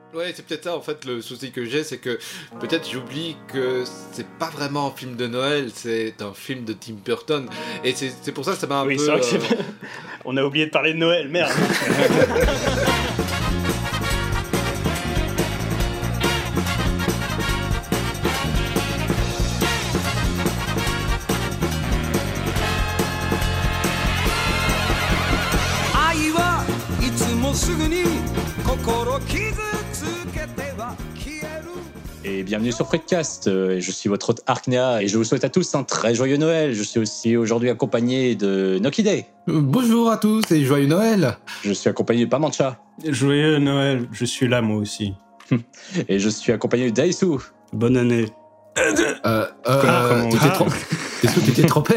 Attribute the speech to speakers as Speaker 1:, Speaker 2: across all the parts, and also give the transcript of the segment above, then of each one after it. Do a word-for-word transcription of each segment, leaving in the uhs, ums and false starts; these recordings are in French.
Speaker 1: Ouais, c'est peut-être ça en fait le souci que j'ai, c'est que peut-être j'oublie que c'est pas vraiment un film de Noël, c'est un film de Tim Burton. Et c'est, c'est pour ça que ça m'a un
Speaker 2: oui,
Speaker 1: peu...
Speaker 2: c'est vrai que
Speaker 1: euh...
Speaker 2: c'est... On a oublié de parler de Noël, merde.
Speaker 3: Et bienvenue sur Fredcast, je suis votre hôte Arknea et je vous souhaite à tous un très joyeux Noël. Je suis aussi aujourd'hui accompagné de Nokide.
Speaker 1: Bonjour à tous et joyeux Noël.
Speaker 3: Je suis accompagné de Pamancha.
Speaker 2: Joyeux Noël, je suis là moi aussi.
Speaker 3: Et je suis accompagné de Daisu.
Speaker 2: Bonne année.
Speaker 1: Euh, euh,
Speaker 2: Comment on
Speaker 1: t'étais
Speaker 2: dit
Speaker 1: trop... Daisu, t'étais trompé.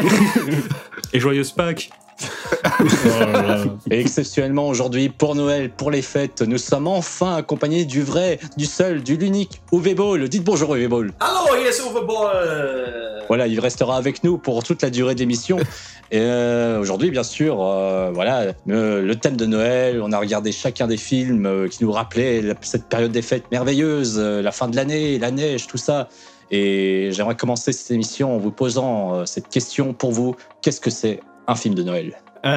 Speaker 2: Et joyeuse Pâques. Oh là là.
Speaker 3: Et exceptionnellement aujourd'hui, pour Noël, pour les fêtes, nous sommes enfin accompagnés du vrai, du seul, du l'unique Uwe Ball. Dites bonjour Uwe Ball.
Speaker 4: Hello, here's Uwe Ball.
Speaker 3: Voilà, il restera avec nous pour toute la durée de l'émission. Et euh, aujourd'hui, bien sûr, euh, voilà, le, le thème de Noël. On a regardé chacun des films euh, qui nous rappelaient la, cette période des fêtes merveilleuses, euh, la fin de l'année, la neige, tout ça. Et j'aimerais commencer cette émission en vous posant euh, cette question pour vous. Qu'est-ce que c'est un film de Noël?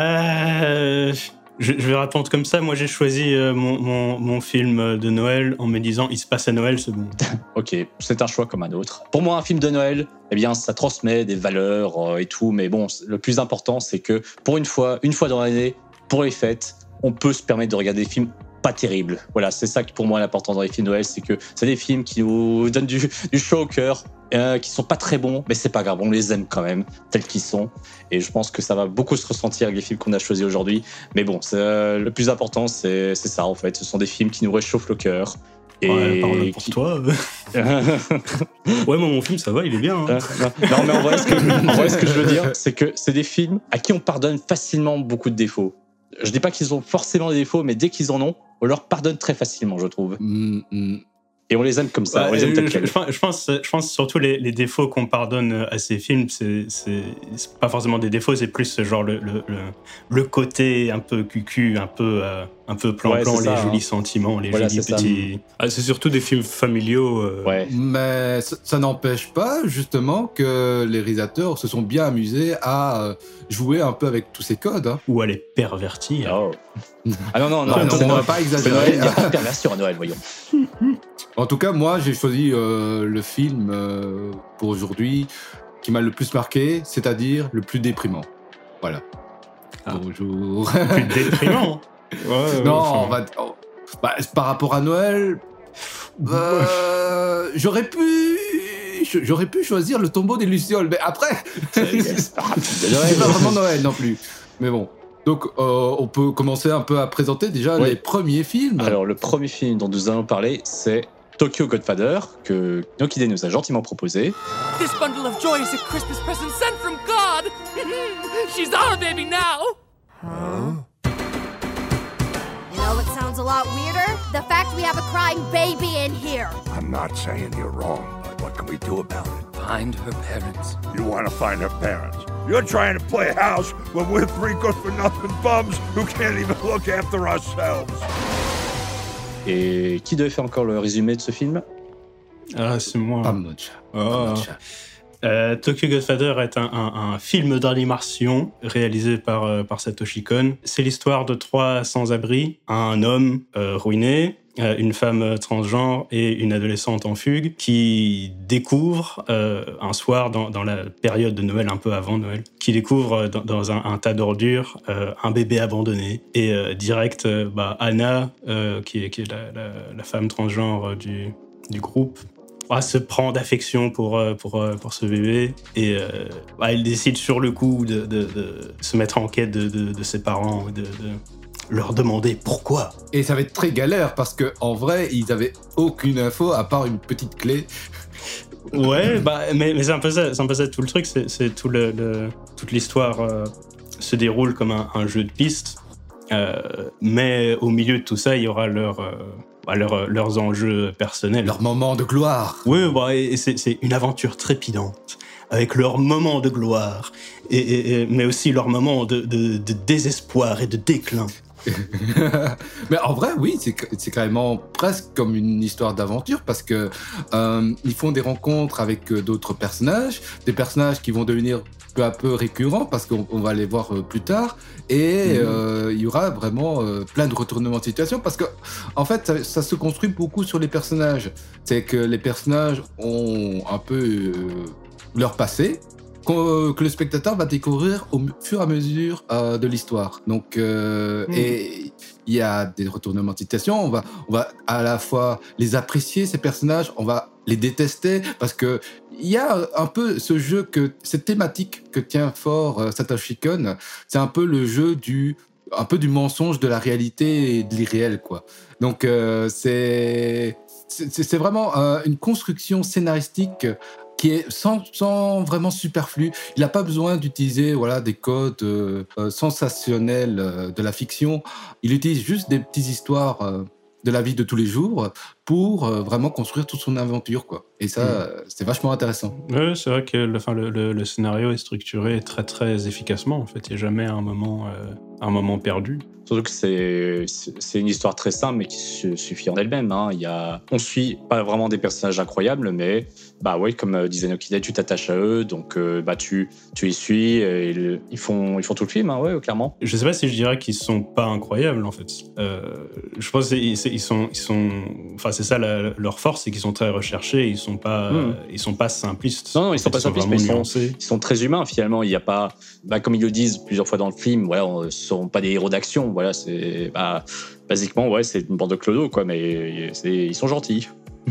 Speaker 2: Euh, je, je vais répondre comme ça. Moi, j'ai choisi euh, mon, mon, mon film de Noël en me disant « Il se passe à Noël, c'est bon ».
Speaker 3: Ok, c'est un choix comme un autre. Pour moi, un film de Noël, eh bien, ça transmet des valeurs euh, et tout. Mais bon, le plus important, c'est que pour une fois, une fois dans l'année, pour les fêtes, on peut se permettre de regarder des films pas terribles. Voilà, c'est ça qui pour moi est important dans les films de Noël, c'est que c'est des films qui nous donnent du, du chaud au cœur, euh, qui sont pas très bons, mais c'est pas grave, on les aime quand même, tels qu'ils sont. Et je pense que ça va beaucoup se ressentir avec les films qu'on a choisis aujourd'hui. Mais bon, c'est, euh, le plus important, c'est, c'est ça en fait. Ce sont des films qui nous réchauffent le cœur.
Speaker 2: Et ouais, parle pour
Speaker 3: qui...
Speaker 2: toi. Ouais, moi, mon film, ça va, il est bien. Hein.
Speaker 3: Non, mais en vrai, ce que, en vrai, ce que je veux dire, c'est que c'est des films à qui on pardonne facilement beaucoup de défauts. Je dis pas qu'ils ont forcément des défauts, mais dès qu'ils en ont, on leur pardonne très facilement, je trouve.
Speaker 1: Mm, mm.
Speaker 3: Et on les aime comme ça,
Speaker 2: ouais,
Speaker 3: on les aime tels
Speaker 2: je,
Speaker 3: quels.
Speaker 2: Je pense, je pense surtout les, les défauts qu'on pardonne à ces films, c'est, c'est, c'est pas forcément des défauts, c'est plus genre le, le, le, le côté un peu cucu, un peu, euh, un peu plan-plan, ouais, les ça, jolis hein. sentiments, les voilà, jolis petits... Ah, c'est surtout des films familiaux. Euh...
Speaker 3: Ouais.
Speaker 1: Mais ça, ça n'empêche pas, justement, que les réalisateurs se sont bien amusés à jouer un peu avec tous ces codes. Hein.
Speaker 2: Ou à les pervertir.
Speaker 3: Oh. Ah non, non, non,
Speaker 1: non,
Speaker 3: non,
Speaker 1: on ne va pas exagérer.
Speaker 3: Il n'y a pas de perversion à Noël, voyons.
Speaker 1: En tout cas, moi, j'ai choisi euh, le film euh, pour aujourd'hui qui m'a le plus marqué, c'est-à-dire le plus déprimant. Voilà.
Speaker 2: Ah.
Speaker 1: Bonjour.
Speaker 2: Plus déprimant.
Speaker 1: Ouais, non, enfin... on va, oh, bah, par rapport à Noël, euh, j'aurais pu, j'aurais pu choisir le tombeau des Lucioles, mais après, c'est pas vraiment Noël non plus. Mais bon. Donc, euh, on peut commencer un peu à présenter déjà oui. les premiers films.
Speaker 3: Alors, le premier film dont nous allons parler, c'est Tokyo Godfather, que Nokide nous a gentiment proposé.
Speaker 5: This bundle of joy is a Christmas present sent from God. She's our baby now.
Speaker 6: Huh? You know what sounds a lot weirder? The fact we have a crying baby in here.
Speaker 7: I'm not saying you're wrong, but what can we do about it?
Speaker 5: Find her parents.
Speaker 7: You want to find her parents? You're trying to play house when we're three good-for-nothing bums who can't even look after ourselves.
Speaker 3: Et qui devait faire encore le résumé de ce film?
Speaker 2: Ah, c'est moi.
Speaker 1: Pamancha.
Speaker 2: Oh. Euh, Tokyo Godfather est un, un, un film d'animation réalisé par, euh, par Satoshi Kon. C'est l'histoire de trois sans-abri, un homme euh, ruiné, euh, une femme transgenre et une adolescente en fugue qui découvrent euh, un soir dans, dans la période de Noël, un peu avant Noël, qui découvrent dans, dans un, un tas d'ordures euh, un bébé abandonné. Et euh, direct, euh, bah, Anna, euh, qui est, qui est la, la, la femme transgenre du, du groupe, Ah, se prend d'affection pour, pour, pour ce bébé et euh, bah, il décide sur le coup de, de, de se mettre en quête de, de, de ses parents, de, de leur demander pourquoi.
Speaker 1: Et ça va être très galère parce qu'en vrai, ils n'avaient aucune info à part une petite clé.
Speaker 2: Ouais, bah, mais, mais c'est, un peu ça, c'est un peu ça tout le truc, c'est, c'est tout le, le, toute l'histoire euh, se déroule comme un, un jeu de piste, euh, mais au milieu de tout ça, il y aura leur... Euh, Bah, leur, leurs enjeux personnels.
Speaker 1: Leur moment de gloire.
Speaker 2: Oui, bah, et c'est, c'est une aventure trépidante, avec leur moment de gloire, et, et, et, mais aussi leur moment de, de, de désespoir et de déclin.
Speaker 1: Mais en vrai, oui, c'est, c'est carrément presque comme une histoire d'aventure parce que euh, ils font des rencontres avec euh, d'autres personnages, des personnages qui vont devenir peu à peu récurrents parce qu'on on va les voir euh, plus tard et il mmh. euh, y aura vraiment euh, plein de retournements de situation parce que en fait ça, ça se construit beaucoup sur les personnages. C'est que les personnages ont un peu euh, leur passé que le spectateur va découvrir au fur et à mesure euh, de l'histoire. Donc, euh, mmh. et il y a des retournements de situation. On va, on va à la fois les apprécier, ces personnages, on va les détester, parce que il y a un peu ce jeu, que cette thématique que tient fort euh, Satoshi Kon, c'est un peu le jeu du, un peu du mensonge, de la réalité et de l'irréel, quoi. Donc, euh, c'est, c'est, c'est vraiment euh, une construction scénaristique qui est sans, sans vraiment superflu. Il n'a pas besoin d'utiliser voilà, des codes euh, euh, sensationnels euh, de la fiction. Il utilise juste des petites histoires euh, de la vie de tous les jours pour euh, vraiment construire toute son aventure, quoi. Et ça, mmh. euh, c'est vachement intéressant.
Speaker 2: Oui, c'est vrai que le, enfin, le, le, le scénario est structuré très, très efficacement. En fait, il n'y a jamais un moment, euh, un moment perdu.
Speaker 3: Surtout que c'est, c'est une histoire très simple, mais qui suffit en elle-même. Hein. Il y a, on suit pas vraiment des personnages incroyables, mais bah ouais, comme disait Nokida, tu t'attaches à eux, donc euh, bah tu, tu les suis, et le, ils font, ils font tout le film, hein, ouais, clairement.
Speaker 2: Je sais pas si je dirais qu'ils sont pas incroyables en fait. Euh, je pense qu'ils sont, ils sont, enfin c'est ça la, leur force, c'est qu'ils sont très recherchés, ils sont pas, mmh. euh, ils sont pas simplistes.
Speaker 3: Non, non, ils sont pas simplistes, mais ils sont, ils sont très humains finalement. Il y a pas, bah comme ils le disent plusieurs fois dans le film, voilà, on, ce sont pas des héros d'action. Voilà, c'est bah, basiquement, ouais, c'est une bande de clodos, quoi, mais c'est, ils sont gentils.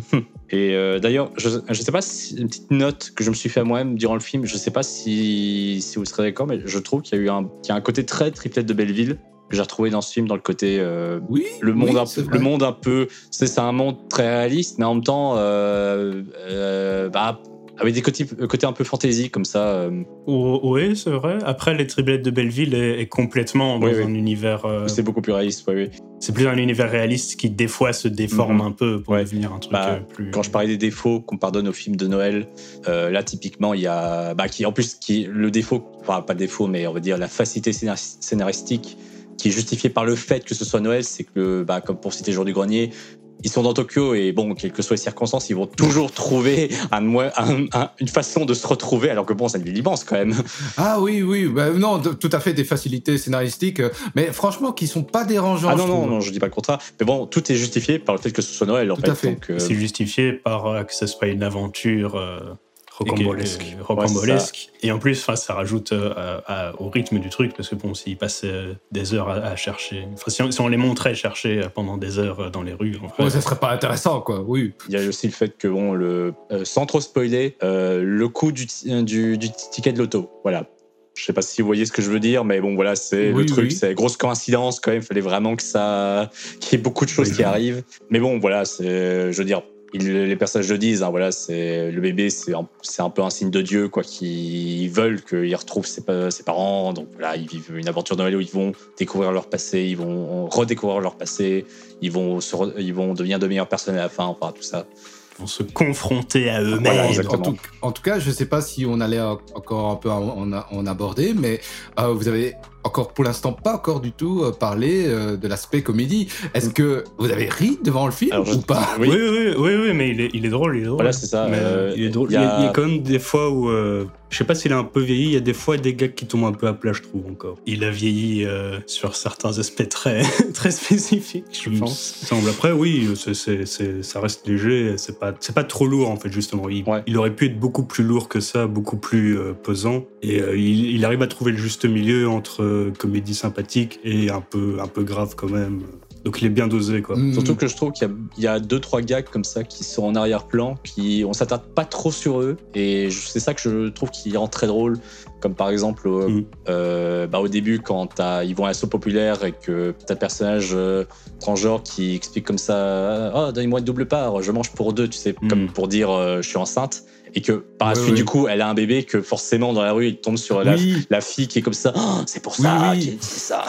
Speaker 3: Et euh, d'ailleurs, je, je sais pas si, une petite note que je me suis fait à moi-même durant le film, je sais pas si, si vous serez d'accord, mais je trouve qu'il y a eu un, qu'il y a un côté très Triplette de Belleville que j'ai retrouvé dans ce film, dans le côté euh,
Speaker 1: oui,
Speaker 3: le monde,
Speaker 1: oui,
Speaker 3: un peu, le monde un peu, c'est, c'est un monde très réaliste, mais en même temps, euh, euh, bah, avec des côtés, côtés un peu fantasy comme ça. Euh...
Speaker 2: Oh, oui, c'est vrai. Après, les Triplettes de Belleville est, est complètement dans oui, un oui. univers. Euh...
Speaker 3: C'est beaucoup plus réaliste, oui, oui.
Speaker 2: C'est plus un univers réaliste qui, des fois, se déforme mmh. un peu pour ouais. devenir un truc
Speaker 3: bah,
Speaker 2: plus.
Speaker 3: Quand je parlais des défauts qu'on pardonne aux films de Noël, euh, là, typiquement, il y a. Bah, qui, en plus, qui, le défaut, enfin, pas le défaut, mais on va dire la facilité scénaristique qui est justifiée par le fait que ce soit Noël, c'est que, bah, comme pour citer Jour du Grenier, ils sont dans Tokyo et bon, quelles que soient les circonstances, ils vont toujours trouver un, un, un, une façon de se retrouver, alors que bon, c'est une ville immense quand même.
Speaker 1: Ah oui, oui, bah, non, de, tout à fait des facilités scénaristiques, mais franchement, qui sont pas dérangeantes.
Speaker 3: Ah non, non, non, je dis pas le contraire. Mais bon, tout est justifié par le fait que ce soit Noël, en
Speaker 1: tout
Speaker 3: fait.
Speaker 1: À fait.
Speaker 2: Donc, euh... C'est justifié par euh, que ce soit une aventure. Euh... rocambolesque, rocambolesque. Ouais, et en plus, ça rajoute euh, à, à, au rythme du truc, parce que bon, s'ils passaient des heures à, à chercher, enfin, si, on, si on les montrait chercher pendant des heures dans les rues, en fait,
Speaker 1: ouais, ça serait pas intéressant, quoi. Oui.
Speaker 3: Il y a aussi le fait que bon, le, euh, sans trop spoiler, euh, le coût du, du, du ticket de l'auto, voilà. Je sais pas si vous voyez ce que je veux dire, mais bon, voilà, c'est oui, le truc, oui. c'est grosse coïncidence quand même. Il fallait vraiment que ça, qu'il y ait beaucoup de choses oui, qui oui. arrivent. Mais bon, voilà, c'est, je veux dire. Il, les personnages le disent, hein, voilà, c'est, le bébé, c'est un, c'est un peu un signe de Dieu, quoi, qui veulent qu'il retrouve ses, ses parents. Donc voilà, ils vivent une aventure de Noël où ils vont découvrir leur passé, ils vont redécouvrir leur passé, ils vont, se re, ils vont devenir de meilleures personnes à la fin, enfin tout ça.
Speaker 2: Ils vont se confronter à eux-mêmes.
Speaker 3: Voilà,
Speaker 1: en, tout, en tout cas, je ne sais pas si on allait encore un peu en, en aborder, mais euh, vous avez encore pour l'instant pas encore du tout euh, parlé euh, de l'aspect comédie. Est-ce que vous avez ri devant le film alors, ou pas?
Speaker 2: Oui, oui, oui, oui, oui, mais il est, il est drôle, il est drôle.
Speaker 3: Voilà, c'est ça.
Speaker 2: Mais,
Speaker 3: euh,
Speaker 2: il est drôle. Il y, a... il y a quand même des fois où, euh, je sais pas s'il a un peu vieilli. Il y a des fois des gars qui tombent un peu à plat, je trouve encore. Il a vieilli euh, sur certains aspects très, très spécifiques, je il pense. Semble. Après, oui, c'est, c'est, c'est, ça reste léger. C'est pas, c'est pas trop lourd en fait, justement. Il, ouais. il aurait pu être beaucoup plus lourd que ça, beaucoup plus euh, pesant. Et euh, il, il arrive à trouver le juste milieu entre euh, comédie sympathique et un peu, un peu grave quand même. Donc il est bien dosé, quoi.
Speaker 3: Mmh. Surtout que je trouve qu'il y a, il y a deux, trois gags comme ça qui sont en arrière-plan, qui, on s'attarde pas trop sur eux, et c'est ça que je trouve qui rend très drôle. Comme par exemple, euh, mmh. euh, bah, au début, quand ils vont à l'assaut populaire et que t'as un personnage euh, transgenre qui explique comme ça, ah, donnez-moi une double part, je mange pour deux, tu sais, mmh. comme pour dire euh, je suis enceinte. Et que par la ouais, suite, ouais. du coup, elle a un bébé, que forcément, dans la rue, il tombe sur la, oui. la fille qui est comme ça. Oh, c'est pour ça oui, oui. qu'il dit ça.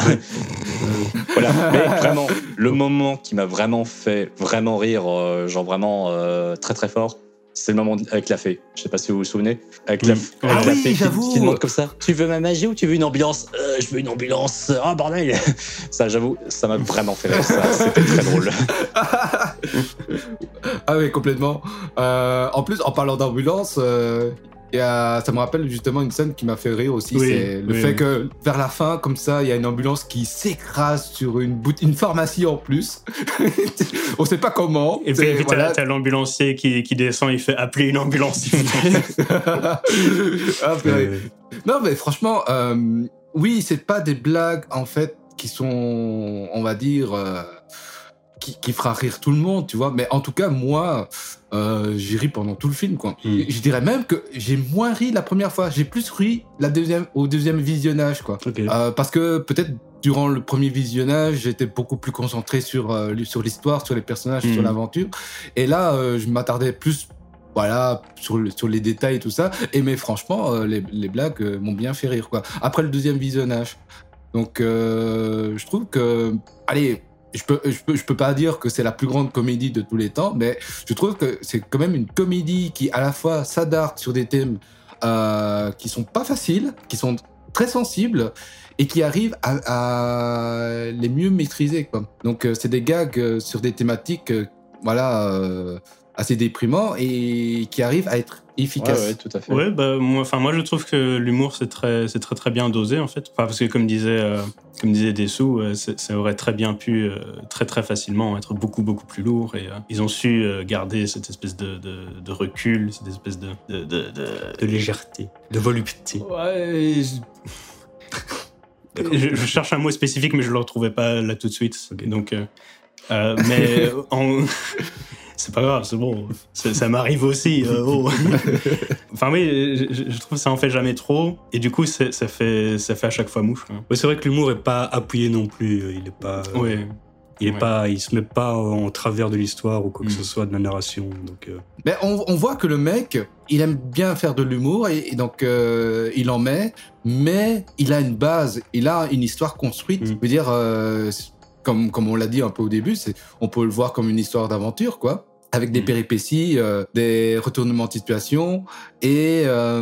Speaker 3: Voilà. Mais vraiment, le moment qui m'a vraiment fait vraiment rire, euh, genre vraiment euh, très très fort, c'est le moment avec la fée. Je sais pas si vous vous souvenez. Avec
Speaker 2: Oui.
Speaker 3: la, avec
Speaker 1: Ah
Speaker 3: la
Speaker 1: oui,
Speaker 3: fée qui,
Speaker 1: j'avoue.
Speaker 3: qui demande comme ça. Tu veux ma magie ou tu veux une ambulance euh, Je veux une ambulance. Ah bordel. Ça, j'avoue, ça m'a vraiment fait rire. Ça, c'était très drôle.
Speaker 1: Ah oui, complètement. Euh, en plus, en parlant d'ambulance, euh, il y a, ça me rappelle justement une scène qui m'a fait rire aussi.
Speaker 2: Oui,
Speaker 1: c'est le
Speaker 2: oui,
Speaker 1: fait
Speaker 2: oui.
Speaker 1: que vers la fin, comme ça, il y a une ambulance qui s'écrase sur une, bout- une pharmacie en plus. On sait pas comment.
Speaker 2: Et puis,
Speaker 1: C'est-
Speaker 2: et puis t'as,
Speaker 1: voilà.
Speaker 2: t'as l'ambulancier qui, qui descend, il fait appeler une ambulance, s'il vous plaît.
Speaker 1: Ah, purée.
Speaker 8: Euh,
Speaker 1: Non, mais franchement, euh, oui, c'est pas des blagues en fait qui sont, on va dire, euh, qui, qui fera rire tout le monde, tu vois. Mais en tout cas, moi, euh, j'ai ri pendant tout le film, quoi.
Speaker 8: Mm.
Speaker 1: Je dirais même que j'ai moins ri la première fois. J'ai plus ri la deuxième, au deuxième visionnage, quoi.
Speaker 8: ok.
Speaker 1: Euh, parce que peut-être durant le premier visionnage, j'étais beaucoup plus concentré sur, euh, sur l'histoire, sur les personnages,
Speaker 2: Mm.
Speaker 1: sur l'aventure. Et là, euh, je m'attardais plus, voilà, sur, le- sur les détails et tout ça. Et mais franchement, euh, les, les blagues euh, m'ont bien fait rire, quoi. Après le deuxième visionnage. Donc, euh, je trouve que, allez, je peux, je peux, je peux pas dire que c'est la plus grande comédie de tous les temps, mais je trouve que c'est quand même une comédie qui, à la fois, s'adapte sur des thèmes euh, qui sont pas faciles, qui sont très sensibles et qui arrive à, à les mieux maîtriser, quoi. Donc, euh, c'est des gags euh, sur des thématiques, euh, voilà, euh, assez déprimants et qui arrivent à être
Speaker 3: Ouais,
Speaker 1: efficaces.
Speaker 3: ouais, tout à fait.
Speaker 2: Ouais, bah, moi, enfin, moi, je trouve que l'humour, c'est très, c'est très, très bien dosé, en fait. Enfin, parce que, comme disait, euh, comme disait Dessous, euh, c'est- ça aurait très bien pu, euh, très, très facilement être beaucoup, beaucoup plus lourd. Et euh, ils ont su euh, garder cette espèce de, de, de recul, cette espèce de... de, de, de-
Speaker 8: De légèreté, de volupté.
Speaker 2: Ouais, je... je, je cherche un mot spécifique, mais je le retrouvais pas là tout de suite.
Speaker 8: Ok.
Speaker 2: Donc, euh, euh, mais en... c'est pas grave, c'est bon. Ça, ça m'arrive aussi. euh, oh. Enfin oui, je, je trouve que ça en fait jamais trop, et du coup, c'est- ça fait, ça fait à chaque fois mouche. Hein.
Speaker 8: Ouais, c'est vrai que l'humour est pas appuyé non plus. Il est pas. euh,
Speaker 2: Ouais.
Speaker 8: Il est
Speaker 2: Ouais.
Speaker 8: pas. Il se met pas en travers de l'histoire ou quoi que
Speaker 2: Mm.
Speaker 8: ce soit de la narration. Donc. euh,
Speaker 1: Mais on, on voit que le mec, il aime bien faire de l'humour et, et donc euh, il en met, mais il a une base, il a une histoire construite.
Speaker 8: Mm.
Speaker 1: Je veux dire, euh, c'est- comme, comme on l'a dit un peu au début, c'est, on peut le voir comme une histoire d'aventure, quoi. Avec des
Speaker 2: Mm.
Speaker 1: péripéties, euh, des retournements de situation. Et euh,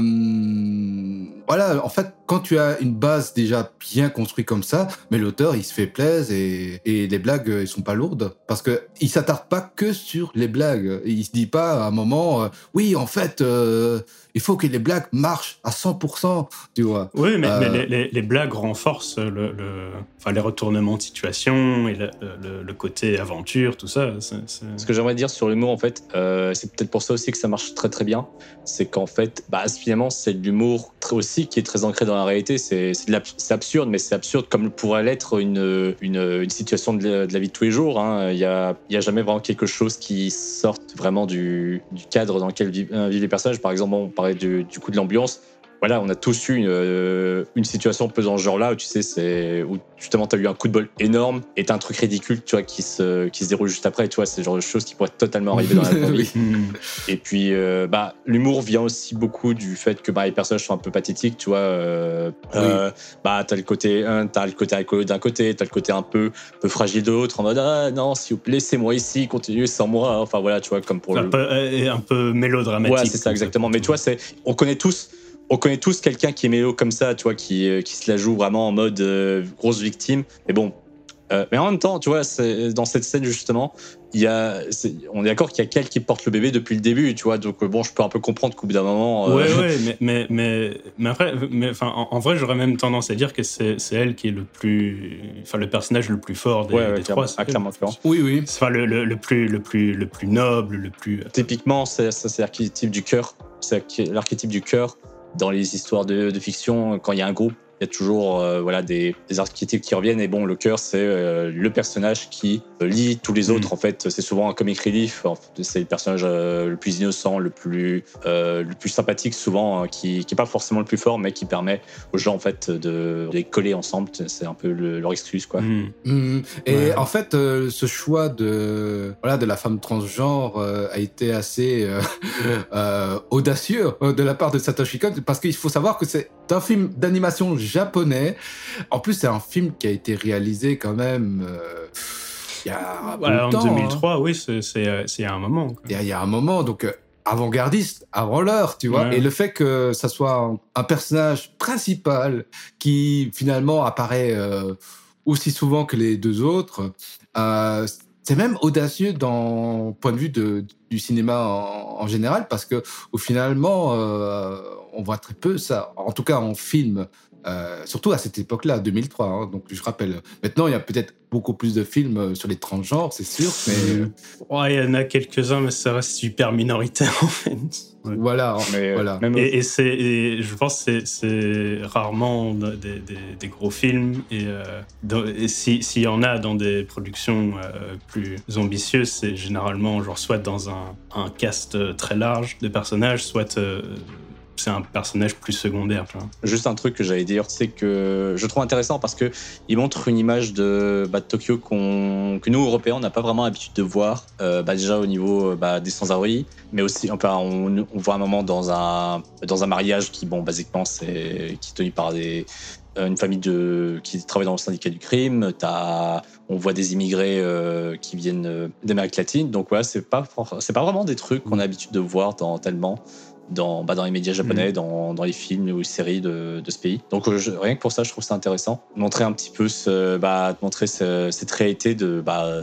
Speaker 1: voilà, en fait, quand tu as une base déjà bien construite comme ça, mais l'auteur, il se fait plaisir et, et les blagues, euh, ils sont pas lourdes. Parce que il s'attarde pas que sur les blagues. Il se dit pas à un moment, euh, oui, en fait, euh, il faut que les blagues marchent à cent pour cent, tu vois.
Speaker 2: Oui, mais,
Speaker 1: Euh,
Speaker 2: mais les, les, les blagues renforcent le, le, enfin, les retournements de situation et le, le, le côté aventure, tout ça. C'est, c'est...
Speaker 3: Ce que j'aimerais dire sur l'humour, en fait, euh, c'est peut-être pour ça aussi que ça marche très très bien. C'est qu'en fait, bah, finalement, c'est de l'humour très aussi qui est très ancré dans la réalité. C'est, c'est, de l'ab- c'est absurde, mais c'est absurde comme pourrait l'être une, une, une situation de la, de la vie de tous les jours. Hein. Il n'y a, il y a jamais vraiment quelque chose qui sorte vraiment du, du cadre dans lequel vivent, vivent les personnages. Par exemple, on parlait du, du coup de l'ambulance. Voilà, on a tous eu une, euh, une situation un peu dans ce genre-là où tu sais, c'est où justement t'as eu un coup de bol énorme et t'as un truc ridicule, tu vois, qui se qui se déroule juste après. Tu vois, c'est le genre de choses qui pourraient totalement arriver dans la vraie vie.
Speaker 1: Oui.
Speaker 2: Hmm.
Speaker 3: Et puis, euh, bah, l'humour vient aussi beaucoup du fait que bah, les personnages sont un peu pathétiques, tu vois. Euh,
Speaker 1: Oui.
Speaker 3: euh, bah, t'as le côté, hein, t'as le côté alcoolo d'un côté, t'as le côté un peu, un peu fragile de l'autre, en mode ah non, s'il vous plaît, laissez-moi ici, continuez sans moi. Enfin voilà, tu vois, comme pour
Speaker 2: Un
Speaker 3: le.
Speaker 2: peu, euh, un peu mélodramatique.
Speaker 3: Ouais, c'est ça exactement. Mais tu vois, c'est, on connaît tous. On connaît tous quelqu'un qui est mélo comme ça, tu vois, qui, euh, qui se la joue vraiment en mode euh, grosse victime. Mais bon, euh, mais en même temps, tu vois, c'est, dans cette scène justement, il y a, c'est, on est d'accord qu'il y a quelqu'un qui porte le bébé depuis le début, tu vois. Donc euh, bon, je peux un peu comprendre qu'au bout d'un moment. euh,
Speaker 2: Ouais, ouais, mais, mais, mais, mais après, mais, enfin, en, en vrai, j'aurais même tendance à dire que c'est, c'est elle qui est le plus, enfin, le personnage le plus fort des,
Speaker 3: Ouais, ouais,
Speaker 2: des
Speaker 3: clairement.
Speaker 2: trois.
Speaker 3: Ah, clairement, clairement.
Speaker 1: Oui, oui.
Speaker 2: C'est, enfin, le, le, le plus, le plus, le plus noble, le plus.
Speaker 3: Typiquement, c'est, ça, c'est l'archétype du cœur. C'est l'archétype du cœur dans les histoires de, de fiction. Quand il y a un groupe, il y a toujours euh, voilà, des, des archétypes qui reviennent. Et bon, le cœur, c'est euh, le personnage qui euh, lie tous les autres.
Speaker 2: Mm.
Speaker 3: En fait, c'est souvent un comic relief. En fait, c'est le personnage euh, le plus innocent, le plus, euh, le plus sympathique, souvent, euh, qui n'est pas forcément le plus fort, mais qui permet aux gens en fait, de, de les coller ensemble. C'est un peu le, leur excuse, quoi.
Speaker 2: Hmm.
Speaker 1: Mhm. Et
Speaker 2: Ouais.
Speaker 1: en fait, euh, ce choix de voilà de la femme transgenre euh, a été assez euh, euh, audacieux euh, de la part de Satoshi Kon, parce qu'il faut savoir que c'est un film d'animation japonais. En plus, c'est un film qui a été réalisé quand même euh, il y a
Speaker 2: Ouais, en
Speaker 1: longtemps,
Speaker 2: deux
Speaker 1: hein.
Speaker 2: mille trois, oui, c'est, c'est, euh, c'est il y a un moment. quoi.
Speaker 1: Il y a, il y a un moment, donc euh, avant-gardiste, avant l'heure, tu vois.
Speaker 2: Ouais.
Speaker 1: Et le fait que ça soit un, un personnage principal qui finalement apparaît euh, aussi souvent que les deux autres, euh, c'est même audacieux dans point de vue de, du cinéma en, en général, parce que au finalement, euh, on voit très peu ça. En tout cas, en film. Euh, surtout à cette époque-là, deux mille trois. Hein, donc, je rappelle. Maintenant, il y a peut-être beaucoup plus de films sur les transgenres, c'est sûr. Mais
Speaker 2: ouais, il y en a quelques-uns, mais ça reste super minoritaire en fait.
Speaker 1: Ouais. Voilà.
Speaker 3: Mais,
Speaker 1: voilà.
Speaker 3: Même...
Speaker 2: Et, et, c'est, et je pense que c'est, c'est rarement des, des, des gros films. Et, euh, dans, et si, s'il y en a dans des productions euh, plus ambitieuses, c'est généralement genre soit dans un, un cast très large de personnages, soit euh, c'est un personnage plus secondaire. Tu vois.
Speaker 3: Juste un truc que j'allais dire, c'est que je trouve intéressant parce que il montre une image de, bah, de Tokyo qu'on, que nous, Européens, on n'a pas vraiment l'habitude de voir. Euh, bah, déjà au niveau bah, des sans-abri, mais aussi enfin, on, on voit un moment dans un, dans un mariage qui, bon, basiquement, c'est, qui est tenu par des, une famille de, qui travaille dans le syndicat du crime. T'as, on voit des immigrés euh, qui viennent euh, d'Amérique latine. Donc, ouais, c'est pas, c'est pas vraiment des trucs qu'on a l'habitude de voir dans, tellement. Dans, bah dans les médias japonais, mmh. dans, dans les films ou les séries de, de ce pays. Donc je, rien que pour ça, je trouve ça intéressant. Montrer un petit peu, ce, bah, montrer ce, cette réalité de, bah,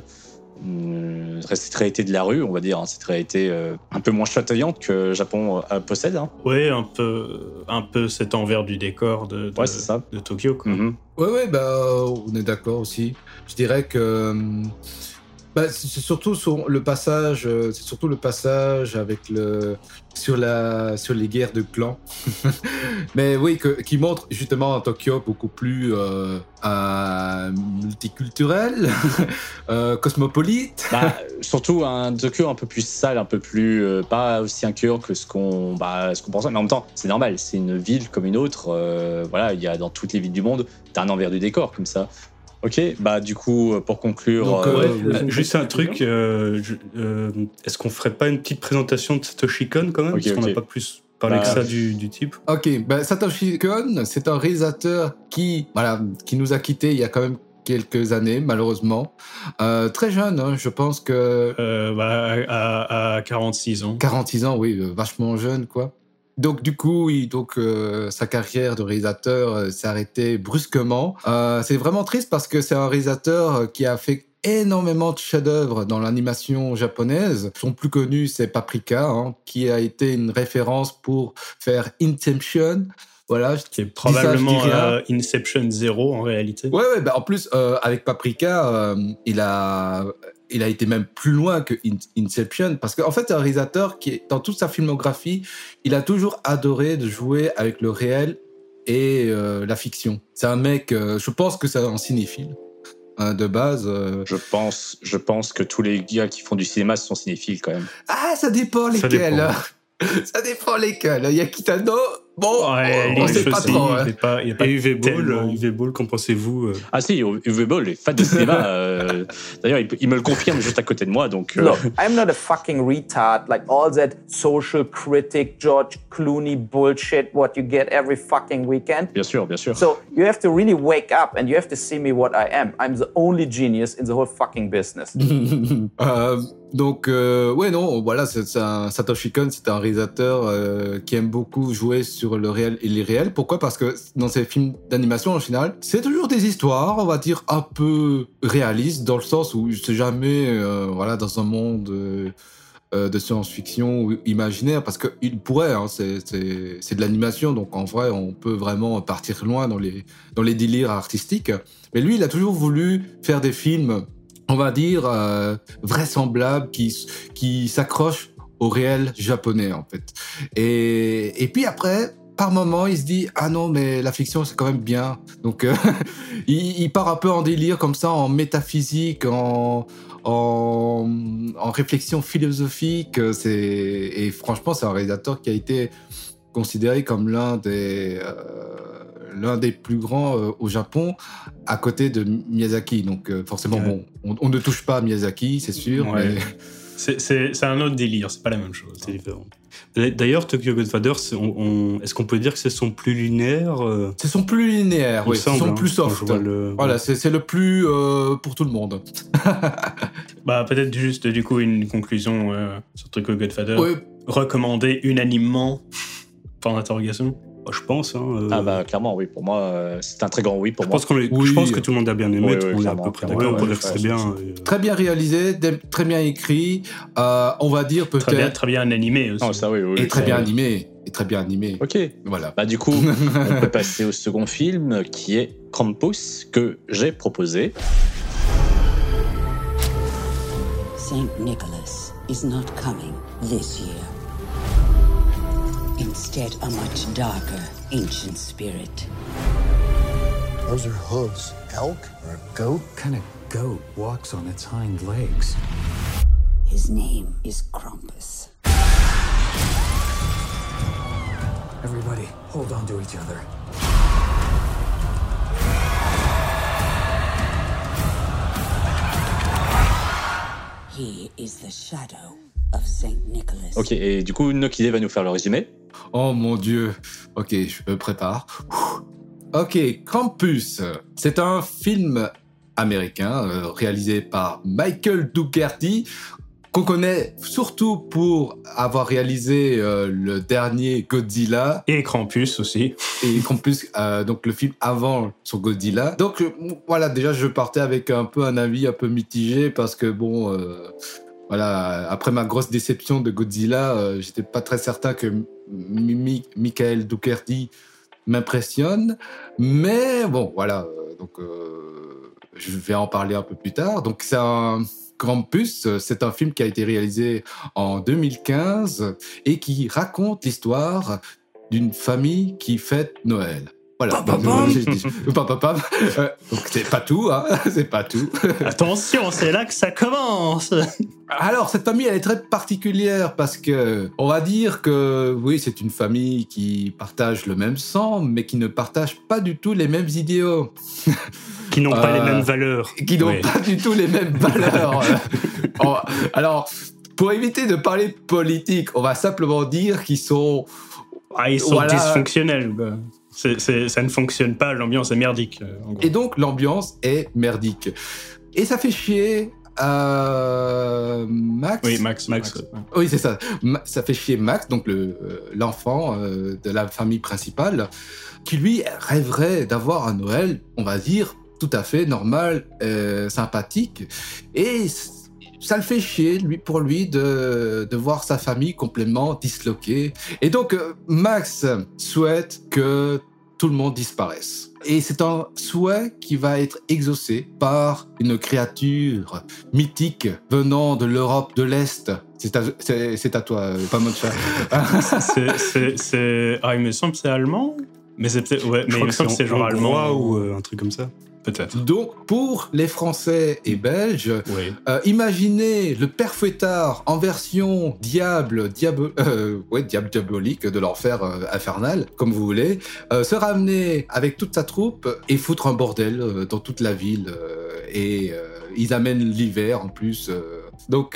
Speaker 3: euh, cette réalité de la rue, on va dire, hein, cette réalité euh, un peu moins chatoyante que le Japon euh, possède. Hein.
Speaker 2: Oui, un peu, un peu cet envers du décor de, de,
Speaker 3: ouais, c'est ça.
Speaker 2: de Tokyo. Quoi.
Speaker 3: Mmh.
Speaker 1: Ouais, ouais, bah, on est d'accord aussi. Je dirais que bah, c'est surtout sur le passage, c'est surtout le passage avec le sur la sur les guerres de clans. Mais oui, que, qui montre justement un Tokyo beaucoup plus euh, euh, multiculturel, euh, cosmopolite.
Speaker 3: Bah, surtout un Tokyo un peu plus sale, un peu plus euh, pas aussi incluant que ce qu'on bah, ce qu'on pensait. Mais en même temps, c'est normal. C'est une ville comme une autre. Euh, voilà, il y a dans toutes les villes du monde, t'as un envers du décor comme ça. Ok, bah du coup, pour conclure...
Speaker 8: Donc, euh,
Speaker 3: euh,
Speaker 8: ouais, juste un truc, euh, je, euh, est-ce qu'on ferait pas une petite présentation de Satoshi Kon quand même, okay, parce qu'on n'a okay. pas plus parlé bah, que ça du, du type.
Speaker 1: Ok, bah, Satoshi Kon, c'est un réalisateur qui, voilà, qui nous a quittés il y a quand même quelques années, malheureusement. Euh, très jeune, hein, je pense que...
Speaker 2: Euh, bah, à, à quarante-six ans.
Speaker 1: quarante-six ans, oui, euh, vachement jeune, quoi. Donc du coup, il, donc euh, sa carrière de réalisateur euh, s'est arrêtée brusquement. Euh, c'est vraiment triste parce que c'est un réalisateur qui a fait énormément de chefs-d'œuvre dans l'animation japonaise. Son plus connu, c'est Paprika, hein, qui a été une référence pour faire Inception. Voilà,
Speaker 2: qui est probablement ça, euh, Inception zéro en réalité.
Speaker 1: Ouais, ouais. Bah en plus, euh, avec Paprika, euh, il a, il a été même plus loin que In- Inception, parce qu'en fait, c'est un réalisateur qui, dans toute sa filmographie, il a toujours adoré de jouer avec le réel et euh, la fiction. C'est un mec, euh, je pense que c'est un cinéphile. Hein, de base. Euh...
Speaker 3: Je pense, je pense que tous les gars qui font du cinéma sont cinéphiles quand même.
Speaker 1: Ah, ça dépend lesquels. Ça dépend, ça dépend lesquels. Il y a Kitano. Bon,
Speaker 2: ouais,
Speaker 1: on, on sait pas trop.
Speaker 8: Il n'y a, a pas U V Ball. U V Ball, qu'en pensez-vous euh...
Speaker 3: Ah si, U V Ball est fan de cinéma. euh, d'ailleurs, il, il me le confirme juste à côté de moi. Donc, euh...
Speaker 9: Look, I'm not a fucking retard like all that social critic George Clooney bullshit what you get every fucking weekend.
Speaker 3: Bien sûr, bien sûr.
Speaker 9: So you have to really wake up and you have to see me what I am. I'm the only genius in the whole fucking business.
Speaker 1: euh, donc, euh, ouais, non, voilà, c'est, c'est un, Satoshi Kon, c'est un réalisateur euh, qui aime beaucoup jouer sur le réel et l'irréel. Pourquoi ? Parce que dans ces films d'animation, en général, c'est toujours des histoires, on va dire, un peu réalistes, dans le sens où c'est jamais, euh, voilà, dans un monde euh, de science-fiction ou imaginaire, parce qu'il pourrait, hein, c'est, c'est, c'est de l'animation, donc en vrai, on peut vraiment partir loin dans les, dans les délires artistiques. Mais lui, il a toujours voulu faire des films, on va dire, euh, vraisemblables, qui, qui s'accrochent au réel japonais, en fait. Et, et puis après, par moment, il se dit « Ah non, mais la fiction, c'est quand même bien. » Donc, euh, il, il part un peu en délire, comme ça, en métaphysique, en, en, en réflexion philosophique. C'est, et franchement, c'est un réalisateur qui a été considéré comme l'un des... Euh, l'un des plus grands euh, au Japon, à côté de Miyazaki. Donc, euh, forcément, ouais. bon, on, on ne touche pas à Miyazaki, c'est sûr, ouais. mais...
Speaker 2: C'est, c'est, c'est un autre délire, c'est pas la même chose.
Speaker 8: C'est différent. D'ailleurs, Tokyo Godfather, c'est, on, on, est-ce qu'on peut dire que c'est son plus linéaire euh...
Speaker 1: C'est son plus linéaire, oui. C'est son hein, plus soft. Le... Voilà, c'est, c'est le plus euh, pour tout le monde.
Speaker 2: Bah, peut-être juste, du coup, une conclusion euh, sur Tokyo Godfather.
Speaker 1: Oui,
Speaker 2: recommandé unanimement, point d'interrogation.
Speaker 8: Je pense. Hein, euh...
Speaker 3: Ah bah clairement oui, pour moi euh, c'est un très grand oui pour
Speaker 8: je
Speaker 3: moi.
Speaker 8: Pense qu'on est,
Speaker 1: oui.
Speaker 8: Je pense que tout le monde a bien aimé,
Speaker 3: oui,
Speaker 8: tout le
Speaker 3: oui,
Speaker 8: monde est à peu près d'accord,
Speaker 3: ouais,
Speaker 8: on peut
Speaker 3: ouais,
Speaker 8: dire que c'est
Speaker 3: ouais,
Speaker 8: bien.
Speaker 3: c'est...
Speaker 8: Et...
Speaker 1: Très bien réalisé, très bien écrit, euh, on va dire peut-être...
Speaker 2: Très bien, très bien animé aussi.
Speaker 3: Non, ça, oui, oui,
Speaker 1: et très
Speaker 3: ça,
Speaker 1: bien
Speaker 3: oui.
Speaker 1: animé, et très bien animé.
Speaker 3: Ok,
Speaker 1: voilà.
Speaker 3: Bah du coup, on peut passer au second film qui est Krampus, que j'ai proposé.
Speaker 10: Saint Nicholas is not coming this year. Instead, a much darker, ancient spirit.
Speaker 11: Those are hooves. Elk or a goat? What kind of goat walks on its hind legs?
Speaker 10: His name is Krampus.
Speaker 11: Everybody, hold on to each other.
Speaker 10: He is the shadow of Saint Nicholas.
Speaker 3: Ok, et du coup, Nokide va nous faire le résumé.
Speaker 1: Oh mon Dieu. Ok, je me prépare. Ok, Krampus. C'est un film américain euh, réalisé par Michael Dougherty, qu'on connaît surtout pour avoir réalisé euh, le dernier Godzilla.
Speaker 2: Et Krampus aussi.
Speaker 1: Et Krampus, euh, donc le film avant son Godzilla. Donc euh, voilà, déjà je partais avec un peu un avis un peu mitigé parce que bon... Euh, Voilà, après ma grosse déception de Godzilla, euh, j'étais pas très certain que M- Michael Dougherty m'impressionne. Mais bon, voilà, euh, donc euh, je vais en parler un peu plus tard. Donc c'est un Krampus, c'est un film qui a été réalisé en deux mille quinze et qui raconte l'histoire d'une famille qui fête Noël. Voilà. Donc c'est pas tout, hein. C'est pas tout.
Speaker 2: Attention, c'est là que ça commence.
Speaker 1: Alors cette famille, elle est très particulière parce que on va dire que oui, c'est une famille qui partage le même sang, mais qui ne partage pas du tout les mêmes idéaux.
Speaker 2: Qui n'ont
Speaker 1: euh,
Speaker 2: pas les mêmes valeurs.
Speaker 1: Qui n'ont
Speaker 2: oui.
Speaker 1: pas du tout les mêmes valeurs. Alors, pour éviter de parler politique, on va simplement dire qu'ils sont...
Speaker 2: Ah, ils sont
Speaker 1: voilà.
Speaker 2: dysfonctionnels. Bah. C'est, c'est, ça ne fonctionne pas, l'ambiance est merdique. En gros.
Speaker 1: Et donc, l'ambiance est merdique. Et ça fait chier euh, Max.
Speaker 2: Oui, Max. Max. Max.
Speaker 1: Oui, c'est ça. Ma- ça fait chier Max, donc le, euh, l'enfant euh, de la famille principale, qui lui rêverait d'avoir un Noël, on va dire, tout à fait normal, euh, sympathique. Et ça le fait chier, lui, pour lui, de, de voir sa famille complètement disloquée. Et donc, euh, Max souhaite que tout le monde disparaisse. Et c'est un souhait qui va être exaucé par une créature mythique venant de l'Europe de l'Est. C'est à, c'est, c'est à toi, pas mon chat.
Speaker 2: c'est, c'est, c'est... Ah, il me semble que c'est allemand. Mais c'est peut-être... Ouais, mais il me semble que c'est genre allemand
Speaker 8: ou euh, un truc comme ça.
Speaker 2: Peut-être.
Speaker 1: Donc, pour les Français et Belges,
Speaker 2: oui.
Speaker 1: euh, imaginez le père Fouettard en version diable, diable, euh, ouais, diable diabolique de l'enfer euh, infernal, comme vous voulez, euh, se ramener avec toute sa troupe et foutre un bordel euh, dans toute la ville. Euh, et euh, ils amènent l'hiver en plus. Euh. Donc,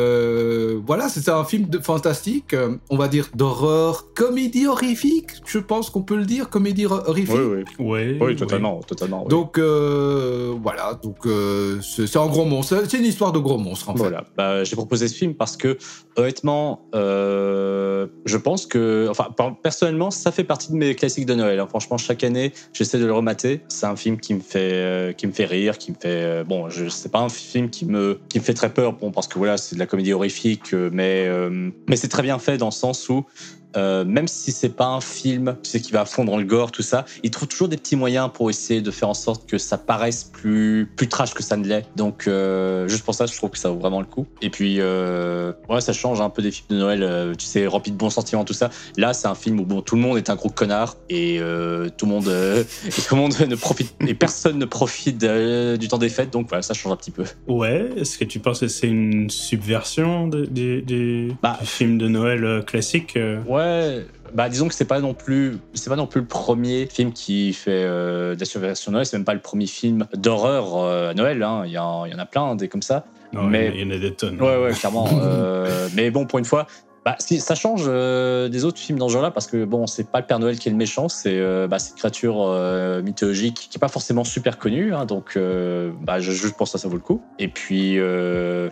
Speaker 1: euh, voilà, c'est un film de fantastique, euh, on va dire d'horreur, comédie horrifique, je pense qu'on peut le dire, comédie horrifique.
Speaker 3: Oui, oui.
Speaker 2: Oui,
Speaker 3: oui totalement. Oui. totalement oui.
Speaker 1: Donc, euh, voilà, donc euh, c'est, c'est un gros monstre, c'est une histoire de gros monstre en fait.
Speaker 3: Voilà, bah, j'ai proposé ce film parce que, honnêtement, euh, je pense que, enfin, personnellement, ça fait partie de mes classiques de Noël. Hein. Franchement, chaque année, j'essaie de le remater. C'est un film qui me fait, euh, qui me fait rire, qui me fait, euh, bon, je, c'est pas un film qui me, qui me fait très peur, bon, parce que voilà, c'est de la comédie horrifique, mais, euh, mais c'est très bien fait dans le sens où, Euh, même si c'est pas un film, tu sais, qui va à fond dans le gore, tout ça, il trouve toujours des petits moyens pour essayer de faire en sorte que ça paraisse plus, plus trash que ça ne l'est. Donc, euh, juste pour ça, je trouve que ça vaut vraiment le coup. Et puis, euh, ouais, ça change un peu des films de Noël, euh, tu sais, remplis de bons sentiments, tout ça. Là, c'est un film où bon, tout le monde est un gros connard et euh, tout le monde, euh, et tout le monde ne profite, et personne ne profite de, du temps des fêtes. Donc voilà, ça change un petit peu.
Speaker 2: Ouais. Est-ce que tu penses que c'est une subversion de, de, de,
Speaker 3: bah,
Speaker 2: du film de Noël euh, classique euh...
Speaker 3: Ouais, bah disons que c'est pas non plus, c'est pas non plus le premier film qui fait euh, de la subversion de Noël. C'est même pas le premier film d'horreur euh, à Noël. Hein. Il y, en, il y en a plein, des comme ça.
Speaker 2: Non, mais il y en a des tonnes.
Speaker 3: Ouais, ouais, clairement. euh, mais bon, pour une fois, bah, ça change euh, des autres films dans ce genre-là parce que bon, c'est pas le Père Noël qui est le méchant, c'est euh, bah, cette créature euh, mythologique qui est pas forcément super connue. Hein, donc, euh, bah, juste pour ça, ça vaut le coup. Et puis. Euh,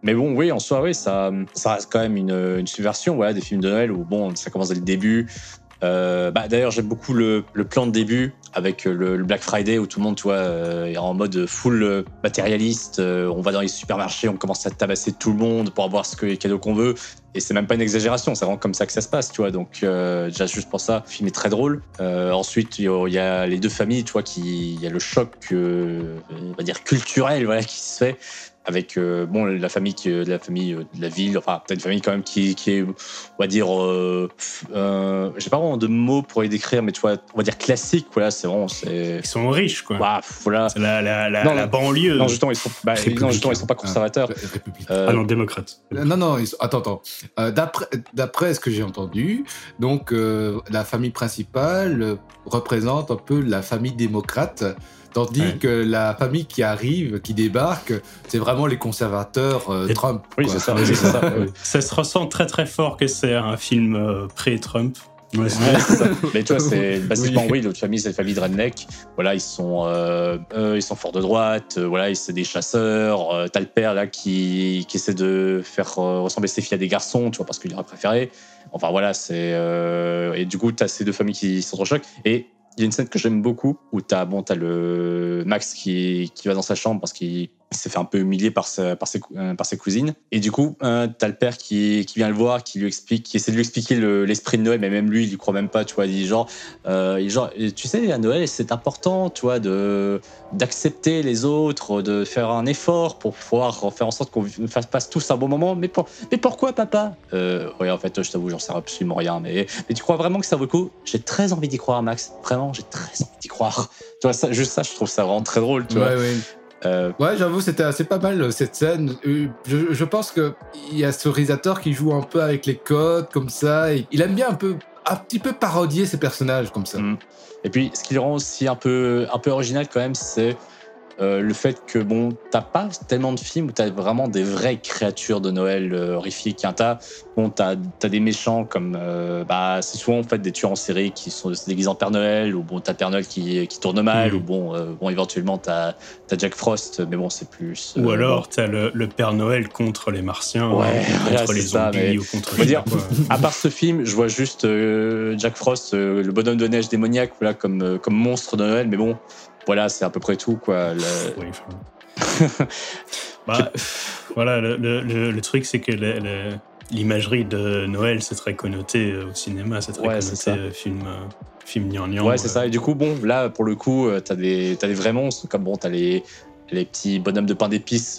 Speaker 3: Mais bon, oui, en soi, oui, ça, ça reste quand même une, une subversion, voilà, des films de Noël où bon, ça commence dès le début. Euh, bah, d'ailleurs, j'aime beaucoup le, le plan de début avec le, le Black Friday où tout le monde, tu vois, euh, est en mode full matérialiste. Euh, on va dans les supermarchés, on commence à tabasser tout le monde pour avoir ce que, les cadeaux qu'on veut. Et c'est même pas une exagération, c'est vraiment comme ça que ça se passe, tu vois. Donc, euh, déjà, juste pour ça, le film est très drôle. Euh, ensuite, il y, y a les deux familles, tu vois, qui, il y a le choc, euh, on va dire, culturel, voilà, qui se fait. Avec euh, bon la famille qui la famille euh, de la ville, enfin peut-être une famille quand même qui qui est, on va dire euh, euh, j'ai pas vraiment de mots pour les décrire, mais tu vois, on va dire classique, voilà, c'est vraiment c'est
Speaker 2: ils sont riches quoi.
Speaker 3: Bah, voilà,
Speaker 2: c'est la la la,
Speaker 3: non,
Speaker 2: la banlieue.
Speaker 3: Non, justement ils sont bah, non, justement ils sont pas conservateurs.
Speaker 2: Ah, euh, ah non, démocrates.
Speaker 1: Non non, ils sont, attends attends. Euh, d'après d'après ce que j'ai entendu, donc euh, la famille principale représente un peu la famille démocrate. Tandis ouais. que la famille qui arrive, qui débarque, c'est vraiment les conservateurs euh, Et Trump.
Speaker 3: Oui, c'est ça. C'est ça,
Speaker 2: oui. Ça se ressent très très fort que c'est un film euh, pré-Trump.
Speaker 3: Ouais, c'est ça. Mais tu vois, c'est basiquement, oui, oui l'autre famille, c'est la famille de redneck. Voilà, ils sont, euh, euh, ils sont forts de droite. Euh, voilà, c'est des chasseurs. Euh, t'as le père là qui, qui essaie de faire euh, ressembler ses filles à des garçons, tu vois, parce qu'il aurait préféré. Enfin voilà, c'est euh, et du coup, t'as ces deux familles qui s'entrechoquent. Et il y a une scène que j'aime beaucoup où t'as bon t'as le Max qui qui va dans sa chambre parce qu'il s'est fait un peu humilier par sa, par ses par ses cousines, et du coup euh, t'as le père qui qui vient le voir, qui lui explique, qui essaie de lui expliquer le, l'esprit de Noël, mais même lui il y croit même pas, tu vois. Il dit genre euh, il genre tu sais, à Noël c'est important, tu vois, de d'accepter les autres, de faire un effort pour pouvoir faire en sorte qu'on fasse passe tous un bon moment. Mais pour mais pourquoi papa? euh, oui en fait je t'avoue j'en sais absolument rien, mais mais tu crois vraiment que ça vaut le coup? J'ai très envie d'y croire, Max, vraiment. J'ai très envie d'y croire. Tu vois, ça, juste ça, je trouve ça vraiment très drôle, tu
Speaker 1: ouais,
Speaker 3: vois.
Speaker 1: Ouais. Euh... ouais, j'avoue, c'était assez pas mal cette scène. Je, je pense qu'il y a ce réalisateur qui joue un peu avec les codes, comme ça. Et il aime bien un peu, un petit peu parodier ses personnages, comme ça.
Speaker 3: Mmh. Et puis, ce qui le rend aussi un peu, un peu original, quand même, c'est euh, le fait que, bon, t'as pas tellement de films où t'as vraiment des vraies créatures de Noël euh, horrifiques. Hein. T'as, bon, t'as, t'as des méchants comme, euh, bah, c'est souvent en fait des tueurs en série qui sont se déguisent en Père Noël, ou bon, t'as Père Noël qui, qui tourne mal, mmh. ou bon, euh, bon, éventuellement t'as, t'as Jack Frost, mais bon, c'est plus.
Speaker 2: Euh, ou alors bon. t'as le, le Père Noël contre les Martiens,
Speaker 3: ouais,
Speaker 2: hein,
Speaker 3: voilà,
Speaker 2: contre les
Speaker 3: ça,
Speaker 2: zombies ou contre.
Speaker 3: Je veux dire, à part ce film, je vois juste euh, Jack Frost, euh, le bonhomme de neige démoniaque, voilà, comme euh, comme monstre de Noël, mais bon. Voilà, c'est à peu près tout, quoi. Le...
Speaker 2: Oui, enfin... bah, voilà, le, le, le truc, c'est que le, le, l'imagerie de Noël, c'est très connoté au cinéma, c'est très
Speaker 3: ouais,
Speaker 2: connoté
Speaker 3: c'est
Speaker 2: film, film gnangnan.
Speaker 3: Ouais, c'est euh... ça. Et du coup, bon, là, pour le coup, t'as des, t'as des vrais monstres, comme bon, t'as les, les petits bonhommes de pain d'épices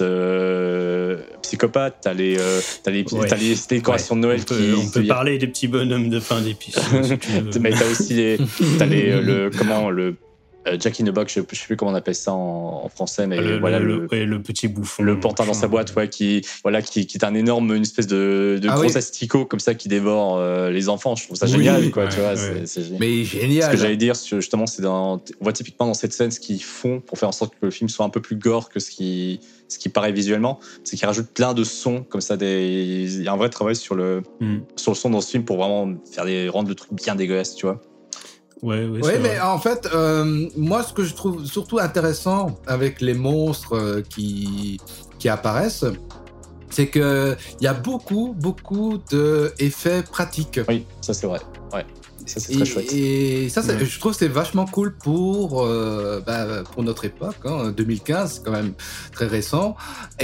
Speaker 3: euh, psychopathes, t'as les, euh, t'as les, ouais. t'as les décorations ouais. de Noël.
Speaker 2: On peut,
Speaker 3: qui,
Speaker 2: on peut
Speaker 3: qui...
Speaker 2: parler des petits bonhommes de pain d'épices. Si tu veux.
Speaker 3: Mais t'as aussi les, t'as les, euh, le, comment, le, Euh, Jack in the Box, je ne sais plus comment on appelle ça en, en français, mais
Speaker 2: le,
Speaker 3: voilà
Speaker 2: le,
Speaker 3: le,
Speaker 2: ouais, le petit bouffon,
Speaker 3: le pantin dans sa boîte, ouais, qui voilà, qui, qui est un énorme, une espèce de, de ah, gros oui. asticot comme ça qui dévore euh, les enfants. Je trouve ça oui, génial, quoi, ouais, tu vois.
Speaker 1: Ouais.
Speaker 3: C'est, c'est génial.
Speaker 1: Mais génial.
Speaker 3: Ce que j'allais dire, justement, c'est dans, on voit typiquement dans cette scène ce qu'ils font pour faire en sorte que le film soit un peu plus gore que ce qui, ce qui paraît visuellement, c'est qu'ils rajoutent plein de sons comme ça. Des, il y a un vrai travail sur le, mm. sur le son dans ce film pour vraiment faire des rendre le truc bien dégueulasse, tu vois.
Speaker 2: Ouais, ouais,
Speaker 1: ouais mais en fait, euh, moi, ce que je trouve surtout intéressant avec les monstres euh, qui, qui apparaissent, c'est qu'il y a beaucoup, beaucoup d'effets pratiques.
Speaker 3: Oui, ça c'est vrai. Ouais. Ça, c'est très
Speaker 1: et,
Speaker 3: chouette.
Speaker 1: Et ça,
Speaker 3: ouais.
Speaker 1: je trouve que c'est vachement cool pour, euh, bah, pour notre époque. Hein, deux mille quinze, c'est quand même très récent.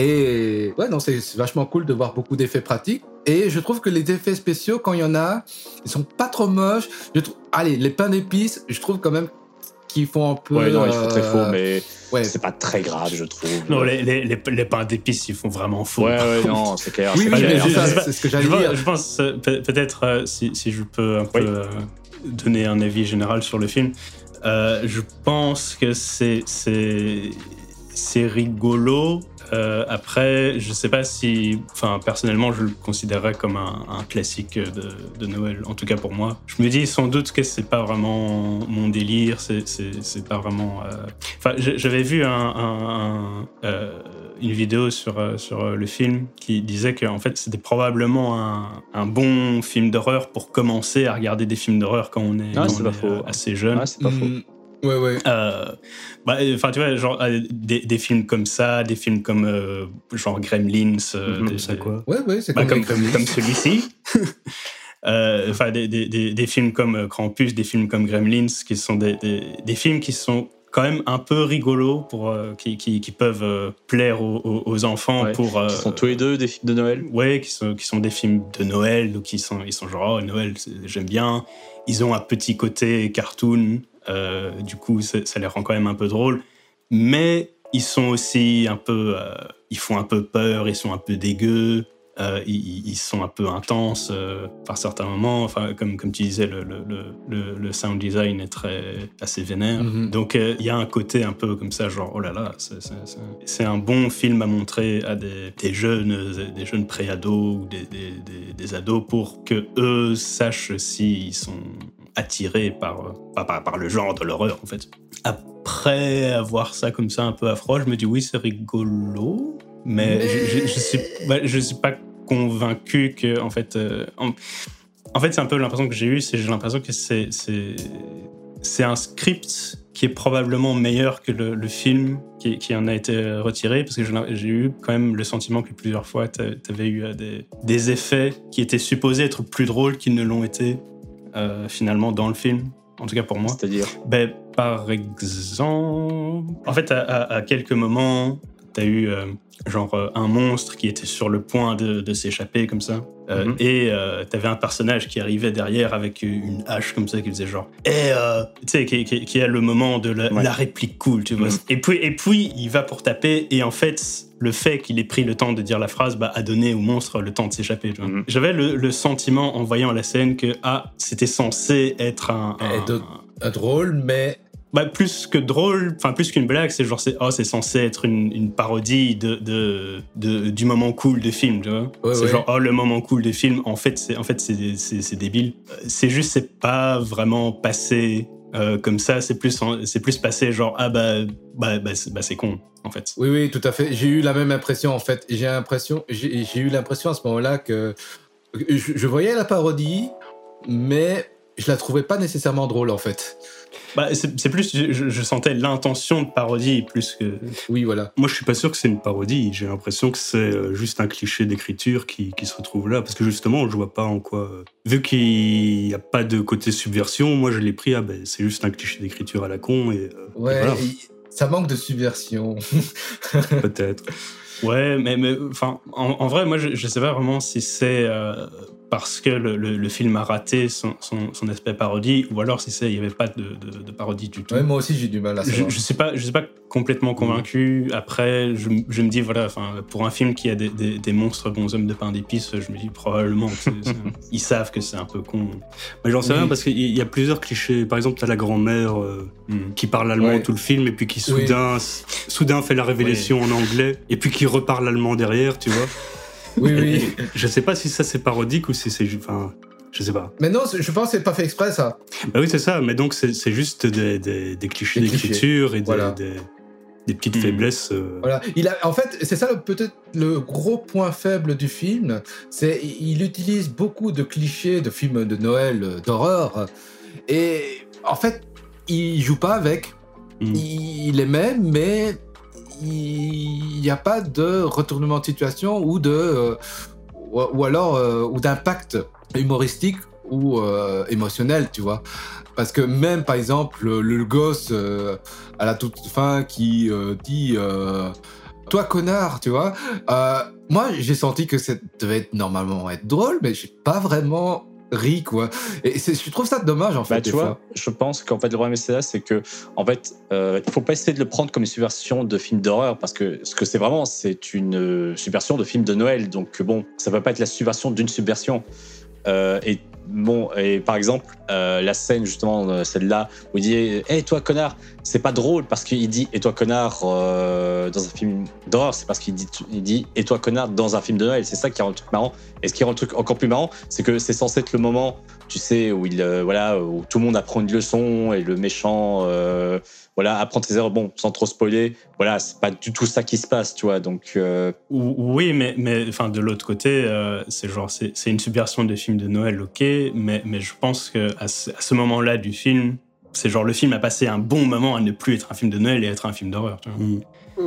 Speaker 1: Et ouais, non, c'est, c'est vachement cool de voir beaucoup d'effets pratiques. Et je trouve que les effets spéciaux, quand il y en a, ils sont pas trop moches. Je trouve, allez, les pains d'épices, je trouve quand même qu'ils font un peu...
Speaker 3: Ouais, non, ils font très faux, mais
Speaker 1: ouais.
Speaker 3: c'est pas très grave, je trouve.
Speaker 2: Non, les, les, les, les pains d'épices, ils font vraiment faux.
Speaker 3: Ouais, ouais, non, c'est clair.
Speaker 1: Oui,
Speaker 3: c'est,
Speaker 1: oui,
Speaker 3: clair.
Speaker 1: Mais c'est, ça, c'est ce que j'allais
Speaker 2: je
Speaker 1: dire.
Speaker 2: Je pense, peut-être, euh, si, si je peux un
Speaker 3: oui.
Speaker 2: peu euh, donner un avis général sur le film, euh, je pense que c'est, c'est, c'est rigolo. Euh, après, je sais pas si... Enfin, personnellement, je le considérerais comme un, un classique de, de Noël, en tout cas pour moi. Je me dis sans doute que c'est pas vraiment mon délire, c'est, c'est, c'est pas vraiment... Euh... Enfin, j'avais vu un, un, un, euh, une vidéo sur, sur le film qui disait qu'en fait, c'était probablement un, un bon film d'horreur pour commencer à regarder des films d'horreur quand on est,
Speaker 3: non,
Speaker 2: quand on est
Speaker 3: faux.
Speaker 2: assez jeune.
Speaker 3: Ouais, c'est pas faux. Mmh.
Speaker 1: Ouais, ouais.
Speaker 2: Euh, bah, enfin, tu vois, genre, euh, des, des films comme ça, des films comme, euh, genre, Gremlins. Euh,
Speaker 8: mm-hmm,
Speaker 2: des,
Speaker 8: c'est quoi?
Speaker 1: Ouais, ouais, c'est
Speaker 2: bah,
Speaker 1: comme,
Speaker 2: comme, comme, comme celui-ci. euh, enfin, des, des, des, des films comme Krampus, des films comme Gremlins, qui sont des, des, des films qui sont quand même un peu rigolos, pour, euh, qui, qui, qui peuvent euh, plaire aux, aux enfants.
Speaker 3: Ouais,
Speaker 2: pour, euh,
Speaker 3: qui sont tous les deux des films de Noël.
Speaker 2: Ouais, qui sont, qui sont des films de Noël, donc ils sont, ils sont genre, oh, Noël, j'aime bien. Ils ont un petit côté cartoon, euh, du coup, ça, ça les rend quand même un peu drôles. Mais ils sont aussi un peu... Euh, ils font un peu peur, ils sont un peu dégueux, euh, ils, ils sont un peu intenses euh, par certains moments. Enfin, comme, comme tu disais, le, le, le, le sound design est très, assez vénère. Mm-hmm. Donc, il euh, y a un côté un peu comme ça, genre, oh là là, c'est, c'est, c'est, c'est un bon film à montrer à des, des jeunes, des jeunes pré-ados ou des, des, des, des ados pour qu'eux sachent s'ils sont attirés par, par, par, par le genre de l'horreur, en fait. Après avoir ça comme ça un peu à froid, je me dis oui, c'est rigolo, mais, mais... je, je, je, suis, bah, je suis pas convaincu que, en fait, euh, en, en fait, c'est un peu l'impression que j'ai eue, c'est j'ai l'impression que c'est, c'est, c'est un script qui est probablement meilleur que le, le film qui, qui en a été retiré, parce que j'ai, j'ai eu quand même le sentiment que plusieurs fois, t'avais eu des, des effets qui étaient supposés être plus drôles qu'ils ne l'ont été euh, finalement dans le film. En tout cas pour moi.
Speaker 3: C'est-à-dire
Speaker 2: ben, par exemple... En fait, à, à, à quelques moments, t'as eu euh, genre euh, un monstre qui était sur le point de, de s'échapper comme ça. Euh, mm-hmm. Et euh, t'avais un personnage qui arrivait derrière avec une hache comme ça qui faisait genre... Et euh, tu sais, qui, qui, qui a le moment de la, ouais. la réplique cool, tu vois. Mm-hmm. Et puis, et puis, il va pour taper et en fait... Le fait qu'il ait pris le temps de dire la phrase bah, a donné au monstre le temps de s'échapper. Tu vois. Mm-hmm. J'avais le, le sentiment en voyant la scène que ah, c'était censé être un, un,
Speaker 1: de, un drôle, mais
Speaker 2: bah, plus que drôle, enfin plus qu'une blague, c'est genre c'est oh c'est censé être une, une parodie de, de, de du moment cool des films. Tu vois. Ouais, c'est ouais. genre oh le moment cool des films. En fait c'est en fait c'est c'est, c'est débile. C'est juste c'est pas vraiment passé. Euh, comme ça, c'est plus, c'est plus passé genre ah bah bah, bah, c'est, bah c'est con en fait.
Speaker 1: Oui oui tout à fait. J'ai eu la même impression en fait. J'ai l'impression, j'ai, j'ai eu l'impression à ce moment-là que je, je voyais la parodie, mais je la trouvais pas nécessairement drôle en fait.
Speaker 2: Bah c'est, c'est plus, je, je sentais l'intention de parodie plus que.
Speaker 1: Oui voilà.
Speaker 8: Moi je suis pas sûr que c'est une parodie. J'ai l'impression que c'est juste un cliché d'écriture qui, qui se retrouve là, parce que justement je vois pas en quoi. Vu qu'il y a pas de côté subversion, moi je l'ai pris ah ben c'est juste un cliché d'écriture à la con et. Euh,
Speaker 1: ouais.
Speaker 8: Et voilà.
Speaker 1: Ça manque de subversion.
Speaker 8: Peut-être.
Speaker 2: Ouais, mais mais enfin en, en vrai moi je, je sais pas vraiment si c'est euh, parce que le, le, le film a raté son, son, son aspect parodie ou alors si c'est il y avait pas de, de, de parodie du tout.
Speaker 1: Ouais, moi aussi j'ai du mal à ça.
Speaker 2: Je, je sais pas je sais pas complètement convaincu. Mmh. Après je, je me dis voilà enfin pour un film qui a des, des, des monstres bonshommes de pain d'épices, je me dis probablement que c'est, c'est, ils savent que c'est un peu con.
Speaker 8: Mais j'en sais oui. rien parce qu'il y a plusieurs clichés. Par exemple t'as la grand-mère euh, mmh. qui parle allemand ouais. tout le film et puis qui soudain oui. soudain fait la révélation ouais. en anglais et puis qui reparle allemand derrière, tu vois.
Speaker 1: Oui, oui.
Speaker 8: Je sais pas si ça c'est parodique ou si c'est juste. Enfin, je sais pas.
Speaker 1: Mais non, je pense que c'est pas fait exprès ça.
Speaker 8: Bah oui, c'est ça. Mais donc c'est, c'est juste des, des, des clichés des d'écriture clichés. et des, voilà. des, des petites mmh. faiblesses. Euh...
Speaker 1: Voilà. Il a, en fait, c'est ça le, peut-être le gros point faible du film. C'est il utilise beaucoup de clichés de films de Noël, d'horreur. Et en fait, il joue pas avec. Mmh. Il, il les met, mais. Il n'y a pas de retournement de situation ou de euh, ou, ou alors euh, ou d'impact humoristique ou euh, émotionnel, tu vois. Parce que même par exemple le, le gosse euh, à la toute fin qui euh, dit euh, toi connard, tu vois. Euh, moi j'ai senti que ça devait être, normalement être drôle, mais j'ai pas vraiment ri quoi. Et c'est, je trouve ça dommage en fait.
Speaker 3: Bah,
Speaker 1: des
Speaker 3: tu vois,
Speaker 1: fois.
Speaker 3: Je pense qu'en fait le problème c'est là, c'est que en fait euh, il faut pas essayer de le prendre comme une subversion de film d'horreur parce que ce que c'est vraiment c'est une subversion de film de Noël. Donc bon, ça va pas être la subversion d'une subversion. Euh, et bon, et par exemple euh, la scène justement celle-là où il dit "Hé hey, toi connard", c'est pas drôle parce qu'il dit "Et toi connard" euh, dans un film d'horreur, c'est parce qu'il dit il dit "Et toi connard" dans un film de Noël. C'est ça qui rend le truc marrant. Et ce qui rend le truc encore plus marrant, c'est que c'est censé être le moment, tu sais, où il euh, voilà où tout le monde apprend une leçon et le méchant euh, voilà apprend ses erreurs. Bon, sans trop spoiler, voilà, c'est pas du tout ça qui se passe, tu vois. Donc euh...
Speaker 2: oui, mais mais enfin de l'autre côté, euh, c'est genre c'est, c'est une subversion des films de Noël, ok, mais mais je pense que à ce, à ce moment-là du film, c'est genre le film a passé un bon moment à ne plus être un film de Noël et être un film d'horreur. Tu vois.
Speaker 8: Mm.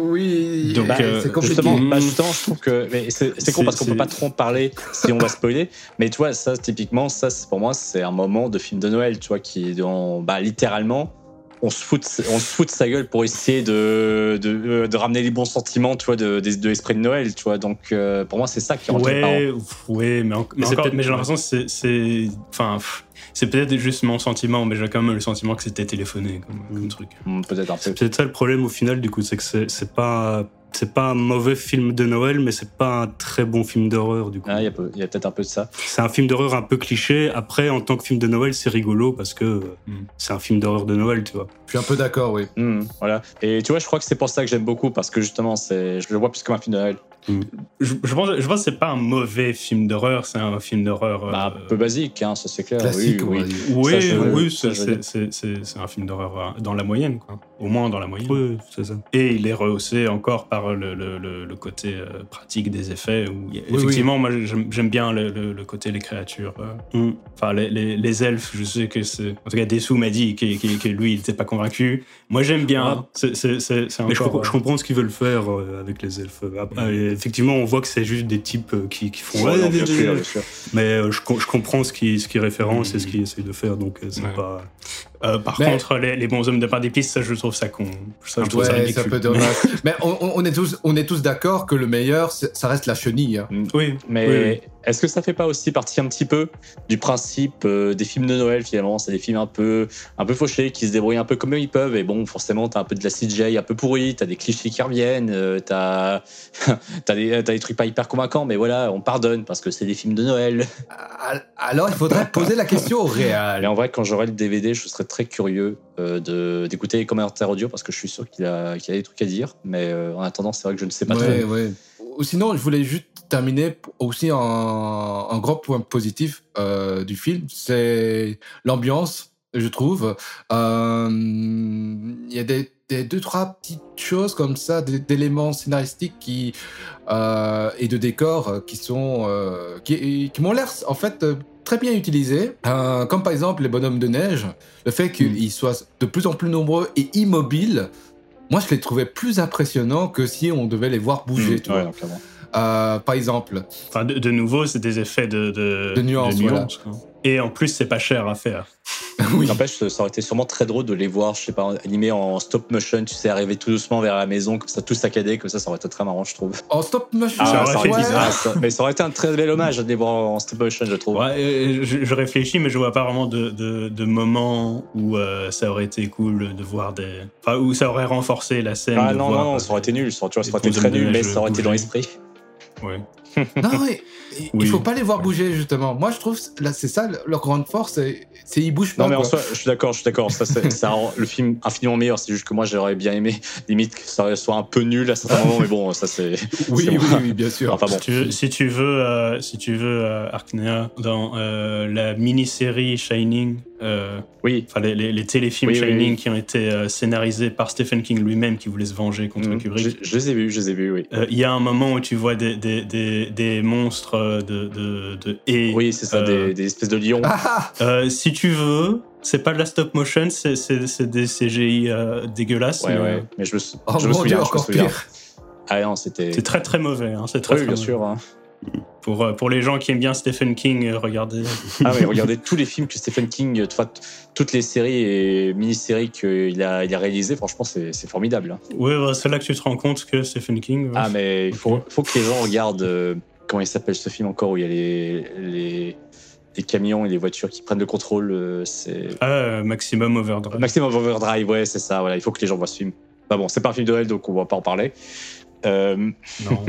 Speaker 1: Oui,
Speaker 2: donc
Speaker 3: bah,
Speaker 2: euh,
Speaker 3: c'est justement, bah justement, je trouve que mais c'est, c'est con
Speaker 2: C'est-
Speaker 3: parce qu'on
Speaker 2: c'est-
Speaker 3: peut pas trop en parler si on va spoiler. Mais tu vois, ça typiquement, ça c'est- pour moi c'est un moment de film de Noël, tu vois, qui est dans, bah littéralement, on se fout, de, on se fout de sa gueule pour essayer de de, de ramener les bons sentiments, tu vois, de, de, de l'esprit de Noël, tu vois. Donc euh, pour moi c'est ça qui rend les parents.
Speaker 2: Ouais, ouais, mais, en- mais
Speaker 3: Mais c'est
Speaker 2: encore,
Speaker 3: peut-être-
Speaker 2: mais j'ai l'impression que c'est, c'est, enfin, pff, c'est peut-être juste mon sentiment, mais j'ai quand même le sentiment que c'était téléphoné comme, comme truc.
Speaker 3: Hmm, peut-être un peu.
Speaker 8: C'est peut-être ça le problème au final, du coup, c'est que c'est, c'est pas. C'est pas un mauvais film de Noël, mais c'est pas un très bon film d'horreur, du coup.
Speaker 3: Ah, il y a peu- il y a peut-être un peu de ça.
Speaker 8: C'est un film d'horreur un peu cliché. Après, en tant que film de Noël, c'est rigolo parce que
Speaker 2: Mm.
Speaker 8: c'est un film d'horreur de Noël, tu vois.
Speaker 1: Je suis un peu d'accord, oui.
Speaker 3: Hmm, voilà. Et tu vois, je crois que c'est pour ça que j'aime beaucoup parce que justement, c'est, je le vois plus comme un film de Noël.
Speaker 2: Je, je pense, je pense que c'est pas un mauvais film d'horreur, c'est un film d'horreur.
Speaker 3: Bah,
Speaker 2: euh,
Speaker 3: un peu basique, hein, ça c'est clair.
Speaker 1: Classique,
Speaker 3: oui,
Speaker 1: on va
Speaker 3: oui.
Speaker 1: dire.
Speaker 2: Oui,
Speaker 3: Ça, je-
Speaker 2: oui,
Speaker 3: ça,
Speaker 2: c'est,
Speaker 3: je veux
Speaker 2: c'est, c'est, c'est, c'est un film d'horreur euh, dans la moyenne, quoi. Au moins dans la moyenne.
Speaker 8: Oui, c'est ça.
Speaker 2: Et il est rehaussé encore par le, le, le, le côté euh, pratique des effets. Où, il y a-
Speaker 1: Oui,
Speaker 2: effectivement, moi j'aime, j'aime bien le, le, le côté les créatures. euh.
Speaker 8: Mm.
Speaker 2: Enfin, les, les, les elfes, je sais que c'est. En tout cas, Dessou m'a dit que, que, que lui, il n'était pas convaincu. Moi j'aime bien.
Speaker 8: Ah.
Speaker 2: C'est, c'est, c'est, c'est
Speaker 8: Mais je,
Speaker 2: encore,
Speaker 8: comprends, je comprends ce qu'ils veulent faire euh, avec les elfes. Après, euh, effectivement, on voit que c'est juste des types euh, qui, qui font.
Speaker 3: Ouais, non,
Speaker 8: des-
Speaker 3: bien
Speaker 8: des-
Speaker 3: sûr, bien sûr.
Speaker 8: Mais euh, je, com- je comprends ce qui, ce qui référence et ce qu'ils essayent de faire, donc euh, c'est
Speaker 2: Ouais.
Speaker 8: pas.
Speaker 2: Euh, par
Speaker 1: Mais-
Speaker 2: contre, les, les bons hommes de par des pistes, ça je trouve ça con. Ça, je trouve ça
Speaker 1: Ouais,
Speaker 2: ridicule.
Speaker 1: c'est un peu dommage. Mais on, on- on est tous, on est tous d'accord que le meilleur, c'est- ça reste la chenille. hein.
Speaker 2: Oui,
Speaker 3: Mais
Speaker 2: oui, oui.
Speaker 3: est-ce que ça fait pas aussi partie un petit peu du principe euh, des films de Noël finalement? C'est des films un peu, un peu fauchés qui se débrouillent un peu comme ils peuvent. Et bon, forcément, t'as un peu de la C G I un peu pourri, t'as des clichés qui reviennent, euh, t'as, t'as, des, t'as des trucs pas hyper convaincants, mais voilà, on pardonne parce que c'est des films de Noël.
Speaker 1: Alors, il faudrait poser la question au réal.
Speaker 3: Mais en vrai, quand j'aurai le D V D, je serais très curieux euh, de, d'écouter les commentaires audio parce que je suis sûr qu'il a, qu'il a des trucs à dire. Mais euh, en attendant, c'est vrai que je ne sais pas
Speaker 1: Ouais,
Speaker 3: trop.
Speaker 1: ouais. Ou Sinon, je voulais juste terminer aussi en un grand point positif euh, du film, c'est l'ambiance, je trouve. Euh, Il y a des, des deux, trois petites choses comme ça, des- d'éléments scénaristiques qui, euh, et de décors qui sont euh, qui, qui m'ont l'air en fait euh, très bien utilisés, euh, comme par exemple les bonhommes de neige, le fait qu'ils soient de plus en plus nombreux et immobiles. Moi, je les trouvais plus impressionnants que si on devait les voir bouger.
Speaker 3: Mmh,
Speaker 1: tu
Speaker 3: ouais,
Speaker 1: vois.
Speaker 3: non, clairement.
Speaker 1: Euh, par exemple.
Speaker 2: Enfin, de, de nouveau, c'est des effets de, de,
Speaker 1: De nuances, voilà.
Speaker 2: quoi. Et en plus, c'est pas cher à faire.
Speaker 1: Oui.
Speaker 3: N'empêche, ça aurait été sûrement très drôle de les voir, je sais pas, animés en stop motion, tu sais, arriver tout doucement vers la maison, comme ça, tout saccadé, comme ça, ça aurait été très marrant, je trouve.
Speaker 1: En stop motion.
Speaker 3: Ah,
Speaker 2: Ça aurait
Speaker 3: ça aurait
Speaker 2: fait
Speaker 3: été-
Speaker 2: bizarre.
Speaker 3: ah, ça- mais ça aurait été un très bel hommage de les voir en stop motion, je trouve.
Speaker 2: Ouais, euh, je, je réfléchis, mais je vois pas vraiment de, de, de moments où euh, ça aurait été cool de voir des. Enfin, où ça aurait renforcé la scène.
Speaker 3: Ah
Speaker 2: de
Speaker 3: non,
Speaker 2: voir,
Speaker 3: non, non,
Speaker 2: euh,
Speaker 3: ça aurait été nul, ça, tu vois, ça
Speaker 2: les
Speaker 3: aurait été très
Speaker 2: bonhommes de
Speaker 3: nul, mais
Speaker 2: neige
Speaker 3: ça aurait été dans
Speaker 2: bouger.
Speaker 3: l'esprit.
Speaker 2: Ouais.
Speaker 1: Non, mais il
Speaker 2: Oui.
Speaker 1: faut pas les voir bouger, justement. Moi, je trouve là, c'est ça leur grande force, c'est c'est ils bougent pas.
Speaker 3: Non, mais en
Speaker 1: quoi.
Speaker 3: soi, je suis d'accord, je suis d'accord, ça, c'est, ça rend le film infiniment meilleur, c'est juste que moi, j'aurais bien aimé, limite, que ça soit un peu nul à certains moments, mais bon, ça, c'est.
Speaker 1: Oui,
Speaker 3: c'est
Speaker 1: oui,
Speaker 3: bon.
Speaker 1: oui, bien sûr.
Speaker 3: Enfin bon.
Speaker 2: Si tu veux, si tu veux, euh, si tu veux euh, Arknea, dans euh, la mini-série Shining, euh,
Speaker 3: Oui.
Speaker 2: enfin les, les, les téléfilms
Speaker 3: Oui, oui,
Speaker 2: Shining
Speaker 3: oui.
Speaker 2: qui ont été euh, scénarisés par Stephen King lui-même, qui voulait se venger contre
Speaker 3: Mmh.
Speaker 2: Kubrick.
Speaker 3: Je, je les ai vus, je les ai vus, oui.
Speaker 2: Euh, Il y a un moment où tu vois des, des, des, des monstres euh, de, de, de haies.
Speaker 3: Oui, c'est ça,
Speaker 2: euh,
Speaker 3: des, des espèces de lions.
Speaker 1: Ah,
Speaker 2: euh, si tu veux, c'est pas de la stop motion, c'est, c'est, c'est des C G I euh, dégueulasses.
Speaker 3: Ouais,
Speaker 2: mais,
Speaker 3: ouais, mais je me, sou-
Speaker 1: oh
Speaker 3: je me
Speaker 1: mon
Speaker 3: souviens,
Speaker 1: Dieu,
Speaker 3: je me
Speaker 1: encore
Speaker 3: souviens.
Speaker 1: pire.
Speaker 3: Ah non, c'était.
Speaker 2: C'est très très mauvais. Hein, c'est très,
Speaker 3: Oui,
Speaker 2: très
Speaker 3: bien
Speaker 2: mauvais.
Speaker 3: sûr. Hein.
Speaker 2: Pour, euh, pour les gens qui aiment bien Stephen King, euh, regardez.
Speaker 3: Ah oui, regardez tous les films que Stephen King, tu vois, t- toutes les séries et mini-séries qu'il a, il a réalisées, franchement, c'est, c'est formidable. Hein.
Speaker 2: Ouais, bah, c'est là que tu te rends compte que Stephen King. ouais.
Speaker 3: Ah, mais il faut, faut que les gens regardent. euh, comment il s'appelle ce film encore où il y a les, les, les camions et les voitures qui prennent le contrôle. euh, c'est
Speaker 2: Ah, euh, Maximum Overdrive.
Speaker 3: Maximum Overdrive, ouais, c'est ça. Voilà, il faut que les gens voient ce film. Bah bon, c'est pas un film de Noël, donc on va pas en parler. Euh,
Speaker 2: Non.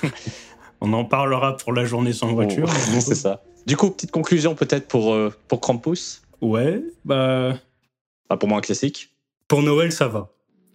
Speaker 2: On en parlera pour la journée sans voiture.
Speaker 3: oh, c'est ça. Du coup, petite conclusion peut-être pour, euh, pour Krampus.
Speaker 2: Ouais, bah.
Speaker 3: Bah, pour moi, un classique.
Speaker 8: Pour Noël, ça va.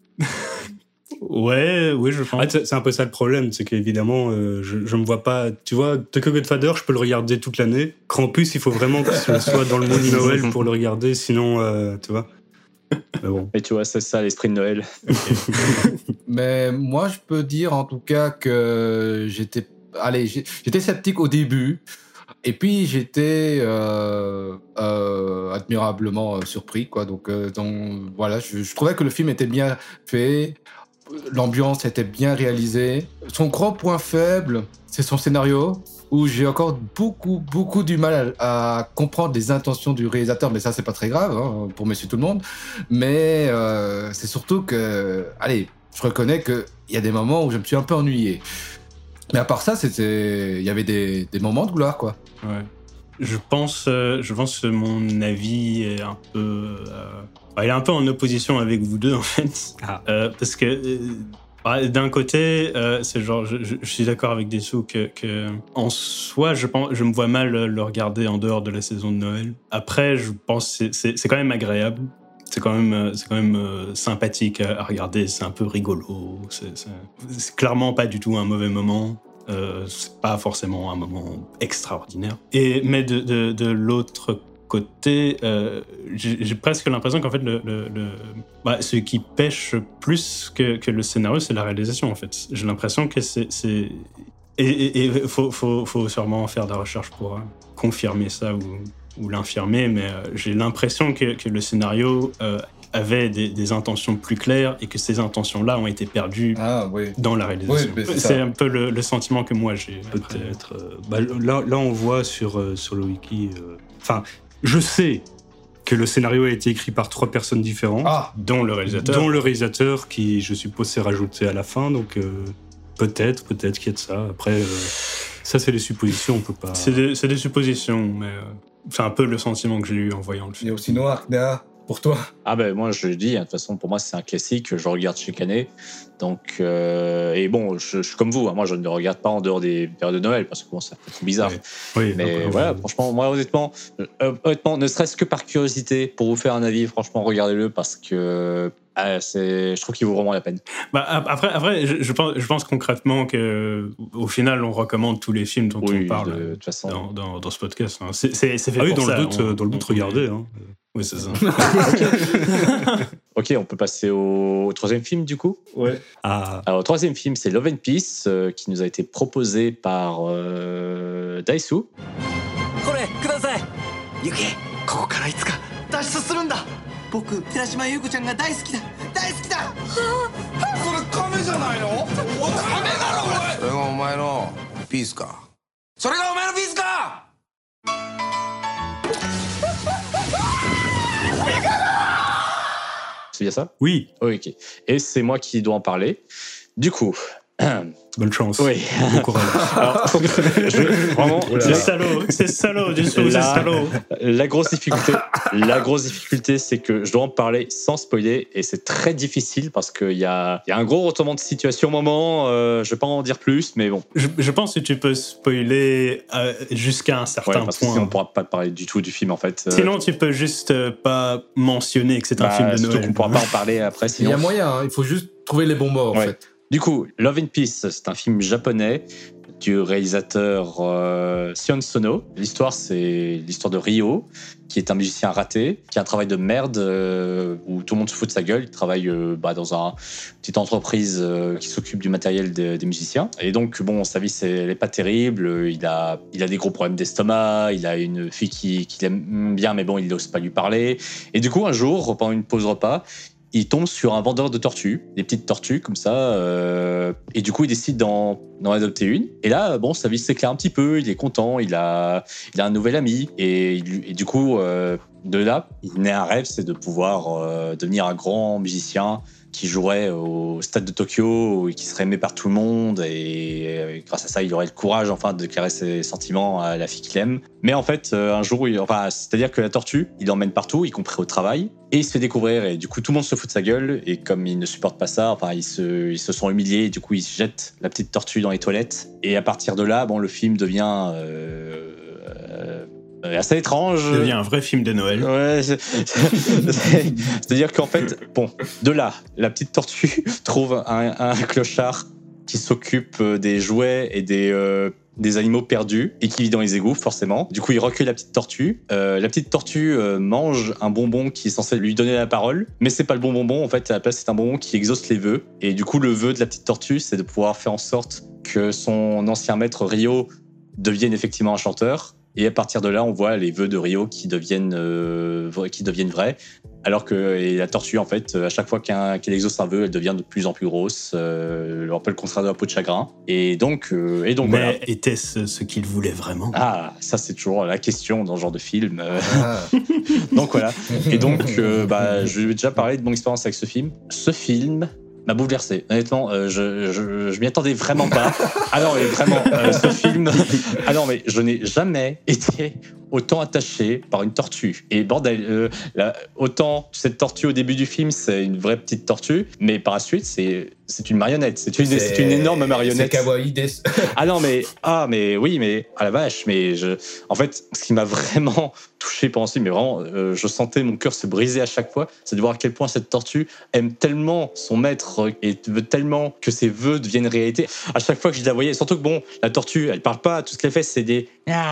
Speaker 2: Ouais, oui, je pense.
Speaker 8: Ah, c'est c'est un peu ça le problème, c'est qu'évidemment, euh, je, je me vois pas. Tu vois, Tokyo Godfather, je peux le regarder toute l'année. Krampus, il faut vraiment que ce soit dans le mood de Noël pour le regarder, sinon, euh, tu vois. Mais bon.
Speaker 3: Et tu vois, c'est ça l'esprit de Noël.
Speaker 1: Mais moi, je peux dire en tout cas que j'étais, allez, j'ai- j'étais sceptique au début. Et puis j'étais euh, euh, admirablement euh, surpris, quoi. Donc, euh, donc voilà, je, je trouvais que le film était bien fait, l'ambiance était bien réalisée. Son grand point faible, c'est son scénario, où j'ai encore beaucoup, beaucoup du mal à, à comprendre les intentions du réalisateur, mais ça, c'est pas très grave, hein, pour Monsieur Tout-le-Monde. Mais euh, c'est surtout que, allez, je reconnais qu'il y a des moments où je me suis un peu ennuyé. Mais à part ça, c'était, il y avait des, des moments de gloire, quoi.
Speaker 2: Ouais. Je pense, euh, je pense que mon avis est un peu, euh, il est un peu en opposition avec vous deux, en fait, ah. euh, parce que. Euh, D'un côté, euh, c'est genre, je, je, je suis d'accord avec Dessous que, que, en soi, je pense, je me vois mal le regarder en dehors de la saison de Noël. Après, je pense que c'est, c'est, c'est quand même agréable. C'est quand même, c'est quand même euh, sympathique à, à regarder. C'est un peu rigolo. C'est, c'est, c'est clairement pas du tout un mauvais moment. Euh, c'est pas forcément un moment extraordinaire. Et mais de, de, de l'autre côté, euh, j'ai, j'ai presque l'impression qu'en fait, le, le, le, bah, ce qui pêche plus que, que le scénario, c'est la réalisation, en fait. J'ai l'impression que c'est... c'est... Et il faut, faut, faut sûrement faire de la recherche pour euh, confirmer ça ou, ou l'infirmer, mais euh, j'ai l'impression que, que le scénario euh, avait des, des intentions plus claires et que ces intentions-là ont été perdues
Speaker 1: ah, oui.
Speaker 2: dans la réalisation. Oui, c'est, c'est un peu le, le sentiment que moi j'ai.
Speaker 8: Peut-être. Euh, bah, là, là, on voit sur, euh, sur le wiki... Enfin... Euh, Je sais que le scénario a été écrit par trois personnes différentes.
Speaker 2: Ah, dont le réalisateur.
Speaker 8: Dont le réalisateur, qui, je suppose, s'est rajouté à la fin. Donc, euh, peut-être, peut-être qu'il y a de ça. Après, euh, ça, c'est des suppositions, on peut pas...
Speaker 2: C'est des, c'est des suppositions, mais euh, c'est un peu le sentiment que j'ai eu en voyant le film.
Speaker 1: Il y a aussi Noah, Aknea, pour toi.
Speaker 3: Ah ben, moi, je le dis, hein, de toute façon, pour moi, c'est un classique. Je regarde chaque année. Donc, euh, et bon, je, je suis comme vous. Hein, moi, je ne le regarde pas en dehors des périodes de Noël parce que bon, ça fait trop bizarre.
Speaker 8: Oui. Oui,
Speaker 3: mais
Speaker 8: donc,
Speaker 3: voilà,
Speaker 8: oui.
Speaker 3: franchement, moi, honnêtement, euh, honnêtement, ne serait-ce que par curiosité, pour vous faire un avis, franchement, regardez-le parce que ah, c'est, je trouve qu'il vaut vraiment la peine.
Speaker 2: Bah, après, après je, je, pense, je pense concrètement que, au final, on recommande tous les films dont
Speaker 3: oui,
Speaker 2: on parle
Speaker 3: de, de toute façon.
Speaker 2: Dans, dans, dans ce podcast. Hein. C'est, c'est, c'est fait
Speaker 8: ah oui,
Speaker 2: pour
Speaker 8: dans
Speaker 2: ça.
Speaker 8: Le doute,
Speaker 2: on,
Speaker 8: dans le doute, regardez. Hein.
Speaker 2: Oui, c'est ça.
Speaker 3: Ok, on peut passer au, au troisième film, du coup.
Speaker 2: Ouais.
Speaker 3: Ah. Alors, le troisième film, c'est Love and Peace, euh, qui nous a été proposé par euh, Daisu.
Speaker 12: 僕寺島優子ちゃんが大好きだ大好きだそれ亀じゃないのお亀だろおいそれがお前のピースかそれがお前のピースか
Speaker 3: C'est bien ça?
Speaker 8: Oui.
Speaker 3: Oui, ok. Et c'est moi qui dois en parler. Du coup...
Speaker 8: Bonne chance.
Speaker 3: Oui.
Speaker 8: Bon courage.
Speaker 3: Alors, je, vraiment,
Speaker 2: c'est salaud, c'est salaud, du coup, c'est salaud.
Speaker 3: La grosse difficulté, la grosse difficulté, c'est que je dois en parler sans spoiler et c'est très difficile parce qu'il y a, y a un gros retournement de situation au moment. Euh, je vais pas en dire plus, mais bon.
Speaker 2: Je, je pense que tu peux spoiler euh, jusqu'à un certain
Speaker 3: ouais, parce
Speaker 2: point.
Speaker 3: Que sinon, on pourra pas parler du tout du film en fait.
Speaker 2: Sinon, tu peux juste euh, pas mentionner que c'est un
Speaker 3: bah,
Speaker 2: film de Noël.
Speaker 3: On pourra pas en parler après. Sinon.
Speaker 1: Il y a moyen, hein, il faut juste trouver les bons mots en
Speaker 3: ouais.
Speaker 1: fait.
Speaker 3: Du coup, Love and Peace, c'est un film japonais du réalisateur euh, Sion Sono. L'histoire, c'est l'histoire de Ryo, qui est un musicien raté, qui a un travail de merde euh, où tout le monde se fout de sa gueule. Il travaille euh, bah, dans une petite entreprise euh, qui s'occupe du matériel de, des musiciens. Et donc, bon, sa vie, c'est, elle est pas terrible. Il a, il a des gros problèmes d'estomac. Il a une fille qui, qui l'aime bien, mais bon, il n'ose pas lui parler. Et du coup, un jour, pendant une pause repas, il tombe sur un vendeur de tortues, des petites tortues comme ça, euh, et du coup il décide d'en, d'en adopter une. Et là, bon, sa vie s'éclaire un petit peu, il est content, il a, il a un nouvel ami, et, et du coup, euh, de là, il naît un rêve, c'est de pouvoir euh, devenir un grand musicien qui jouerait au stade de Tokyo et qui serait aimé par tout le monde, et, et grâce à ça, il aurait le courage enfin de déclarer ses sentiments à la fille qu'il aime. Mais en fait, un jour, il, enfin, c'est-à-dire que la tortue, il l'emmène partout, y compris au travail, et il se fait découvrir, et du coup, tout le monde se fout de sa gueule, et comme il ne supporte pas ça, enfin, ils se, ils se sont humiliés, et du coup, ils jettent la petite tortue dans les toilettes. Et à partir de là, bon, le film devient euh, euh, assez étrange.
Speaker 2: Ça devient un vrai film de Noël.
Speaker 3: Ouais, c'est, c'est, c'est-à-dire qu'en fait, bon, de là, la petite tortue trouve un, un clochard qui s'occupe des jouets et des, euh, des animaux perdus et qui vit dans les égouts, forcément. Du coup, il recueille la petite tortue. Euh, la petite tortue euh, mange un bonbon qui est censé lui donner la parole, mais c'est pas le bon bonbon. En fait, à la place, c'est un bonbon qui exauce les vœux. Et du coup, le vœu de la petite tortue, c'est de pouvoir faire en sorte que son ancien maître Ryo devienne effectivement un chanteur. Et à partir de là, on voit les vœux de Rio qui deviennent, euh, qui deviennent vrais. Alors que et la tortue, en fait, à chaque fois qu'un, qu'elle exauce un vœu, elle devient de plus en plus grosse. Euh, un peu le contraire de la peau de chagrin. Et donc, euh, et donc
Speaker 2: Mais
Speaker 3: voilà.
Speaker 2: était-ce ce qu'il voulait vraiment ?
Speaker 3: Ah, ça c'est toujours la question dans ce genre de film. Ah. Donc voilà. Et donc, euh, bah, je vais déjà parler de mon expérience avec ce film. Ce film m'a bouleversé. Honnêtement, euh, je, je, je m'y attendais vraiment pas. Ah non, mais vraiment, euh, ce film... Ah non, mais je n'ai jamais été autant attaché par une tortue. Et bordel, euh, là, autant cette tortue au début du film, c'est une vraie petite tortue, mais par la suite, c'est, c'est une marionnette. C'est une, c'est... c'est une énorme marionnette.
Speaker 1: C'est kawaii des...
Speaker 3: Ah non, mais... Ah, mais oui, mais... Ah la vache, mais je... En fait, ce qui m'a vraiment touché pendant ce film, mais vraiment, euh, je sentais mon cœur se briser à chaque fois, c'est de voir à quel point cette tortue aime tellement son maître et veut tellement que ses vœux deviennent réalité. À chaque fois que je la voyais, surtout que bon, la tortue, elle parle pas, tout ce qu'elle fait, c'est des...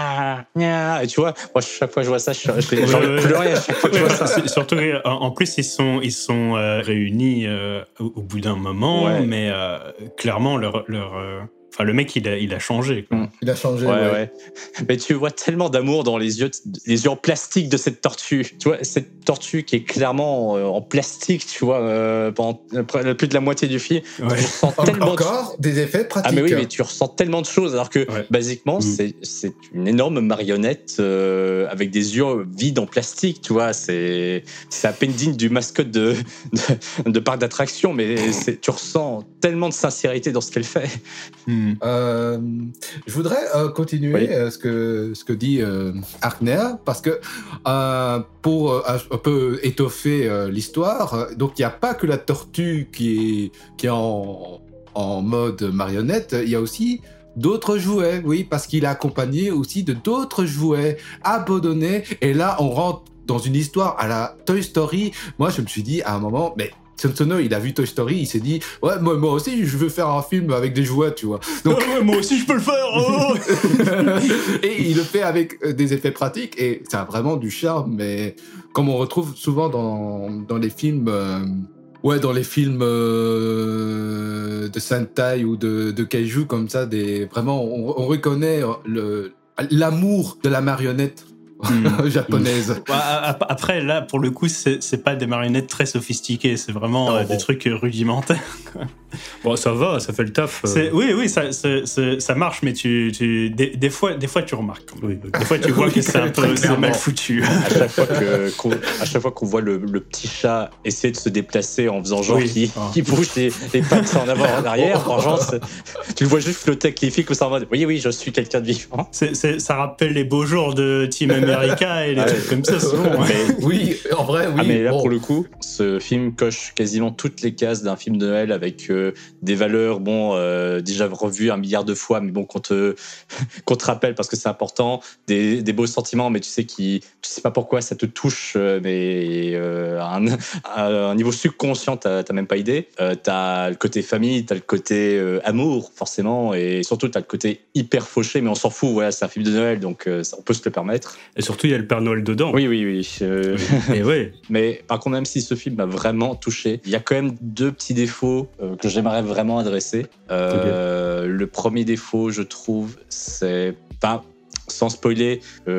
Speaker 3: Et tu vois, moi, chaque fois que je vois ça, je, je, je, j'en ai pleuré à chaque fois que je vois ça.
Speaker 2: Surtout, en plus, ils sont, ils sont euh, réunis euh, au, au bout d'un moment, ouais. mais euh, clairement, leur... leur euh... Enfin, le mec, il a, il a changé. Quoi.
Speaker 1: Il a changé,
Speaker 3: ouais,
Speaker 1: ouais.
Speaker 3: ouais. Mais tu vois tellement d'amour dans les yeux, les yeux en plastique de cette tortue. Tu vois, cette tortue qui est clairement euh, en plastique, tu vois, euh, pendant plus de la moitié du film.
Speaker 1: Ouais. Tu ressens tellement encore de... des effets pratiques.
Speaker 3: Ah, mais oui, mais tu ressens tellement de choses, alors que, ouais. basiquement, mmh. c'est, c'est une énorme marionnette euh, avec des yeux vides en plastique, tu vois. C'est, c'est à peine digne du mascotte de, de, de parc d'attractions, mais c'est, tu ressens tellement de sincérité dans ce qu'elle fait.
Speaker 1: Mmh. Euh, je voudrais euh, continuer oui. euh, ce, que, ce que dit euh, Arkner, parce que euh, pour euh, un peu étoffer euh, l'histoire, euh, donc il n'y a pas que la tortue qui est, qui est en, en mode marionnette, il y a aussi d'autres jouets, oui, parce qu'il est accompagné aussi de d'autres jouets abandonnés, et là on rentre dans une histoire à la Toy Story. Moi je me suis dit à un moment, mais Sono, il a vu Toy Story, il s'est dit ouais, moi, moi aussi je veux faire un film avec des jouets, tu vois.
Speaker 2: Donc ah ouais, moi aussi je peux le faire. Oh
Speaker 1: et il le fait avec des effets pratiques et ça a vraiment du charme. Mais comme on retrouve souvent dans dans les films, euh, ouais, dans les films euh, de Sentai ou de de kaiju comme ça, des vraiment on, on reconnaît le l'amour de la marionnette. Mmh. japonaise.
Speaker 2: Après, là, pour le coup, c'est, c'est pas des marionnettes très sophistiquées, c'est vraiment non, euh, bon. des trucs rudimentaires. Quoi.
Speaker 8: Bon, ça va, ça fait le taf.
Speaker 2: C'est, oui, oui, ça, c'est, c'est, ça marche, mais tu, tu, des, des, fois, des fois, tu remarques. Oui, des fois, tu vois oui, que c'est un peu c'est mal foutu.
Speaker 3: À chaque fois, que, qu'on, à chaque fois qu'on voit le, le petit chat essayer de se déplacer en faisant genre oui. qu'il oh. qui bouge les, les pattes en avant en arrière, oh. genre, tu le vois juste flotter avec les filles comme ça en mode oui, oui, je suis quelqu'un de vivant.
Speaker 2: C'est, c'est, ça rappelle les beaux jours de Team America et les ah, trucs comme ça, souvent.
Speaker 1: Mais, oui, en vrai, oui.
Speaker 3: Ah, mais là,
Speaker 1: bon.
Speaker 3: pour le coup, ce film coche quasiment toutes les cases d'un film de Noël avec euh, des valeurs, bon, euh, déjà revues un milliard de fois, mais bon, qu'on te, qu'on te rappelle parce que c'est important, des, des beaux sentiments, mais tu sais qui, tu sais pas pourquoi ça te touche, mais euh, à, un, à un niveau subconscient, t'as, t'as même pas idée. Euh, t'as le côté famille, t'as le côté euh, amour, forcément, et surtout t'as le côté hyper fauché, mais on s'en fout, voilà, c'est un film de Noël, donc euh, on peut se le permettre.
Speaker 8: Et surtout, il y a le Père Noël dedans.
Speaker 3: Oui, oui, oui. Euh...
Speaker 8: Et ouais.
Speaker 3: Mais par contre, même si ce film m'a vraiment touché, il y a quand même deux petits défauts euh, que j'aimerais vraiment adresser. Euh, okay. Le premier défaut, je trouve, c'est... Enfin, sans spoiler,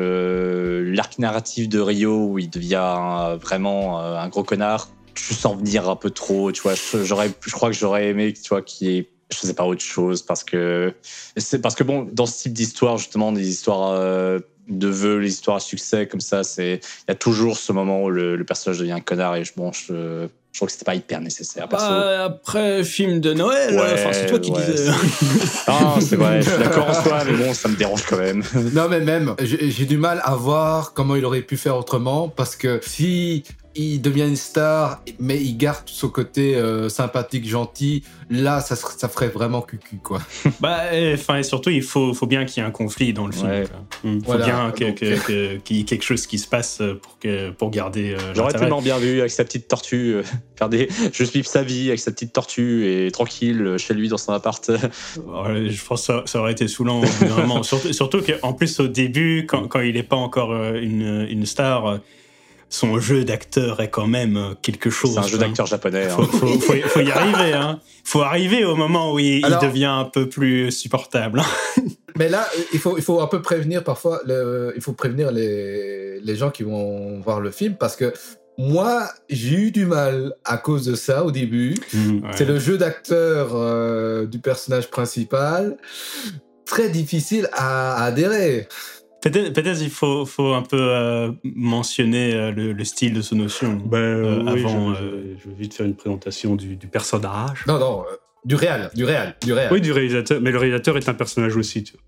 Speaker 3: euh, l'arc narratif de Rio où il devient vraiment un gros connard, je sens venir un peu trop, tu vois. J'aurais, je crois que j'aurais aimé, tu vois, qu'il y ait, je sais pas, autre chose, parce que... C'est parce que, bon, dans ce type d'histoire, justement, des histoires... Euh, de vœux, les histoires à succès comme ça, c'est il y a toujours ce moment où le, le personnage devient un connard et je bon je, je trouve que c'était pas hyper nécessaire.
Speaker 2: Bah, après film de Noël, ouais, enfin c'est toi qui
Speaker 3: ouais,
Speaker 2: disais.
Speaker 3: C'est... non, c'est vrai, je suis d'accord en soi, mais bon, ça me dérange quand même.
Speaker 1: Non, mais même j'ai, j'ai du mal à voir comment il aurait pu faire autrement parce que si il devient une star, mais il garde son côté euh, sympathique, gentil. Là, ça, ça ferait vraiment cucu, quoi.
Speaker 2: Bah, enfin, et, et surtout, il faut, faut bien qu'il y ait un conflit dans le film.
Speaker 3: Ouais.
Speaker 2: Il faut voilà. bien que, que, que, qu'il y ait quelque chose qui se passe pour, que, pour garder. Euh,
Speaker 3: J'aurais tellement bien vu avec sa petite tortue, euh, faire des, juste vivre sa vie avec sa petite tortue et tranquille chez lui dans son appart.
Speaker 2: Ouais, je pense que ça, ça aurait été saoulant, vraiment. surtout, surtout qu'en plus, au début, quand, quand il n'est pas encore une, une star. son jeu d'acteur est quand même quelque chose.
Speaker 3: C'est un jeu
Speaker 2: hein.
Speaker 3: d'acteur japonais.
Speaker 2: Faut,
Speaker 3: Hein.
Speaker 2: faut, faut, faut y arriver. Hein. Faut arriver au moment où il,
Speaker 1: Alors,
Speaker 2: il devient un peu plus supportable. Hein.
Speaker 1: Mais là, il faut, il faut un peu prévenir parfois, le, il faut prévenir les, les gens qui vont voir le film parce que moi, j'ai eu du mal à cause de ça au début.
Speaker 2: Mmh, ouais.
Speaker 1: C'est le jeu d'acteur euh, du personnage principal. Très difficile à, à adhérer.
Speaker 2: Peut-être, peut-être il faut, faut un peu euh, mentionner euh, le, le style de Sonotion
Speaker 8: Ben,
Speaker 2: euh,
Speaker 8: oui,
Speaker 2: avant.
Speaker 8: je,
Speaker 2: euh,
Speaker 8: je- je vais vite faire une présentation du, du personnage.
Speaker 1: Non, non, euh, du réel, du réel, du réel.
Speaker 8: Oui, du réalisateur, mais le réalisateur est un personnage aussi, tu vois.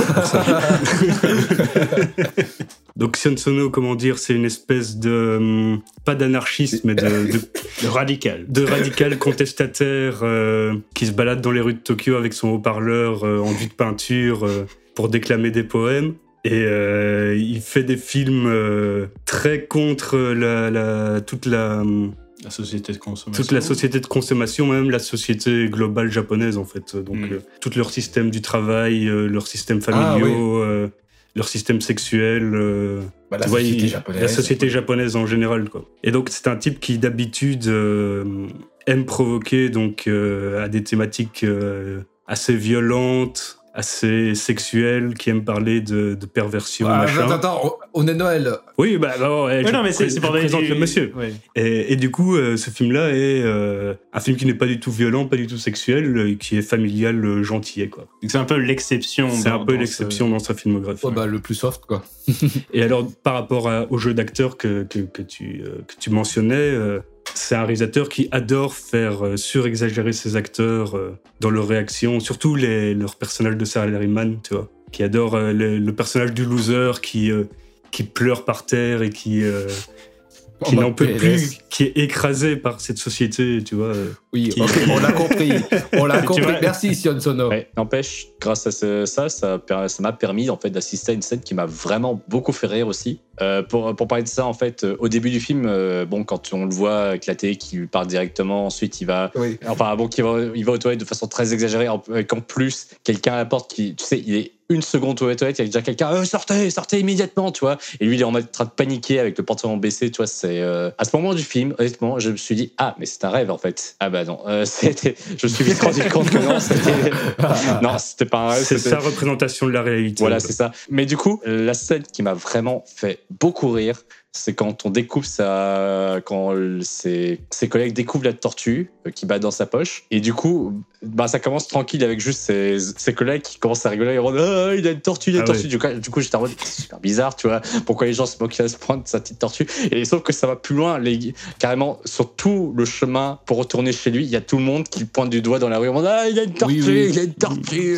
Speaker 8: Donc Sion Sono, comment dire, c'est une espèce de hum, pas d'anarchiste, mais de, de,
Speaker 2: de radical,
Speaker 8: de radical contestataire euh, qui se balade dans les rues de Tokyo avec son haut-parleur euh, enduit de peinture euh, pour déclamer des poèmes. Et euh, il fait des films euh, très contre la, la, toute la hum,
Speaker 2: la société de consommation.
Speaker 8: toute la société de consommation, même la société globale japonaise en fait. Donc
Speaker 2: Mm.
Speaker 8: euh, tout leur système du travail, euh, leur système
Speaker 1: Ah,
Speaker 8: familiaux, euh, leur système sexuel. euh,
Speaker 1: Bah, la
Speaker 8: tu vois,
Speaker 1: société
Speaker 8: il-
Speaker 1: japonaise.
Speaker 8: La société japonaise en général, quoi. Et donc c'est un type qui d'habitude euh, aime provoquer donc euh, à des thématiques euh, assez violentes, assez sexuelles, qui aime parler de, de perversion,
Speaker 1: Ah,
Speaker 8: machin.
Speaker 1: attends, attends, on est Noël.
Speaker 8: Oui, bah, bah ouais,
Speaker 2: Ouais,
Speaker 8: je
Speaker 2: non, mais c'est,
Speaker 8: pré-
Speaker 2: c'est
Speaker 8: je
Speaker 2: pour donner
Speaker 8: présente
Speaker 2: du-
Speaker 8: le monsieur.
Speaker 2: Ouais.
Speaker 8: Et, et du coup, euh, ce film-là est euh, un film qui n'est pas du tout violent, pas du tout sexuel, euh, qui est familial, euh, gentillet, quoi.
Speaker 2: Donc c'est un peu l'exception.
Speaker 8: C'est
Speaker 2: dans-
Speaker 8: un peu
Speaker 2: dans
Speaker 8: l'exception
Speaker 2: ce-
Speaker 8: dans sa filmographie.
Speaker 1: Ouais, bah, le plus soft, quoi.
Speaker 8: Et alors, par rapport à- au jeu d'acteur que, que, que, tu, euh, que tu mentionnais, euh, c'est un réalisateur qui adore faire euh, surexagérer ses acteurs euh, dans leurs réactions, surtout les, leurs personnages de salaryman, tu vois, qui adore euh, le, le personnage du loser qui, euh, qui pleure par terre et qui, euh, qui
Speaker 1: En
Speaker 8: n'en
Speaker 1: mode
Speaker 8: peut
Speaker 1: P L S.
Speaker 8: plus, qui est écrasé par cette société, tu vois. euh.
Speaker 1: Oui,
Speaker 8: Qui-
Speaker 1: ok, on l'a compris. On l'a
Speaker 2: Tu
Speaker 1: compris.
Speaker 2: vois-
Speaker 1: Merci, Sion Sono.
Speaker 3: Ouais, n'empêche, grâce à ce- ça, ça per- ça m'a permis en fait d'assister à une scène qui m'a vraiment beaucoup fait rire aussi. Euh, pour, pour parler de ça, en fait, euh, au début du film, euh, bon, quand on le voit éclater, qui lui parle directement, ensuite il va,
Speaker 1: Oui.
Speaker 3: enfin bon, qui va, il va aux toilettes de façon très exagérée, en- avec en plus quelqu'un à la porte qui, tu sais, il est une seconde aux toilettes, il y a déjà quelqu'un, euh, sortez, sortez immédiatement, tu vois. Et lui, il est en train de paniquer avec le pantalon baissé, tu vois. C'est euh, à ce moment du film, honnêtement, je me suis dit, ah, mais c'est un rêve en fait. Ah bah non, euh, c'était, je me suis vite rendu compte que non, c'était, non, c'était pas un rêve.
Speaker 8: C'est
Speaker 3: c'était-
Speaker 8: sa représentation de la réalité.
Speaker 3: Voilà, c'est ça. Mais du coup, la scène qui m'a vraiment fait beaucoup rire, c'est quand on découvre sa, quand ses, ses collègues découvrent la tortue euh, qui bat dans sa poche. Et du coup, bah, ça commence tranquille avec juste ses, ses collègues qui commencent à rigoler et disent ah, il a une tortue, il a une
Speaker 8: Ah
Speaker 3: tortue.
Speaker 8: ouais.
Speaker 3: Du coup, du coup, j'étais en mode c'est super bizarre, tu vois. Pourquoi les gens se moquent à ce point de sa petite tortue? Et sauf que ça va plus loin, les, carrément, sur tout le chemin pour retourner chez lui, il y a tout le monde qui le pointe du doigt dans la rue en mode ah, il a une tortue,
Speaker 1: Oui, oui.
Speaker 3: il a une tortue.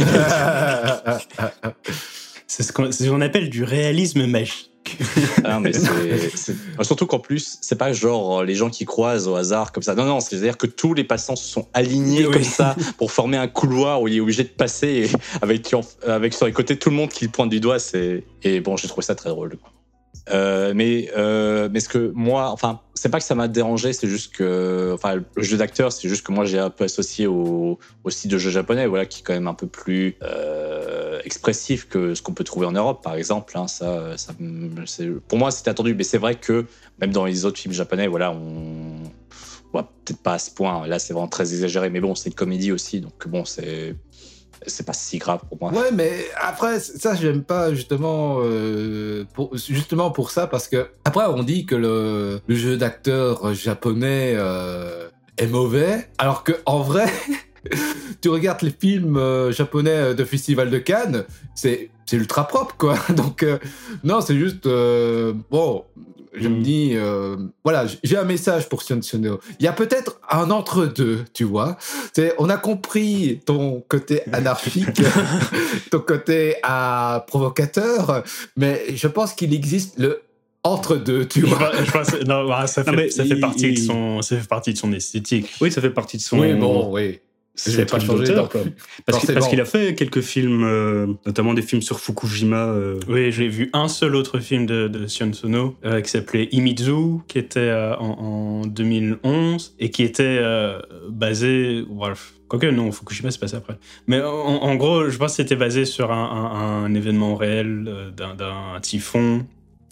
Speaker 2: C'est ce qu'on, c'est ce qu'on appelle du réalisme magique.
Speaker 3: Ah, mais c'est, c'est- Surtout qu'en plus, c'est pas genre les gens qui croisent au hasard comme ça. Non, non, c'est-à-dire que tous les passants se sont alignés
Speaker 2: Oui.
Speaker 3: comme ça pour former un couloir où il est obligé de passer et avec, avec sur les côtés tout le monde qui le pointe du doigt. C'est... Et bon, j'ai trouvé ça très drôle. Euh, mais, euh, mais ce que moi, enfin, c'est pas que ça m'a dérangé, c'est juste que, enfin, le jeu d'acteur, c'est juste que moi j'ai un peu associé au, au style de jeu japonais, voilà, qui est quand même un peu plus euh, expressif que ce qu'on peut trouver en Europe, par exemple. Hein, ça, ça, c'est, pour moi, c'était attendu, mais c'est vrai que même dans les autres films japonais, voilà, on, ouais, peut-être pas à ce point. Là, c'est vraiment très exagéré, mais bon, c'est une comédie aussi, donc bon, c'est. C'est pas si grave pour moi.
Speaker 1: Ouais, mais après, ça, j'aime pas justement, euh, pour, justement pour ça, parce que après, on dit que le, le jeu d'acteur japonais euh, est mauvais, alors que en vrai, tu regardes les films euh, japonais de Festival de Cannes, c'est, c'est ultra propre, quoi. Donc, euh, non, c'est juste, euh, bon, je me dis, euh, voilà, j'ai un message pour Sion Sono. Il y a peut-être un entre-deux, tu vois. C'est, on a compris ton côté anarchique, ton côté euh, provocateur, mais je pense qu'il existe le entre-deux, tu vois.
Speaker 2: Je pense, non, bah, ça fait,
Speaker 8: Non, mais
Speaker 2: ça fait
Speaker 8: il-
Speaker 2: partie
Speaker 8: il-
Speaker 2: de son, ça fait partie de son esthétique.
Speaker 8: Oui, ça fait partie de son.
Speaker 1: Oui, bon, oui.
Speaker 8: C'est
Speaker 1: Je vais pas
Speaker 8: truc
Speaker 1: changer
Speaker 8: d'auteur,
Speaker 1: non
Speaker 8: quoi.
Speaker 1: plus.
Speaker 8: Parce, qu'il,
Speaker 1: Forcément.
Speaker 8: parce qu'il a fait quelques films, euh, notamment des films sur Fukushima. euh,
Speaker 2: Oui, j'ai vu un seul autre film de, de Sion Sono euh, qui s'appelait Imizu, qui était euh, en, en deux mille onze et qui était euh, basé. Bref, quoique non, Fukushima c'est passé après. Mais en, en gros, je pense que c'était basé sur un, un- un événement réel euh, d'un, d'un typhon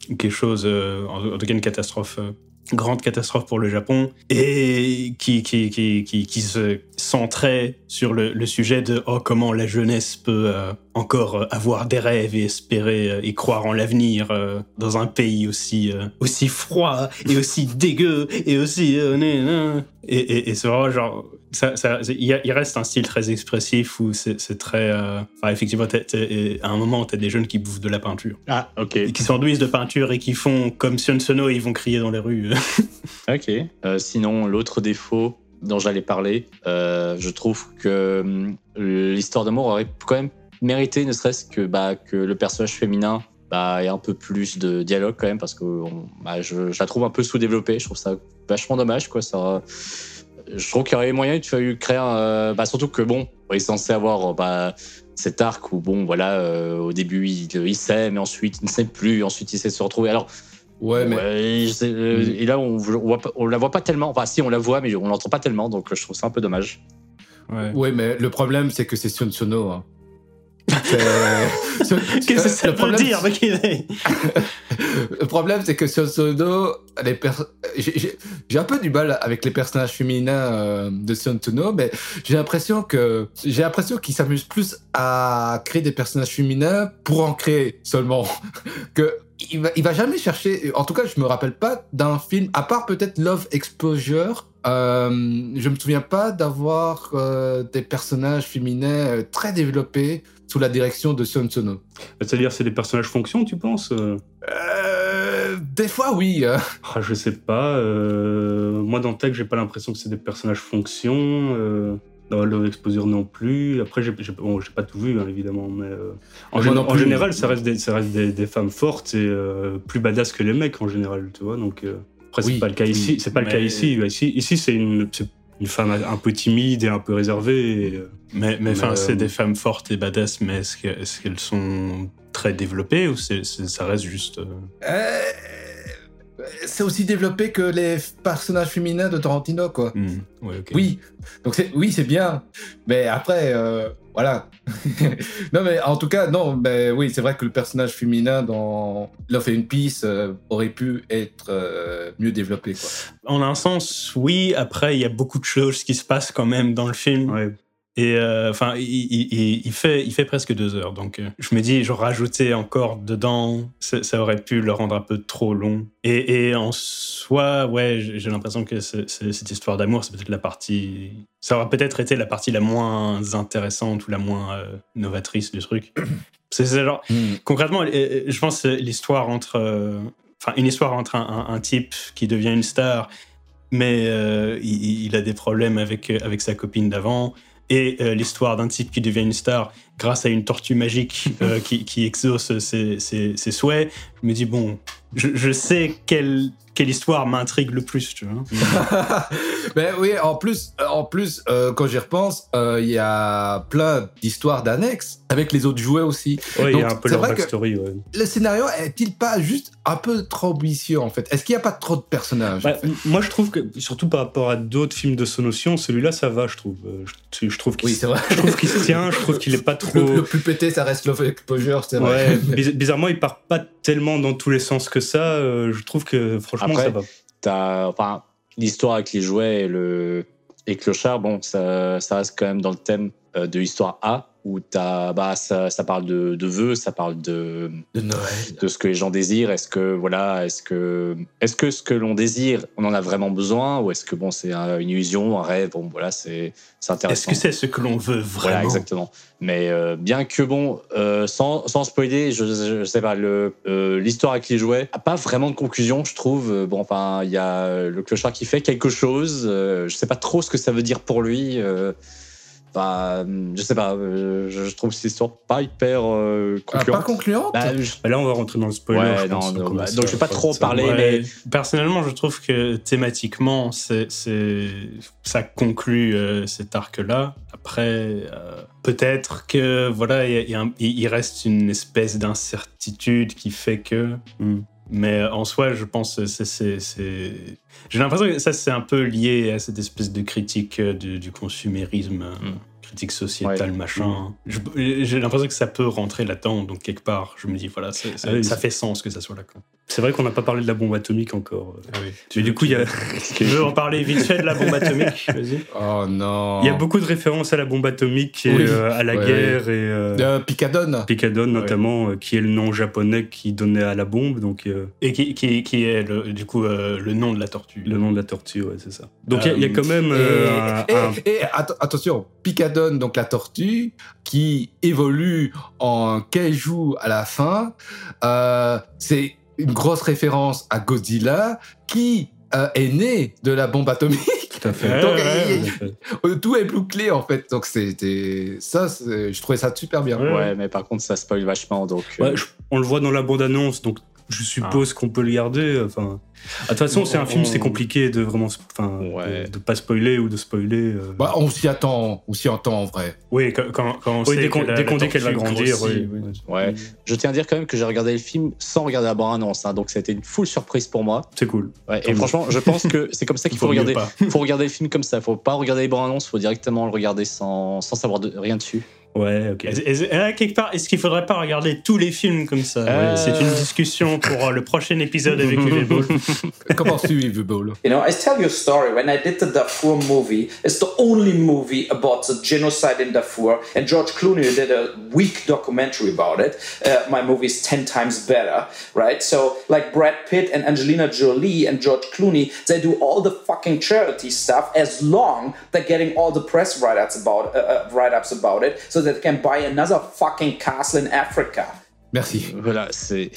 Speaker 2: quelque chose, euh, en, en tout cas une catastrophe, euh, grande catastrophe pour le Japon, et qui, qui, qui, qui, qui se centrait sur le, le sujet de oh, comment la jeunesse peut euh, encore avoir des rêves et espérer euh, et croire en l'avenir euh, dans un pays aussi, euh, aussi froid et aussi dégueu et aussi... Euh, né, né. Et, et, et c'est vraiment genre... Ça, ça, il, y a, il reste un style très expressif où c'est, c'est très... Euh, enfin, effectivement, t'es, t'es, à un moment, t'as des jeunes qui bouffent de la peinture.
Speaker 3: Ah, ok.
Speaker 2: Et qui s'enduisent de peinture et qui font comme Sion Sono et ils vont crier dans les rues.
Speaker 3: Ok. Euh, sinon, l'autre défaut dont j'allais parler, euh, je trouve que euh, l'histoire d'amour aurait quand même mérité, ne serait-ce que, bah, que le personnage féminin bah, ait un peu plus de dialogue quand même, parce que on, bah, je, je la trouve un peu sous-développée. Je trouve ça vachement dommage, quoi. Ça... Je trouve qu'il y aurait moyen de créer un... Euh, bah, surtout que, bon, on est censé avoir bah, cet arc où, bon, voilà, euh, au début, il, il s'aime, et ensuite, il ne s'aime plus, et ensuite, il sait se retrouver. Alors,
Speaker 1: ouais, mais...
Speaker 3: Ouais, sais, euh, et là, on, on, voit pas, on la voit pas tellement. Enfin, si, on la voit, mais on l'entend pas tellement, donc je trouve ça un peu dommage.
Speaker 1: Ouais, ouais mais le problème, c'est que c'est Sion Sono. Hein.
Speaker 2: Qu'est-ce que ça le veut problème, dire c'est...
Speaker 1: Le problème, c'est que Sion Sono, les pers... j'ai, j'ai, j'ai un peu du mal avec les personnages féminins euh, de Sion Sono, mais j'ai l'impression que j'ai l'impression qu'ils s'amusent plus à créer des personnages féminins pour en créer seulement. que il va, il va jamais chercher. En tout cas, je me rappelle pas d'un film, à part peut-être Love Exposure. Euh, je me souviens pas d'avoir euh, des personnages féminins euh, très développés sous la direction de Sion Sono.
Speaker 8: C'est-à-dire, c'est des personnages fonction, tu penses euh,
Speaker 1: Des fois, oui. Euh.
Speaker 8: Ah, je sais pas. Euh, moi, dans le texte, j'ai pas l'impression que c'est des personnages fonction. Euh, dans Love Exposure non plus. Après, j'ai, j'ai, bon, j'ai pas tout vu, hein, évidemment, mais euh, en, gén- en général, ça reste des, ça reste des, des femmes fortes et euh, plus badass que les mecs en général, tu vois. Donc euh, après, oui, c'est pas le cas ici. C'est pas mais... le cas ici. Ici, ici, c'est une, c'est une femme un peu timide et un peu réservée. Et,
Speaker 2: mais, mais enfin, euh, c'est des femmes fortes et badass, mais est-ce, que, est-ce qu'elles sont très développées ou c'est, c'est, ça reste juste euh...
Speaker 1: Euh... C'est aussi développé que les personnages féminins de Tarantino, quoi.
Speaker 2: Mmh, ouais, okay.
Speaker 1: Oui, donc c'est, oui, c'est bien, mais après, euh, voilà. Non, mais en tout cas, non, mais oui, c'est vrai que le personnage féminin dans Love and Peace euh, aurait pu être euh, mieux développé, quoi.
Speaker 2: En un sens, oui. Après, il y a beaucoup de choses qui se passent quand même dans le film.
Speaker 8: Ouais.
Speaker 2: Et enfin, euh, il, il, il, fait, il fait presque deux heures. Donc, euh, je me dis, genre, rajouter encore dedans, ça, ça aurait pu le rendre un peu trop long. Et, et en soi, ouais, j'ai l'impression que c'est, c'est, cette histoire d'amour, c'est peut-être la partie... Ça aurait peut-être été la partie la moins intéressante ou la moins euh, novatrice du truc. C'est, c'est genre... Mm. Concrètement, je pense que l'histoire entre... Enfin, euh, une histoire entre un, un, un type qui devient une star, mais euh, il, il a des problèmes avec, avec sa copine d'avant... Et euh, l'histoire d'un type qui devient une star grâce à une tortue magique euh, qui, qui exauce ses, ses, ses souhaits. Je me dis, bon, je, je sais quelle, quelle histoire m'intrigue le plus, tu vois.
Speaker 1: Ben oui, en plus, en plus euh, quand j'y repense, il euh, y a plein d'histoires d'annexes avec les autres jouets aussi.
Speaker 8: Oui, il y a un peu leur backstory. Ouais.
Speaker 1: Le scénario est-il pas juste un peu trop ambitieux, en fait? Est-ce qu'il n'y a pas trop de personnages
Speaker 8: bah,
Speaker 1: en fait
Speaker 8: Moi, je trouve que, surtout par rapport à d'autres films de Sonotion, celui-là, ça va, je trouve. Je, je trouve qu'il,
Speaker 1: oui, c'est vrai.
Speaker 8: Je trouve qu'il se tient, je trouve qu'il est pas trop...
Speaker 1: Le, le plus pété, ça reste Love Exposure, c'est vrai.
Speaker 8: Ouais, bizarrement, il part pas tellement dans tous les sens que ça. Euh, je trouve que, franchement,
Speaker 3: après,
Speaker 8: ça va.
Speaker 3: T'as, enfin, l'histoire avec les jouets et le et Clochard, bon, ça, ça reste quand même dans le thème euh, de l'histoire A, où t'as, bah, ça, ça parle de, de vœux, ça parle de,
Speaker 1: de Noël,
Speaker 3: de ce que les gens désirent. Est-ce que, voilà, est-ce que, est-ce que ce que l'on désire, on en a vraiment besoin, ou est-ce que bon, c'est une illusion, un rêve, bon, voilà, c'est, c'est intéressant.
Speaker 2: Est-ce que c'est ce que l'on veut vraiment?
Speaker 3: Voilà, exactement. Mais euh, bien que bon, euh, sans, sans spoiler, je, je, je sais pas, le, euh, l'histoire avec les jouets a pas vraiment de conclusion, je trouve. Bon, enfin, il y a le Clochard qui fait quelque chose. Euh, je sais pas trop ce que ça veut dire pour lui. Euh, Bah, je sais pas, je, je trouve cette histoire pas hyper euh, concluante.
Speaker 1: Ah, pas concluante
Speaker 3: bah, je...
Speaker 8: Là, on va rentrer dans le spoiler.
Speaker 3: Ouais,
Speaker 8: je
Speaker 3: non,
Speaker 8: pense,
Speaker 3: non, bah,
Speaker 8: ça,
Speaker 3: donc je vais pas trop en parler, ouais. mais
Speaker 2: personnellement, je trouve que thématiquement, c'est, c'est... ça conclut euh, cet arc-là. Après, euh, peut-être que voilà, il y a, y y reste une espèce d'incertitude qui fait que. Hmm. Mais en soi, je pense que c'est, c'est, c'est... J'ai l'impression que ça, c'est un peu lié à cette espèce de critique du, du consumérisme, mm. critique sociétale, ouais. machin. Mm. Je, j'ai l'impression que ça peut rentrer là-dedans, donc quelque part, je me dis, voilà, c'est, c'est, ah oui, ça fait sens que ça soit là. Quoi.
Speaker 8: C'est vrai qu'on n'a pas parlé de la bombe atomique encore.
Speaker 2: Ah oui.
Speaker 8: Mais du coup, il y a...
Speaker 2: Tu veux en parler vite fait de la bombe atomique? Vas-y.
Speaker 1: Oh non.
Speaker 8: Il y a beaucoup de références à la bombe atomique et
Speaker 1: Oui.
Speaker 8: euh, à la
Speaker 1: Ouais,
Speaker 8: guerre
Speaker 1: ouais.
Speaker 8: et euh,
Speaker 1: Euh, Picadone.
Speaker 8: Picadone notamment, euh, qui est le nom japonais qui donnait à la bombe, donc euh,
Speaker 2: Et qui, qui, qui est le, du coup euh, le nom de la tortue.
Speaker 8: le nom de la tortue, ouais, c'est ça. Donc il y a-
Speaker 2: Euh,
Speaker 8: il y, a quand même
Speaker 1: Et,
Speaker 8: euh, un-
Speaker 1: et-
Speaker 8: un-
Speaker 1: et att- attention, Picadone, donc la tortue, qui évolue en kaiju à la fin, euh, c'est une grosse référence à Godzilla, qui euh, est né de la bombe atomique.
Speaker 8: Tout à fait.
Speaker 2: Ouais,
Speaker 1: Donc,
Speaker 2: ouais,
Speaker 1: il-
Speaker 8: tout à fait.
Speaker 1: il- tout est bouclé en fait. Donc c'était ça, c'est- je trouvais ça super bien.
Speaker 2: Ouais.
Speaker 3: Ouais, mais par contre, ça spoil vachement, donc... euh,
Speaker 8: Ouais, je- on le voit dans la bande-annonce, donc je suppose qu'on peut le garder. Enfin, ah, de toute façon, c'est un film, c'est compliqué de vraiment, enfin,
Speaker 3: Ouais.
Speaker 8: de, de pas spoiler ou de spoiler. euh.
Speaker 1: Bah, on s'y attend, on s'y attend en vrai.
Speaker 2: Oui, quand, quand, quand on
Speaker 8: Oui,
Speaker 2: sait
Speaker 8: dès qu'on
Speaker 2: que la-
Speaker 8: dès
Speaker 2: la
Speaker 8: qu'on dit qu'elle va
Speaker 2: tortue
Speaker 8: grandir,
Speaker 2: grossit.
Speaker 8: oui, oui.
Speaker 3: Ouais. Je tiens à dire quand même que j'ai regardé le film sans regarder la bande-annonce, hein, donc ça a été une full surprise pour moi.
Speaker 8: C'est cool.
Speaker 3: Ouais,
Speaker 8: Tant
Speaker 3: et
Speaker 8: mieux.
Speaker 3: franchement, je pense que c'est comme ça qu'il faut,
Speaker 2: Vaut mieux
Speaker 3: regarder.
Speaker 2: pas.
Speaker 3: Faut regarder le film comme ça. Faut pas regarder les bandes annonces. Faut directement le regarder sans, sans savoir de, rien dessus.
Speaker 8: Ouais, ok.
Speaker 2: Est-ce- est-ce- euh, quelque part, est-ce qu'il faudrait pas regarder tous les films comme ça?
Speaker 3: Euh.
Speaker 2: C'est une discussion pour euh, le prochain épisode avec U V Ball.
Speaker 1: Comment tu Uwe Boll?
Speaker 13: You know, I tell you a story. When I did the Darfur movie, it's the only movie about the genocide in Darfur, and George Clooney did a weak documentary about it. Uh, my movie is ten times better, right? So, like Brad Pitt and Angelina Jolie and George Clooney, they do all the fucking charity stuff as long they're getting all the press write-ups about, uh, uh, write-ups about it, so that they can buy another fucking castle in Africa.
Speaker 1: Merci.
Speaker 3: Voilà, c'est.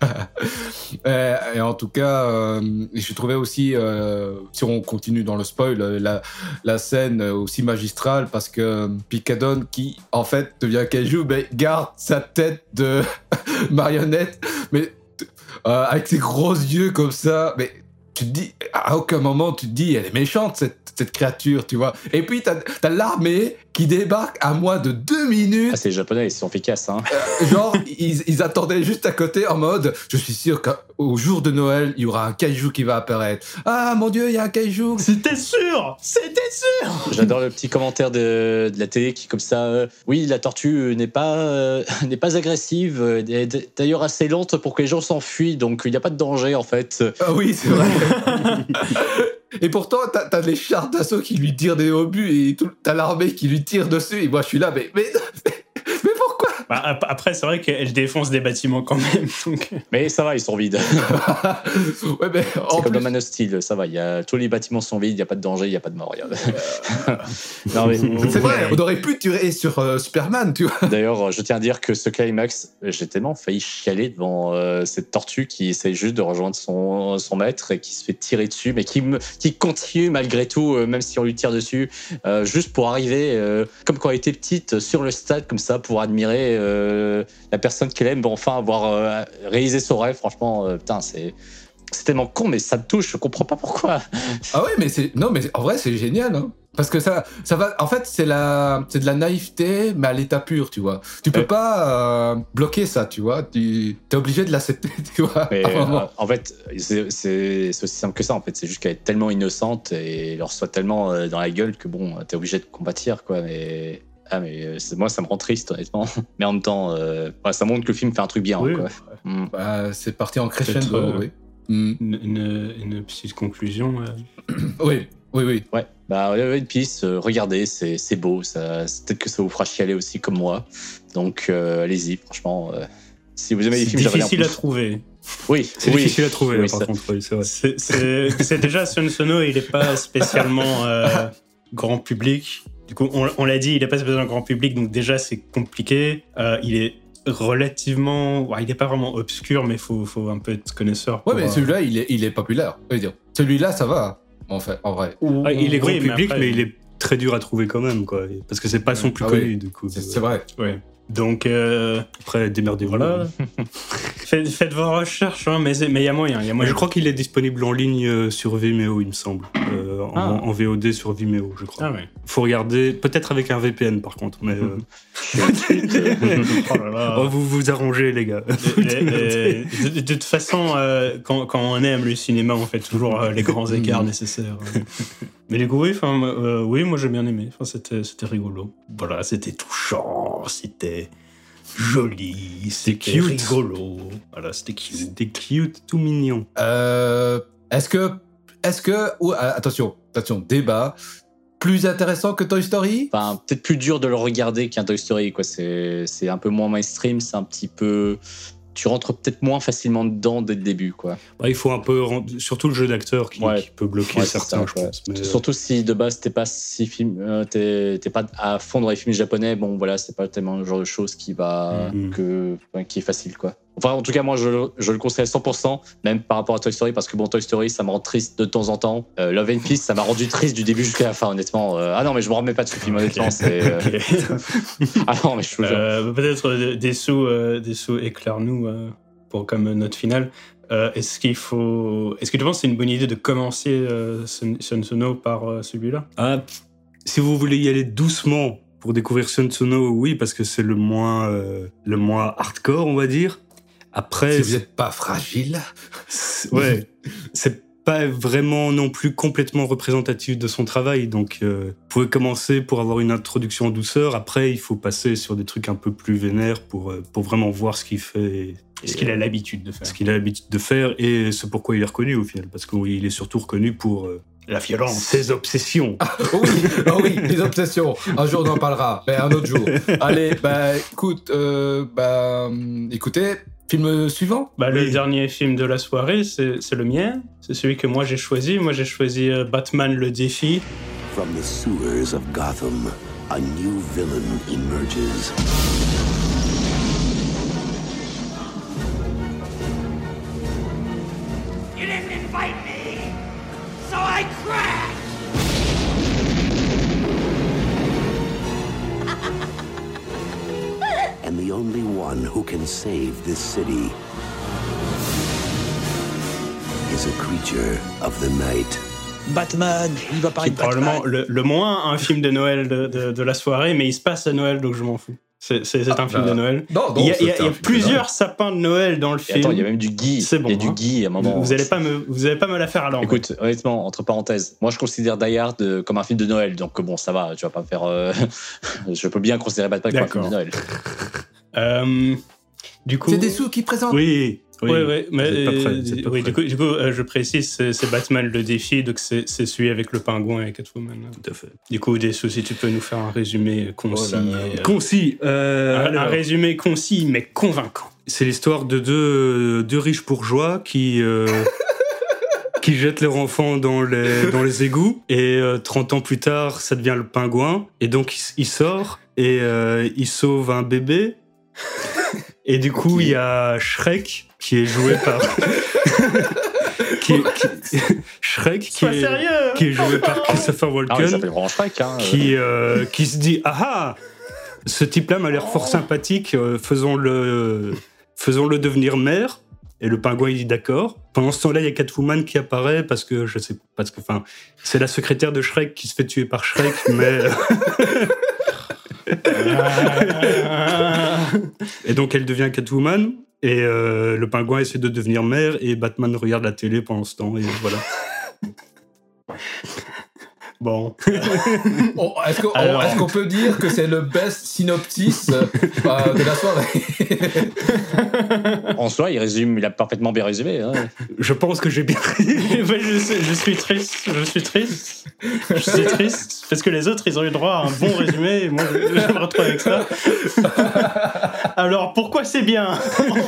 Speaker 1: Euh, et en tout cas, euh, je trouvais aussi, euh, si on continue dans le spoil, euh, la, la scène aussi magistrale parce que Picadone, qui en fait devient kaiju, ben, garde sa tête de marionnette, mais euh, avec ses gros yeux comme ça, mais tu te dis, à aucun moment tu te dis, elle est méchante cette, cette créature, tu vois. Et puis t'as, t'as l'armée qui débarque à moins de deux minutes.
Speaker 3: Ah, c'est les Japonais, ils sont efficaces, hein.
Speaker 1: Euh, genre, ils, ils attendaient juste à côté en mode, je suis sûr qu'au jour de Noël, il y aura un kaiju qui va apparaître. Ah mon Dieu, il y a un kaiju.
Speaker 2: C'était sûr, c'était sûr.
Speaker 3: J'adore le petit commentaire de, de la télé qui, comme ça, euh, oui, la tortue n'est pas, euh, n'est pas agressive, euh, est d- d'ailleurs assez lente pour que les gens s'enfuient, donc il n'y a pas de danger en fait.
Speaker 1: Ah oui, c'est vrai. Et pourtant, t'as, t'as les chars d'assaut qui lui tirent des obus et tout, t'as l'armée qui lui tire dessus. Et moi, je suis là, mais, mais, mais pourquoi?
Speaker 2: Bah, ap- après, c'est vrai qu'elle défonce des bâtiments quand même. Donc...
Speaker 3: Mais ça va, ils sont vides.
Speaker 1: Ouais, mais
Speaker 3: C'est
Speaker 1: en
Speaker 3: comme
Speaker 1: plus,
Speaker 3: dans Man of Steel, ça va, il y a, tous les bâtiments sont vides, il n'y a pas de danger, il n'y a pas de mort. regarde. Non, mais,
Speaker 1: c'est vrai, on aurait pu tirer sur euh, Superman, tu vois.
Speaker 3: D'ailleurs, je tiens à dire que ce climax, j'ai tellement failli chialer devant euh, cette tortue qui essaie juste de rejoindre son, son maître et qui se fait tirer dessus, mais qui, me, qui continue malgré tout, euh, même si on lui tire dessus, euh, juste pour arriver, euh, comme quand elle était petite, sur le stade, comme ça, pour admirer euh, la personne qu'elle aime, bon, enfin, avoir euh, réalisé son rêve. Franchement, euh, putain, c'est. C'est tellement con, mais ça me touche, je comprends pas pourquoi.
Speaker 1: Ah ouais, mais c'est non, mais en vrai, c'est génial, hein. Parce que ça, ça va. En fait, c'est la, c'est de la naïveté, mais à l'état pur, tu vois. Tu peux
Speaker 3: Ouais.
Speaker 1: pas euh, bloquer ça, tu vois. Tu es obligé de l'accepter, tu vois.
Speaker 3: Mais
Speaker 1: à un moment.
Speaker 3: euh, en fait, c'est c'est- c'est aussi simple que ça. En fait, c'est juste qu'elle est tellement innocente et elle leur reçoit tellement euh, dans la gueule que bon, t'es obligé de compatir, quoi. Mais ah, mais euh, c'est- moi, ça me rend triste, honnêtement. Mais en même temps, euh, ouais, ça montre que le film fait un truc bien,
Speaker 2: Oui,
Speaker 3: quoi. Mm.
Speaker 1: Bah, c'est parti en crescendo,
Speaker 2: Peut-être, euh,
Speaker 1: oui. Mm.
Speaker 2: Une, une, une petite conclusion. euh.
Speaker 1: Oui, oui, oui.
Speaker 3: Ouais, bah ouais, ouais, One Piece, euh, regardez, c'est c'est beau. Ça, c'est- peut-être que ça vous fera chialer aussi comme moi. Donc, euh, allez-y, franchement. euh, si vous aimez les
Speaker 2: C'est
Speaker 3: films japonais en
Speaker 2: difficile à
Speaker 3: plus.
Speaker 2: trouver.
Speaker 3: Oui,
Speaker 8: C'est
Speaker 3: oui.
Speaker 8: difficile à trouver,
Speaker 3: Oui,
Speaker 8: par
Speaker 3: ça-
Speaker 8: contre, oui, c'est vrai.
Speaker 2: C'est, c'est, c'est déjà Son Sono, il est pas spécialement euh, grand public. Du coup, on, on l'a dit, il est pas spécialement grand public, donc déjà c'est compliqué. Euh, il est relativement, ouais, il est pas vraiment obscur, mais faut, faut un peu être connaisseur.
Speaker 1: Ouais,
Speaker 2: pour,
Speaker 1: mais
Speaker 2: euh,
Speaker 1: celui-là, il est, il est populaire. Je veux dire, celui-là, ça va, en fait, en vrai.
Speaker 8: Ah, il est grand
Speaker 2: Oui, mais
Speaker 8: public, mais,
Speaker 2: après-
Speaker 8: il est très dur à trouver quand même, quoi. Parce que c'est pas son plus
Speaker 1: Ah
Speaker 8: connu,
Speaker 1: oui.
Speaker 8: du coup.
Speaker 1: C'est, c'est vrai.
Speaker 2: Ouais. Donc, euh,
Speaker 8: Après, démerdez-vous.
Speaker 2: voilà. faites, faites vos recherches, hein, mais il mais y a moyen. Y a
Speaker 8: Moi,
Speaker 2: moyen.
Speaker 8: je crois qu'il est disponible en ligne euh, sur Vimeo, il me semble. Euh, en,
Speaker 2: Ah.
Speaker 8: en V O D sur Vimeo, je crois.
Speaker 2: Ah ouais.
Speaker 8: Faut regarder, peut-être avec un V P N par contre, mais euh,
Speaker 2: Oh là là.
Speaker 8: oh, vous vous arrangez, les gars.
Speaker 2: Et- et- et de, de toute façon, euh, quand, quand on aime le cinéma, on fait toujours euh, les grands écarts nécessaires. Mais du coup, oui, enfin, euh, oui, moi j'ai bien aimé. Enfin, c'était, c'était rigolo. Voilà, c'était touchant, c'était
Speaker 8: joli, c'était
Speaker 2: cute.
Speaker 8: rigolo. Voilà, c'était cute. C'était cute, tout mignon.
Speaker 1: Euh, est-ce que, est-ce que, ou, euh, attention, attention, débat. Plus intéressant que Toy Story ?
Speaker 3: Enfin, peut-être plus dur de le regarder qu'un Toy Story, quoi. C'est, c'est un peu moins mainstream, c'est un petit peu. Tu rentres peut-être moins facilement dedans dès le début, quoi.
Speaker 8: Bah, il faut un peu, surtout le jeu d'acteur qui,
Speaker 3: ouais.
Speaker 8: qui peut bloquer
Speaker 3: ouais,
Speaker 8: certains,
Speaker 3: ça,
Speaker 8: je
Speaker 3: ouais.
Speaker 8: pense. Mais...
Speaker 3: Surtout si de base t'es pas si film, euh, t'es, t'es pas à fond dans les films japonais, bon voilà, c'est pas tellement le genre de choses qui va mm-hmm. que, enfin, qui est facile, quoi. Enfin, en tout cas, moi, je, je le conseille à cent pour cent, même par rapport à Toy Story, parce que bon, Toy Story, ça me rend triste de temps en temps. Euh, Love and Peace, ça m'a rendu triste du début jusqu'à la fin, honnêtement. Euh, ah non, mais je me remets pas de ce film, honnêtement. C'est, euh... ah non, mais je vous jure.
Speaker 2: Euh, peut-être des sous, euh, des sous éclaire-nous euh, pour comme note finale. Euh, est-ce qu'il faut, est-ce que tu penses que c'est une bonne idée de commencer euh, Son Sono par euh, celui-là ?
Speaker 8: Ah, si vous voulez y aller doucement pour découvrir Son Sono, oui, parce que c'est le moins, euh, le moins hardcore, on va dire. Après,
Speaker 1: si vous n'êtes pas fragile.
Speaker 8: Ouais, c'est pas vraiment non plus complètement représentatif de son travail. Donc, euh, vous pouvez commencer pour avoir une introduction en douceur. Après, il faut passer sur des trucs un peu plus vénères pour, euh, pour vraiment voir ce qu'il fait. Et,
Speaker 2: et ce qu'il a l'habitude de faire.
Speaker 8: Ce qu'il a l'habitude de faire et c'est pourquoi il est reconnu au final. Parce qu'il est surtout reconnu pour... Euh,
Speaker 2: la violence.
Speaker 8: Ses obsessions.
Speaker 1: Ah, oui, oh oui, les obsessions. Un jour, on en parlera. Mais un autre jour. Allez, bah, écoute, euh, bah, écoutez... Film suivant ?
Speaker 2: Bah, oui. Le dernier film de la soirée, c'est, c'est le mien. C'est celui que moi j'ai choisi. Moi j'ai choisi euh, Batman le défi.
Speaker 14: From the sewers of Gotham, a new villain emerges.
Speaker 5: You didn't invite me, so I crashed.
Speaker 14: And the only one who can save this city is a creature of the night.
Speaker 3: Batman, il va parler de Batman.
Speaker 2: Probablement le, le moins un film de Noël de, de, de la soirée, mais il se passe à Noël, donc je m'en fous. C'est, c'est, c'est ah, un film bah, de Noël.
Speaker 1: Non, non,
Speaker 2: il y a, il y a, il y a plusieurs sapins de Noël dans le film.
Speaker 3: Attends, il y a même du gui.
Speaker 2: C'est bon.
Speaker 3: Il y a du
Speaker 2: hein.
Speaker 3: gui à un moment.
Speaker 2: Vous n'allez pas me, vous allez pas me la faire à l'envers.
Speaker 3: Écoute, honnêtement, entre parenthèses, moi je considère Die Hard comme un film de Noël, donc bon, ça va. Tu vas pas me faire. Euh... je peux bien considérer Batman comme un film de Noël.
Speaker 2: euh, du coup.
Speaker 1: C'est des sous qui présentent.
Speaker 8: Oui. Oui,
Speaker 2: ouais, ouais, mais
Speaker 8: c'est pas prêt,
Speaker 2: euh,
Speaker 8: c'est pas
Speaker 2: oui,
Speaker 8: prêt.
Speaker 2: du coup, du coup euh, je précise, c'est, c'est Batman le défi, donc c'est, c'est celui avec le pingouin et Catwoman.
Speaker 8: Tout à fait.
Speaker 2: Du coup, Dessous, si tu peux nous faire un résumé concis. Oh
Speaker 8: et, euh, concis. Euh,
Speaker 2: un, un résumé concis mais convaincant.
Speaker 8: C'est l'histoire de deux, deux riches bourgeois qui. Euh, qui jettent leur enfant dans les, dans les égouts et euh, trente ans plus tard, ça devient le pingouin et donc il, il sort et euh, il sauve un bébé. Et du coup, il y a Shrek qui est joué par qui est, qui... Shrek qui est, qui est joué par Christopher Walken.
Speaker 3: Ah, il s'appelle vraiment Shrek, hein.
Speaker 8: Qui euh, qui se dit ah ah, ce type-là m'a l'air fort sympathique, euh, faisons-le faisons-le devenir maire. Et le pingouin il dit d'accord. Pendant ce temps-là, il y a Catwoman qui apparaît parce que je sais parce que enfin c'est la secrétaire de Shrek qui se fait tuer par Shrek, mais et donc elle devient Catwoman et euh, le pingouin essaie de devenir maire et Batman regarde la télé pendant ce temps et voilà.
Speaker 2: Bon.
Speaker 1: Oh, est-ce, qu'on, Alors... est-ce qu'on peut dire que c'est le best synopsis euh, de la soirée?
Speaker 3: En soi, il résume, il a parfaitement bien résumé. Hein.
Speaker 8: Je pense que j'ai bien
Speaker 2: résumé. je, sais, je suis triste, je suis triste. Je suis triste parce que les autres, ils ont eu droit à un bon résumé et moi, je, je me retrouve avec ça. Alors, pourquoi c'est bien?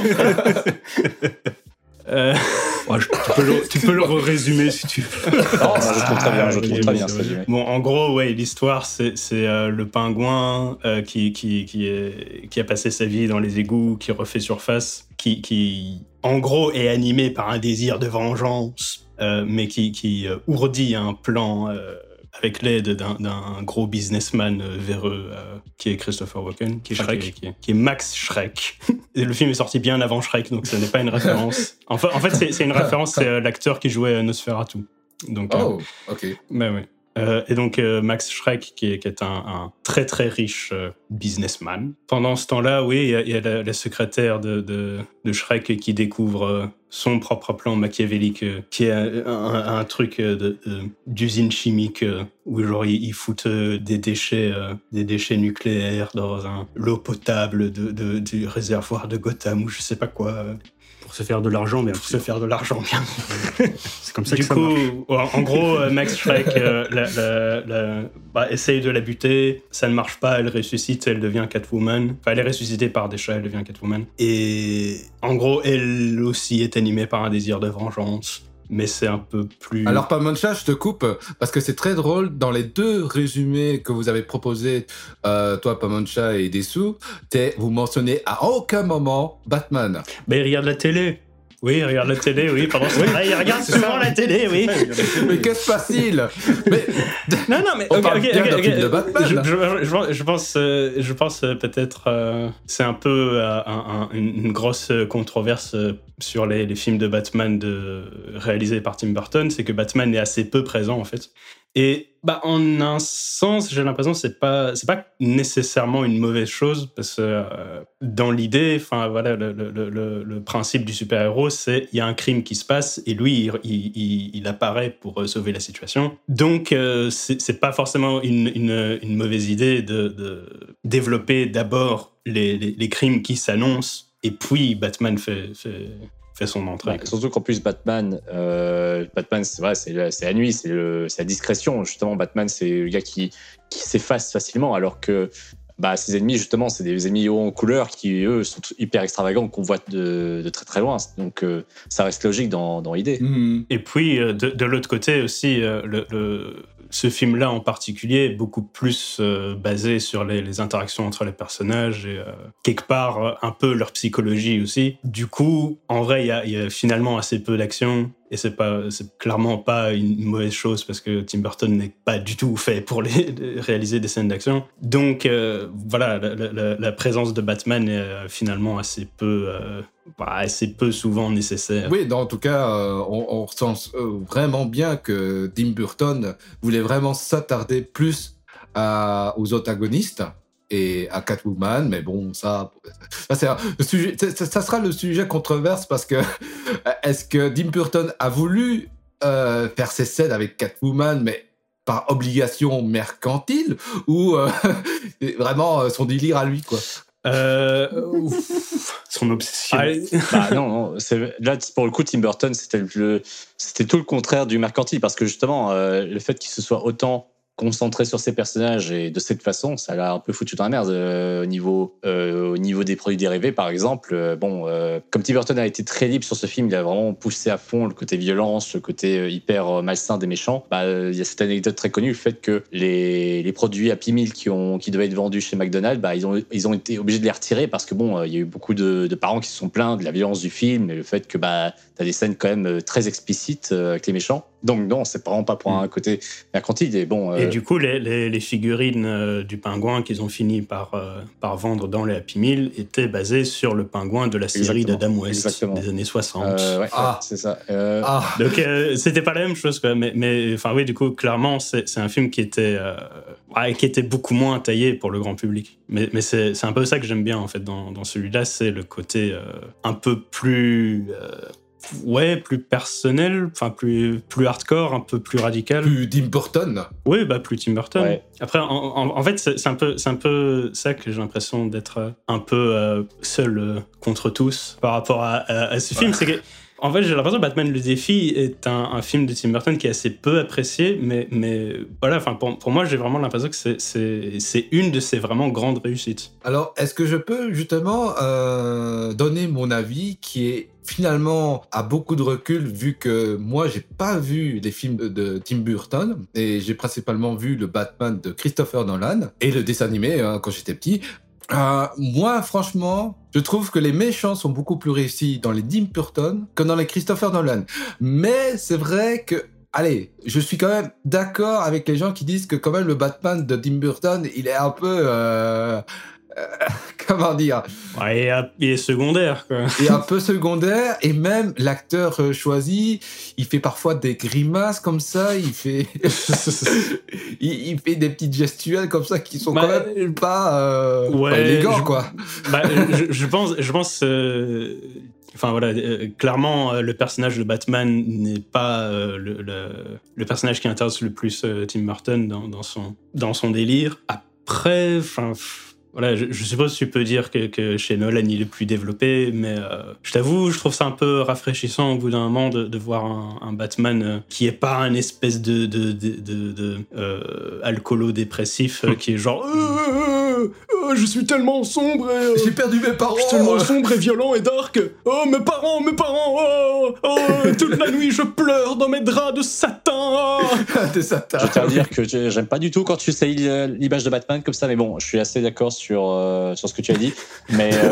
Speaker 8: Euh... Ouais, je, tu peux le, tu peux le résumer si tu veux.
Speaker 3: Non, je trouve très bien, je trouve très bien ce résumé.
Speaker 2: Bon, en gros, ouais, l'histoire, c'est, c'est euh, le pingouin euh, qui, qui, qui, est, qui a passé sa vie dans les égouts, qui refait surface, qui, qui en gros, est animé par un désir de vengeance, euh, mais qui, qui euh, ourdit un plan euh, avec l'aide d'un, d'un gros businessman euh, véreux euh, qui est Christopher Walken, qui est Shrek, qui est, qui est, qui est Max Shrek. Et le film est sorti bien avant Shrek, donc ce n'est pas une référence. Enfin, en fait, c'est, c'est une référence, c'est euh, l'acteur qui jouait Nosferatu. Donc,
Speaker 1: oh,
Speaker 2: euh,
Speaker 1: ok.
Speaker 2: Bah oui. Euh, et donc euh, Max Schreck, qui est, qui est un, un très très riche euh, businessman. Pendant ce temps-là, oui, il y a, il y a la, la secrétaire de, de, de Schreck qui découvre euh, son propre plan machiavélique, euh, qui est un, un, un truc euh, de, de, d'usine chimique euh, où genre ils, ils foutent euh, des déchets, euh, des déchets nucléaires dans un, l'eau potable de, de, du réservoir de Gotham ou je sais pas quoi. Euh.
Speaker 8: Pour se faire de l'argent, bien
Speaker 2: Pour
Speaker 8: sûr.
Speaker 2: se faire de l'argent, bien sûr.
Speaker 8: C'est comme ça
Speaker 2: du
Speaker 8: que ça
Speaker 2: coup,
Speaker 8: marche.
Speaker 2: En gros, Max Schreck euh, la, la, la, bah, essaye de la buter, ça ne marche pas, elle ressuscite, elle devient Catwoman. Enfin, elle est ressuscitée par des chats, elle devient Catwoman. Et en gros, elle aussi est animée par un désir de vengeance. Mais c'est un peu plus...
Speaker 1: Alors, Pamoncha, je te coupe, parce que c'est très drôle, dans les deux résumés que vous avez proposés, euh, toi, Pamoncha et Dessous, vous mentionnez à aucun moment Batman.
Speaker 2: Mais il regarde la télé. Oui, il regarde la télé, oui, pendant ce temps-là, il regarde souvent la télé, oui.
Speaker 1: Mais qu'est-ce qui se passe-t-il mais...
Speaker 2: Non, non, mais...
Speaker 1: On
Speaker 2: okay,
Speaker 1: parle
Speaker 2: okay,
Speaker 1: bien
Speaker 2: okay,
Speaker 1: d'un
Speaker 2: okay.
Speaker 1: film de Batman.
Speaker 2: Je, je, je, je pense, euh, je pense euh, peut-être... Euh, c'est un peu euh, un, un, une grosse controverse euh, sur les, les films de Batman de, réalisés par Tim Burton, c'est que Batman est assez peu présent, en fait. Et bah, en un sens, j'ai l'impression que c'est pas c'est pas nécessairement une mauvaise chose parce que euh, dans l'idée, enfin voilà, le, le, le, le principe du super-héros, c'est il y a un crime qui se passe et lui il, il, il apparaît pour sauver la situation. Donc euh, c'est, c'est pas forcément une, une, une mauvaise idée de, de développer d'abord les, les, les crimes qui s'annoncent et puis Batman fait, fait fait son entrée.
Speaker 3: Ouais, surtout qu'en plus Batman, euh, Batman c'est vrai, c'est la, c'est la nuit, c'est, le, c'est la discrétion. Justement, Batman c'est le gars qui, qui s'efface facilement, alors que bah, ses ennemis justement c'est des ennemis hauts en couleur qui eux sont hyper extravagants qu'on voit de, de très très loin. Donc euh, ça reste logique dans, dans l'idée.
Speaker 2: Mmh. Et puis de, de l'autre côté aussi, euh, le, le ce film-là en particulier est beaucoup plus euh, basé sur les, les interactions entre les personnages et euh, quelque part euh, un peu leur psychologie aussi. Du coup, en vrai, il y a, y a finalement assez peu d'action et c'est pas, c'est clairement pas une mauvaise chose parce que Tim Burton n'est pas du tout fait pour les, les réaliser des scènes d'action. Donc euh, voilà, la, la, la présence de Batman est euh, finalement assez peu, euh, bah, assez peu souvent nécessaire.
Speaker 1: Oui, dans, en tout cas, euh, on, on ressent euh, vraiment bien que Tim Burton voulait vraiment s'attarder plus à, aux antagonistes et à Catwoman, mais bon, ça, ça, c'est un, le sujet, ça, ça sera le sujet controverse parce que est-ce que Tim Burton a voulu euh, faire ses scènes avec Catwoman, mais par obligation mercantile, ou euh, vraiment euh, son délire à lui, quoi?
Speaker 2: Euh,
Speaker 8: son obsession.
Speaker 3: Bah non, non c'est, là pour le coup Tim Burton c'était, le, c'était tout le contraire du mercantile parce que justement euh, le fait qu'il se soit autant concentré sur ses personnages et de cette façon, ça l'a un peu foutu dans la merde euh, au niveau euh, au niveau des produits dérivés par exemple. Euh, bon, euh, comme Tim Burton a été très libre sur ce film, il a vraiment poussé à fond le côté violence, le côté euh, hyper malsain des méchants. Bah, il y a cette anecdote très connue, le fait que les les produits Happy Meal qui ont qui devaient être vendus chez McDonald's, bah ils ont ils ont été obligés de les retirer parce que bon, il y a eu beaucoup de, de parents qui se sont plaints de la violence du film et le fait que bah t'as des scènes quand même très explicites euh, avec les méchants. Donc non, c'est vraiment pas pour un côté mercantile. Et bon. Euh...
Speaker 2: Et du coup, les, les, les figurines euh, du pingouin qu'ils ont fini par, euh, par vendre dans les Happy Meal étaient basées sur le pingouin de la série
Speaker 3: Exactement.
Speaker 2: d'Adam West
Speaker 3: Exactement.
Speaker 2: des années soixante.
Speaker 3: Euh, ouais,
Speaker 1: ah.
Speaker 3: ouais, c'est ça. Euh...
Speaker 1: Ah.
Speaker 2: Donc euh, c'était pas la même chose, quoi. Mais, mais enfin oui, du coup, clairement, c'est, c'est un film qui était, euh, ouais, qui était beaucoup moins taillé pour le grand public. Mais, mais c'est, c'est un peu ça que j'aime bien en fait dans, dans celui-là, c'est le côté euh, un peu plus. Euh, Ouais, plus personnel, enfin plus plus hardcore, un peu plus radical.
Speaker 1: Plus Tim Burton.
Speaker 2: Oui, bah plus Tim Burton.
Speaker 3: Ouais.
Speaker 2: Après, en, en, en fait, c'est, c'est un peu c'est un peu ça que j'ai l'impression d'être un peu euh, seul euh, contre tous par rapport à, à, à ce film. C'est que en fait, j'ai l'impression que Batman le défi est un, un film de Tim Burton qui est assez peu apprécié, mais mais voilà, enfin pour, pour moi, j'ai vraiment l'impression que c'est c'est c'est une de ses vraiment grandes réussites.
Speaker 1: Alors, est-ce que je peux justement euh, donner mon avis qui est finalement a beaucoup de recul vu que moi j'ai pas vu les films de, de Tim Burton et j'ai principalement vu le Batman de Christopher Nolan et le dessin animé hein, quand j'étais petit. Euh, moi franchement je trouve que les méchants sont beaucoup plus réussis dans les Tim Burton que dans les Christopher Nolan, mais c'est vrai que allez, je suis quand même d'accord avec les gens qui disent que quand même le Batman de Tim Burton il est un peu euh... comment dire,
Speaker 2: ouais, il est secondaire, quoi.
Speaker 1: Et un peu secondaire, et même l'acteur euh, choisi, il fait parfois des grimaces comme ça, il fait, il, il fait des petites gestuelles comme ça qui sont bah, quand même pas, euh,
Speaker 2: ouais,
Speaker 1: pas élégants,
Speaker 2: je,
Speaker 1: quoi.
Speaker 2: Bah, je, je pense, je pense. Euh... Enfin voilà, euh, clairement, euh, le personnage de Batman n'est pas euh, le, le, le personnage qui intéresse le plus euh, Tim Burton dans, dans, son, dans son délire. Après, enfin, voilà, je, je suppose que tu peux dire que, que chez Nolan, il est plus développé, mais euh, je t'avoue, je trouve ça un peu rafraîchissant au bout d'un moment de, de voir un, un Batman euh, qui est pas un espèce de, de, de, de, de euh, alcoolo-dépressif euh, qui est genre euh, euh, je suis tellement sombre et euh,
Speaker 1: j'ai perdu mes parents,
Speaker 2: je suis tellement sombre et violent et dark. Oh mes parents, mes parents, oh, oh toute la nuit je pleure dans mes draps de satin. Oh.
Speaker 1: de satin.
Speaker 3: Je tiens à dire que j'aime pas du tout quand tu sais l'image de Batman comme ça, mais bon, je suis assez d'accord sur euh, sur ce que tu as dit, mais euh,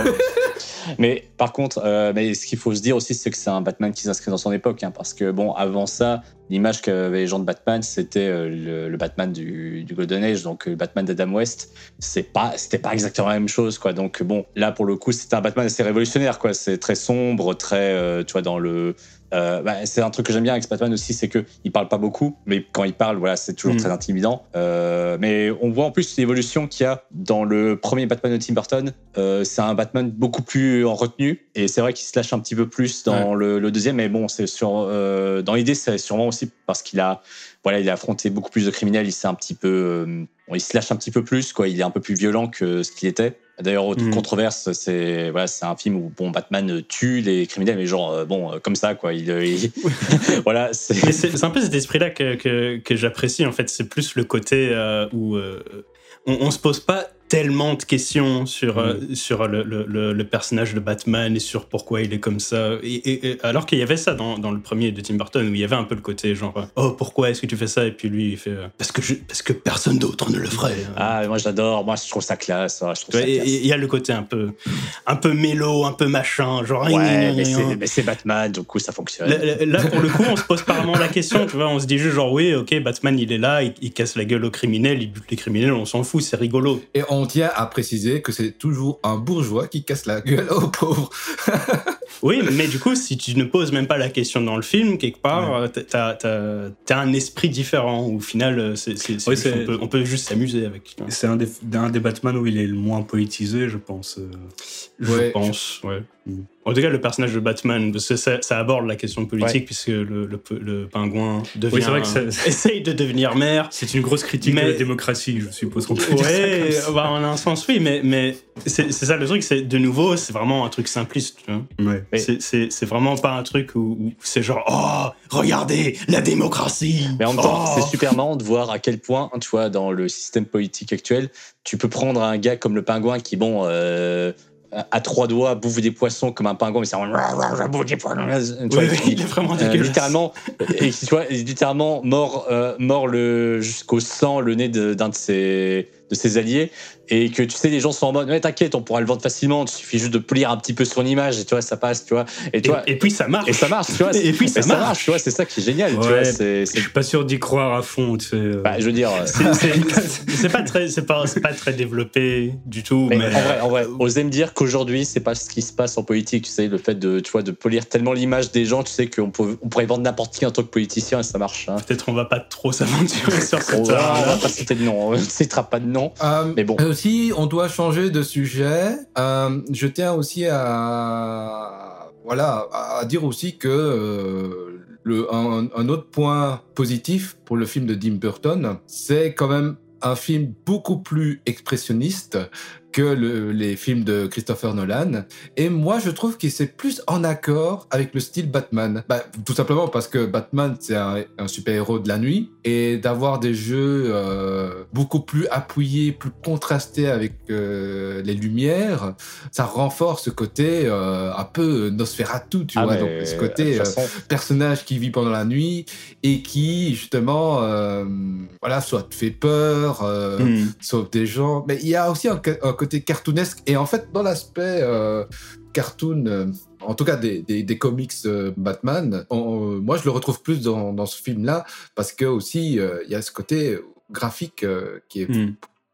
Speaker 3: mais par contre, euh, mais ce qu'il faut se dire aussi, c'est que c'est un Batman qui s'inscrit dans son époque, hein, parce que bon, avant ça, l'image qu'avaient les gens de Batman, c'était euh, le, le Batman du, du Golden Age, donc le Batman d'Adam West. C'est pas, c'était pas exactement la même chose, quoi. Donc bon, là pour le coup, c'était un Batman assez révolutionnaire, quoi. C'est très sombre, très, euh, tu vois, dans le. Euh, bah, c'est un truc que j'aime bien avec Batman aussi, c'est que il parle pas beaucoup, mais quand il parle, voilà, c'est toujours mmh. très intimidant. Euh, mais on voit en plus l'évolution qu'il y a dans le premier Batman de Tim Burton. Euh, c'est un Batman beaucoup plus en retenue, et c'est vrai qu'il se lâche un petit peu plus dans ouais. le, le deuxième. Mais bon, c'est sur, euh, dans l'idée, c'est sûrement aussi parce qu'il a, voilà, il a affronté beaucoup plus de criminels. Il s'est un petit peu, euh, il se lâche un petit peu plus, quoi. Il est un peu plus violent que ce qu'il était. D'ailleurs, autre mmh. controverse, c'est voilà, c'est un film où bon, Batman tue les criminels, mais genre euh, bon, euh, comme ça, quoi. Il, il... voilà. C'est...
Speaker 2: Mais c'est, c'est un peu cet esprit-là que que, que j'apprécie. En fait, c'est plus le côté euh, où euh, on, on se pose pas tellement de questions sur, mmh. euh, sur le, le, le personnage de Batman et sur pourquoi il est comme ça. Et, et, et, alors qu'il y avait ça dans, dans le premier de Tim Burton, où il y avait un peu le côté genre « Oh, pourquoi est-ce que tu fais ça ?» Et puis lui, il fait euh, « Parce que je, parce que personne d'autre ne le ferait. »
Speaker 3: Ah, moi j'adore, moi je trouve ça classe. Ouais, je trouve
Speaker 2: ouais,
Speaker 3: ça classe.
Speaker 2: Il y a le côté un peu, un peu mélo, un peu machin, genre...
Speaker 3: Ouais, mais c'est, mais c'est Batman, du coup ça fonctionne.
Speaker 2: Là, là, pour le coup, on se pose pas vraiment la question, tu vois, on se dit juste genre « Oui, ok, Batman il est là, il, il casse la gueule aux criminels, il bute les criminels, on s'en fout, c'est rigolo. »
Speaker 1: Et on tient à préciser que c'est toujours un bourgeois qui casse la gueule aux pauvres.
Speaker 2: Oui, mais du coup, si tu ne poses même pas la question dans le film, quelque part, ouais. t'as, t'as, t'as un esprit différent. Où, au final, c'est, c'est, c'est
Speaker 8: ouais,
Speaker 2: juste, on, peut, on peut juste s'amuser avec. Hein.
Speaker 8: C'est un des, un des Batman où il est le moins poétisé, je pense.
Speaker 2: Je ouais, pense, je... ouais. Mm. En tout cas, le personnage de Batman, ça, ça aborde la question politique, ouais. puisque le, le, le pingouin devient, oui, c'est vrai que ça... essaye de devenir maire.
Speaker 8: C'est une grosse critique mais... de la démocratie, je suppose qu'on peut dire
Speaker 2: ouais,
Speaker 8: ça
Speaker 2: bah, en un sens, oui, mais, mais c'est, c'est ça le truc, c'est de nouveau, c'est vraiment un truc simpliste. Tu vois
Speaker 8: ouais.
Speaker 2: c'est, c'est, c'est vraiment pas un truc où, où c'est genre, oh, regardez, la démocratie.
Speaker 3: Mais en même temps,
Speaker 2: oh.
Speaker 3: c'est super marrant de voir à quel point, tu vois, dans le système politique actuel, tu peux prendre un gars comme le pingouin qui, bon... Euh, à trois doigts, bouffe des poissons comme un pingouin, mais c'est vraiment bouffe des poissons.
Speaker 2: Tu oui, vois, il est vraiment dégueulasse.
Speaker 3: Euh, littéralement, et tu vois, littéralement mort, euh, mort le jusqu'au sang le nez de, d'un de ses de ses alliés, et que tu sais, les gens sont en mode ouais, t'inquiète, on pourra le vendre facilement, il suffit juste de polir un petit peu son image et tu vois, ça passe, tu vois. Et, tu
Speaker 2: et,
Speaker 3: vois,
Speaker 2: et puis ça marche.
Speaker 3: Et ça marche, tu vois.
Speaker 2: Et puis ça,
Speaker 3: ça
Speaker 2: marche.
Speaker 3: marche, tu vois, c'est ça qui est génial.
Speaker 8: Ouais,
Speaker 3: tu vois, c'est, c'est...
Speaker 8: Je suis pas sûr d'y croire à fond, tu sais.
Speaker 3: Bah, je veux dire,
Speaker 2: c'est, c'est, c'est pas très, c'est pas, c'est pas très développé du tout.
Speaker 3: Mais,
Speaker 2: mais...
Speaker 3: en vrai, en vrai, osez me dire qu'aujourd'hui, c'est pas ce qui se passe en politique, tu sais, le fait de, tu vois, de polir tellement l'image des gens, tu sais, qu'on peut, on pourrait vendre n'importe qui en tant que politicien et ça marche. Hein.
Speaker 2: Peut-être on va pas trop s'aventurer sur cette.
Speaker 3: On va, on va pas citer de nom, on ne citera pas de nom,
Speaker 1: euh,
Speaker 3: mais bon.
Speaker 1: Aussi, on doit changer de sujet. Euh, je tiens aussi à, voilà, à dire aussi que euh, le, un, un autre point positif pour le film de Tim Burton, c'est quand même un film beaucoup plus expressionniste que le, les films de Christopher Nolan. Et moi, je trouve que c'est plus en accord avec le style Batman. Bah, tout simplement parce que Batman, c'est un, un super-héros de la nuit. Et d'avoir des jeux euh, beaucoup plus appuyés, plus contrastés avec euh, les lumières, ça renforce ce côté euh, un peu Nosferatu, tu
Speaker 3: ah
Speaker 1: vois. Donc, ce côté euh, personnage qui vit pendant la nuit et qui, justement, euh, voilà, soit te fait peur, euh, mmh. sauve des gens. Mais il y a aussi un, un côté cartoonesque, et en fait dans l'aspect euh, cartoon euh, en tout cas des, des, des comics euh, Batman, on, euh, moi je le retrouve plus dans, dans ce film là parce que aussi il euh, y a ce côté graphique euh, qui est mm.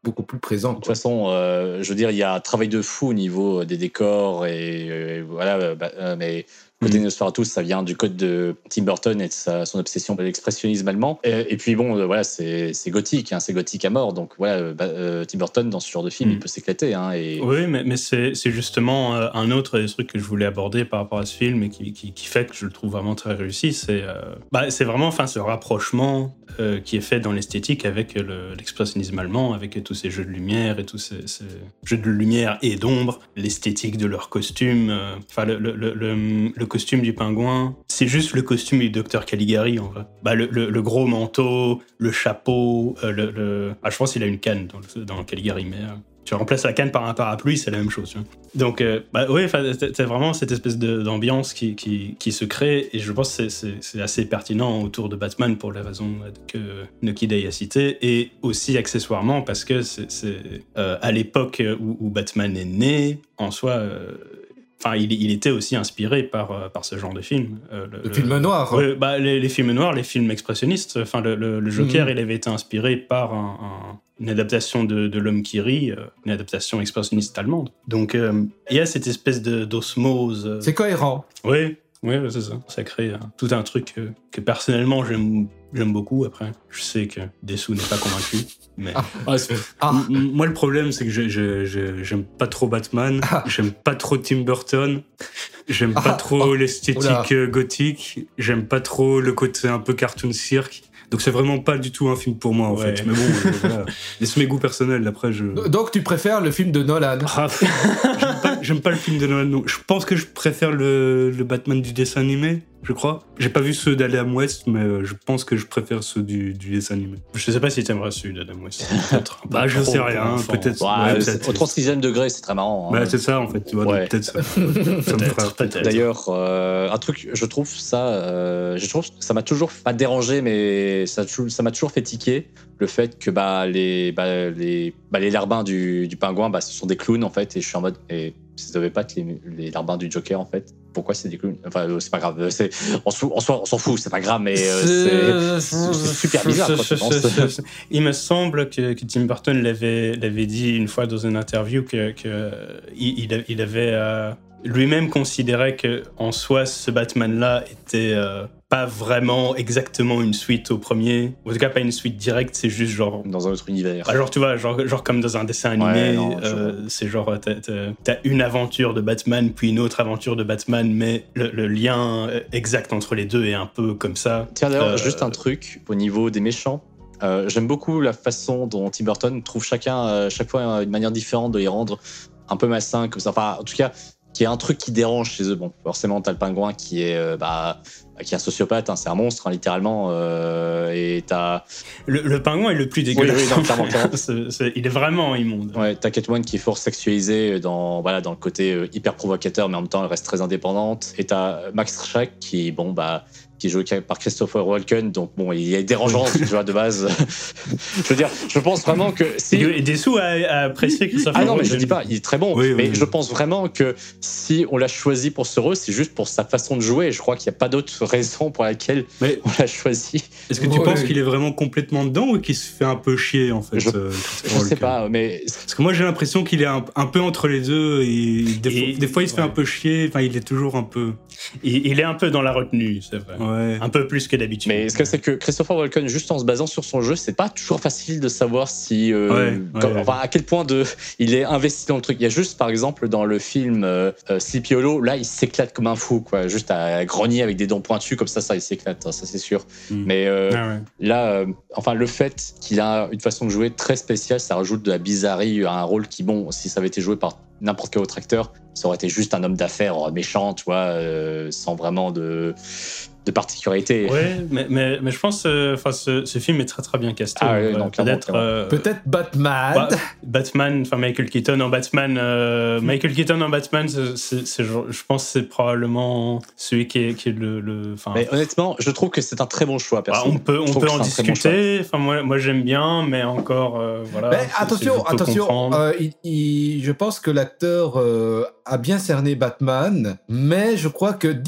Speaker 1: beaucoup plus présent.
Speaker 3: De toute façon, euh, je veux dire, il y a un travail de fou au niveau des décors et euh, voilà, bah, euh, mais côté mmh. Nosferatu, ça vient du code de Tim Burton et de sa, son obsession pour l'expressionnisme allemand. Et, et puis bon, euh, voilà, c'est, c'est gothique, hein, c'est gothique à mort. Donc voilà, bah, euh, Tim Burton dans ce genre de film, mmh. il peut s'éclater. Hein, et...
Speaker 2: Oui, mais, mais c'est, c'est justement euh, un autre des trucs que je voulais aborder par rapport à ce film et qui, qui, qui fait que je le trouve vraiment très réussi. C'est, euh, bah, c'est vraiment, enfin, ce rapprochement euh, qui est fait dans l'esthétique avec le, l'expressionnisme allemand, avec tous ces jeux de lumière et tous ces, ces jeux de lumière et d'ombre, l'esthétique de leurs costumes, enfin euh, le, le, le, le, le costume du pingouin, c'est juste le costume du docteur Caligari en vrai. Bah, le, le, le gros manteau, le chapeau, euh, le, le... Ah, je pense qu'il a une canne dans, le, dans Caligari, mais euh, tu remplaces la canne par un parapluie, c'est la même chose. Tu vois. Donc, euh, bah, oui, c'est vraiment cette espèce de, d'ambiance qui, qui, qui se crée, et je pense que c'est, c'est, c'est assez pertinent autour de Batman pour la raison que Nucky Day a citée, et aussi accessoirement parce que c'est, c'est euh, à l'époque où, où Batman est né, en soi... Euh, Enfin, il, il était aussi inspiré par, par ce genre de film. Euh, le,
Speaker 1: le film noir.
Speaker 2: Le, bah, les, les films noirs, les films expressionnistes. Enfin, le, le, le Joker, mmh. il avait été inspiré par un, un, une adaptation de, de L'Homme qui rit, une adaptation expressionniste allemande. Donc, euh, il y a cette espèce de, d'osmose.
Speaker 1: C'est cohérent.
Speaker 2: Oui, oui, c'est ça. Ça crée euh, tout un truc que, que personnellement, j'aime, j'aime beaucoup. Après, je sais que Dessous n'est pas convaincu. Mais...
Speaker 8: Ah, ah. M- moi, le problème, c'est que je, je, je, j'aime pas trop Batman, ah. j'aime pas trop Tim Burton, j'aime ah. pas trop oh. l'esthétique Oula. gothique, j'aime pas trop le côté un peu cartoon cirque. Donc c'est vraiment pas du tout un film pour moi en ouais. fait. Mais bon, euh, voilà. Mais c'est mes goûts personnels. Après, je.
Speaker 1: Donc tu préfères le film de Nolan?
Speaker 8: Ah, j'aime, pas, j'aime pas le film de Nolan. Non. Je pense que je préfère le, le Batman du dessin animé. Je crois. J'ai pas vu ceux d'Adam West, mais euh, je pense que je préfère ceux du, du dessin animé.
Speaker 2: Je sais pas si t'aimerais ceux d'Adam West.
Speaker 8: Peut-être. Bah, je sais rien. Peut-être.
Speaker 3: Ouais, ouais, peut-être. Au trente-sixième degré, c'est très marrant. Hein.
Speaker 8: Bah, c'est ça, en fait. Tu vois, ouais. Peut-être ça. ça
Speaker 3: peut-être,
Speaker 8: me fera...
Speaker 3: peut-être. D'ailleurs, euh, un truc, je trouve ça. Euh, je trouve ça m'a toujours pas dérangé, mais ça, ça m'a toujours fait tiquer. Le fait que bah, les, bah, les, bah, les larbins du, du pingouin, bah, ce sont des clowns, en fait. Et je suis en mode. Et ça devait pas être les, les larbins du Joker, en fait. Pourquoi c'est des clowns? Enfin, c'est pas grave. C'est, en soi, on s'en fout, c'est pas grave, mais euh, c'est, c'est, c'est super bizarre. Quoi,
Speaker 2: il me semble que, que Tim Burton l'avait, l'avait dit une fois dans une interview que, que il, il avait euh, lui-même considéré que en soi, ce Batman-là était euh, pas vraiment exactement une suite au premier. En tout cas, pas une suite directe, c'est juste genre...
Speaker 3: Dans un autre univers.
Speaker 2: Bah, genre, tu vois, genre, genre comme dans un dessin animé, ouais, non, euh, c'est genre, t'as, t'as, t'as une aventure de Batman, puis une autre aventure de Batman, mais le, le lien exact entre les deux est un peu comme ça.
Speaker 3: Tiens, d'ailleurs, euh, juste un truc au niveau des méchants. Euh, j'aime beaucoup la façon dont Tim Burton trouve chacun, euh, chaque fois une manière différente de les rendre un peu malsains, comme ça. Enfin, en tout cas, qu'il y a un truc qui dérange chez eux. Bon, forcément, t'as le pingouin qui est... Euh, bah, qui est un sociopathe, hein, c'est un monstre, hein, littéralement. Euh, et t'as...
Speaker 2: Le, le pingouin est le plus dégueulasse.
Speaker 3: Oui, oui, non, clairement, clairement.
Speaker 2: c'est, c'est, il est vraiment immonde.
Speaker 3: Ouais, t'as Catwoman qui est fort sexualisée dans, voilà, dans le côté euh, hyper provocateur, mais en même temps, elle reste très indépendante. Et t'as Max Schreck qui, bon, bah, qui est joué par Christopher Walken, donc bon, il est dérangeant, tu vois, de base. Je veux dire, je pense vraiment que si...
Speaker 2: Et Dessous a, a apprécié Christopher Walken.
Speaker 3: Ah non, mais je dis pas, il est très bon,
Speaker 8: oui,
Speaker 3: mais
Speaker 8: oui,
Speaker 3: je
Speaker 8: oui.
Speaker 3: pense vraiment que si on l'a choisi pour ce rôle, c'est juste pour sa façon de jouer, et je crois qu'il n'y a pas d'autre raison pour laquelle mais on l'a choisi.
Speaker 8: Est-ce que tu
Speaker 1: ouais,
Speaker 8: penses
Speaker 1: oui.
Speaker 8: qu'il est vraiment complètement dedans ou qu'il se fait un peu chier, en fait?
Speaker 3: Je,
Speaker 8: euh,
Speaker 3: je sais pas, mais...
Speaker 8: Parce que moi, j'ai l'impression qu'il est un, un peu entre les deux, et des, et, fois, des fois, il se ouais. fait un peu chier, enfin, il est toujours un peu...
Speaker 2: Il, il est un peu dans la retenue, c'est vrai.
Speaker 8: Ouais.
Speaker 2: Un peu plus que d'habitude.
Speaker 3: Mais ce que c'est que Christopher Walken, juste en se basant sur son jeu, c'est pas toujours facile de savoir si, euh,
Speaker 8: ouais,
Speaker 3: quand,
Speaker 8: ouais,
Speaker 3: enfin, à quel point de, il est investi dans le truc. Il y a juste, par exemple, dans le film euh, Sleepy Hollow, là, il s'éclate comme un fou, quoi. Juste à grogner avec des dents pointues comme ça, ça, il s'éclate, hein, ça c'est sûr. Mm. Mais euh, ah ouais. là, euh, enfin, le fait qu'il a une façon de jouer très spéciale, ça rajoute de la bizarrerie à un rôle qui, bon, si ça avait été joué par n'importe quel autre acteur, ça aurait été juste un homme d'affaires méchant, tu vois, euh, sans vraiment de, de particularité.
Speaker 2: Oui, mais, mais, mais je pense que euh, ce, ce film est très très bien casté.
Speaker 3: Ah, ouais, non,
Speaker 1: peut-être, euh, peut-être Batman.
Speaker 2: Bah, Batman, enfin Michael Keaton en Batman. Euh, Michael Keaton en Batman, c'est, c'est, c'est, je pense que c'est probablement celui qui est, qui est le. le
Speaker 3: mais honnêtement, je trouve que c'est un très bon choix.
Speaker 2: Bah, on peut, on peut en discuter. Enfin, moi, moi j'aime bien, mais encore, euh, voilà.
Speaker 1: Mais attention, attention. Euh, il, il, je pense que l'acteur euh, a bien cerné Batman, mais je crois que Dim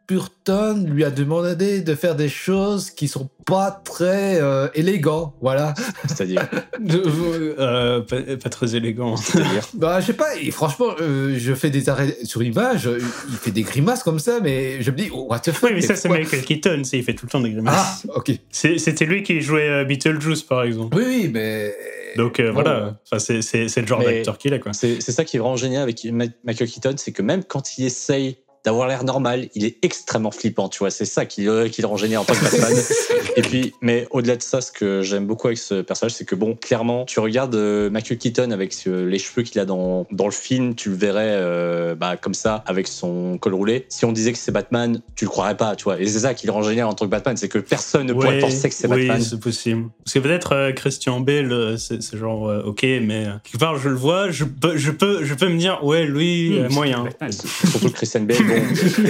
Speaker 1: Burton lui a demandé de faire des choses qui sont pas très euh, élégantes, voilà.
Speaker 3: C'est-à-dire
Speaker 2: euh, pas, pas très élégant.
Speaker 3: C'est-à-dire
Speaker 1: Bah, je sais pas, et franchement, euh, je fais des arrêts sur image, euh, il fait des grimaces comme ça, mais je me dis, oh, what the fuck.
Speaker 2: Oui, mais ça, c'est
Speaker 1: quoi?
Speaker 2: Michael Keaton, c'est, il fait tout le temps des grimaces.
Speaker 1: Ah, ok.
Speaker 2: C'est, c'était lui qui jouait euh, Beetlejuice, par exemple.
Speaker 1: Oui, oui, mais.
Speaker 2: Donc euh,
Speaker 1: bon.
Speaker 2: voilà, enfin, c'est, c'est, c'est le genre
Speaker 3: Mais
Speaker 2: d'acteur qu'il est, quoi.
Speaker 3: C'est, c'est ça qui est vraiment génial avec Michael Keaton, c'est que même quand il essaye d'avoir l'air normal, il est extrêmement flippant, tu vois. C'est ça qui, euh, qui le rend génial en tant que Batman. Et puis, mais au-delà de ça, ce que j'aime beaucoup avec ce personnage, c'est que bon, clairement, tu regardes euh, Michael Keaton avec euh, les cheveux qu'il a dans, dans le film, tu le verrais euh, bah, comme ça, avec son col roulé. Si on disait que c'est Batman, tu le croirais pas, tu vois. Et c'est ça qui le rend génial en tant que Batman, c'est que personne ne pourrait
Speaker 2: Oui,
Speaker 3: penser que c'est
Speaker 2: oui,
Speaker 3: Batman.
Speaker 2: c'est possible. Parce que peut-être euh, Christian Bale, euh, c'est, c'est genre euh, ok, mais euh, quelque part je le vois, je peux, je peux, je peux me dire ouais, lui euh,
Speaker 8: Mmh,
Speaker 2: moyen.
Speaker 3: Surtout Christian Bale, bon.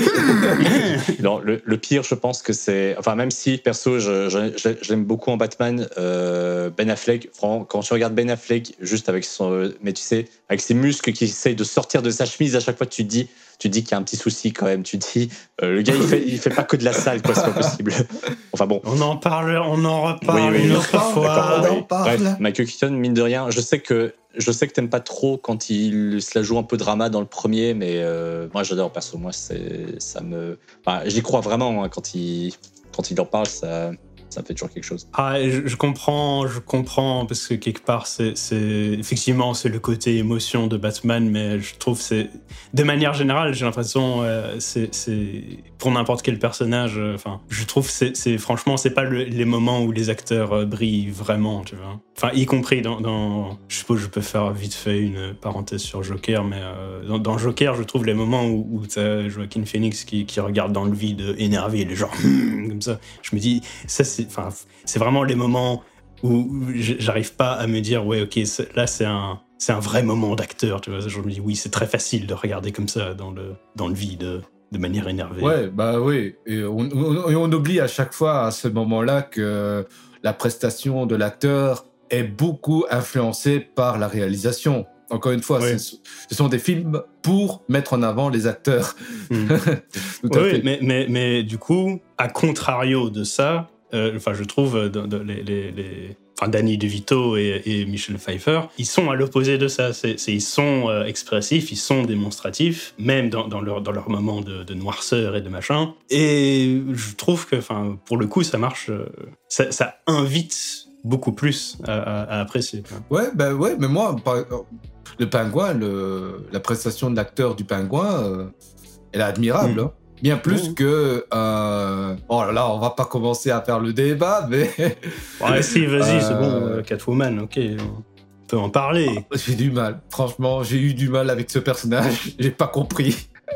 Speaker 3: Non, le, le pire, je pense que c'est... Enfin, même si, perso, je, je, je, je l'aime beaucoup en Batman, euh, Ben Affleck, franchement, quand tu regardes Ben Affleck, juste avec son... Mais tu sais, avec ses muscles qui essayent de sortir de sa chemise, à chaque fois, tu te dis, tu te dis qu'il y a un petit souci quand même. Tu te dis, euh, le gars, il fait, il fait pas que de la salle, quoi, c'est pas possible. Enfin bon.
Speaker 2: On en parle, on en reparle
Speaker 3: Oui, oui,
Speaker 2: une
Speaker 3: on
Speaker 2: autre
Speaker 3: parle,
Speaker 2: fois.
Speaker 3: oui. Bref, Michael Keaton, mine de rien, je sais que je sais que t'aimes pas trop quand il se la joue un peu drama dans le premier, mais euh, moi j'adore perso. Moi, c'est ça me, enfin, j'y crois vraiment hein, quand il quand il en parle, ça. Ça me fait toujours quelque chose.
Speaker 2: Ah, je, je comprends, je comprends, parce que quelque part, c'est, c'est effectivement, c'est le côté émotion de Batman, mais je trouve que c'est, de manière générale, j'ai l'impression, euh, c'est, c'est pour n'importe quel personnage. Enfin, euh, je trouve que c'est, c'est, franchement, c'est pas le, les moments où les acteurs euh, brillent vraiment, tu vois. Enfin, y compris dans, dans, je suppose, je peux faire vite fait une parenthèse sur Joker, mais euh, dans, dans Joker, je trouve les moments où, où t'as Joaquin Phoenix qui, qui regarde dans le vide, énervé, les genre comme ça. Je me dis, ça c'est Enfin, c'est vraiment les moments où j'arrive pas à me dire ouais ok c'est, là c'est un c'est un vrai moment d'acteur, tu vois. Je me dis oui, c'est très facile de regarder comme ça dans le dans le vide de manière énervée.
Speaker 1: Ouais, bah oui. Et on, on, on oublie à chaque fois à ce moment-là que la prestation de l'acteur est beaucoup influencée par la réalisation. Encore une fois, ouais. ce sont des films pour mettre en avant les acteurs.
Speaker 2: Mmh. Tout à oui, fait. Mais, mais, mais du coup, à contrario de ça, euh, enfin, je trouve de, de, les, les, les... Enfin, Danny DeVito et, et Michelle Pfeiffer, ils sont à l'opposé de ça. C'est, c'est, ils sont euh, expressifs, ils sont démonstratifs, même dans, dans, leur, dans leur moment de, de noirceur et de machin. Et je trouve que, enfin, pour le coup, ça marche. Euh, ça, ça invite beaucoup plus à, à, à apprécier.
Speaker 1: Ouais, ben ouais, mais moi, par, le Pingouin, le, la prestation de l'acteur du Pingouin, euh, elle est admirable. Mmh. Hein. Bien plus mmh. que... Euh... Oh là là, on va pas commencer à faire le débat, mais...
Speaker 2: Ouais, si, vas-y, euh... c'est bon, Catwoman, ok, on peut en parler.
Speaker 1: Oh, j'ai du mal, franchement, j'ai eu du mal avec ce personnage, j'ai pas compris.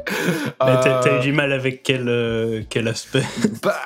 Speaker 2: Mais t'as, t'as eu du mal avec quel, euh, quel aspect?
Speaker 1: Bah...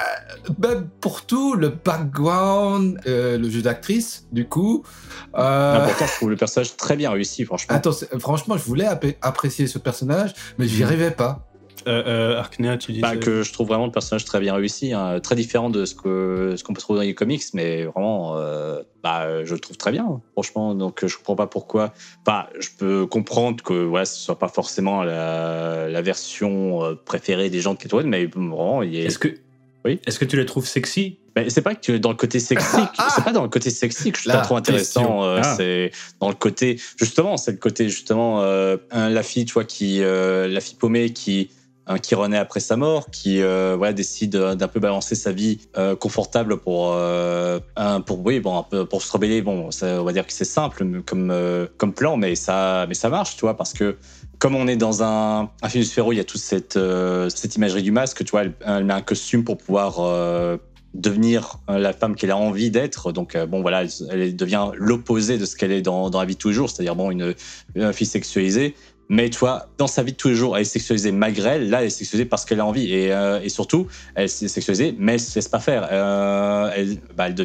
Speaker 1: Ben pour tout, le background, euh, le jeu d'actrice, du coup.
Speaker 3: Euh... Pourtant, je trouve le personnage très bien réussi, franchement.
Speaker 1: Attends, franchement, je voulais ap- apprécier ce personnage, mais j'y arrivais pas.
Speaker 2: Euh, euh, Arknea, tu dis
Speaker 3: bah, que je trouve vraiment le personnage très bien réussi, hein, très différent de ce, que, ce qu'on peut trouver dans les comics, mais vraiment, euh, bah, je le trouve très bien, franchement. Donc, je comprends pas pourquoi. Bah, je peux comprendre que voilà, ce soit pas forcément la, la version préférée des gens de Catwoman, mais vraiment, il est.
Speaker 2: Est-ce que
Speaker 3: Oui.
Speaker 2: Est-ce que tu la trouves sexy?
Speaker 3: Ben, c'est pas que tu, dans le côté sexy, ah, c'est pas dans le côté sexy que je trouve pas trop intéressant. Euh, ah. C'est dans le côté, justement, c'est le côté justement euh, la fille, tu vois, qui euh, la fille paumée qui hein, qui renaît après sa mort, qui euh, voilà décide d'un peu balancer sa vie euh, confortable pour euh, un, pour oui bon un peu pour se rebeller. Bon, ça, on va dire que c'est simple comme euh, comme plan, mais ça mais ça marche, tu vois, parce que comme on est dans un, un film de super-héros, il y a toute cette, euh, cette imagerie du masque, tu vois, elle, elle met un costume pour pouvoir euh, devenir la femme qu'elle a envie d'être. Donc, euh, bon, voilà, elle, elle devient l'opposé de ce qu'elle est dans, dans la vie de tous les jours, c'est-à-dire, bon, une, une fille sexualisée. Mais, tu vois, dans sa vie de tous les jours, elle est sexualisée malgré elle. Là, elle est sexualisée parce qu'elle a envie. Et, euh, et surtout, elle est sexualisée, mais elle ne se laisse pas faire. Euh, elle, bah, elle devient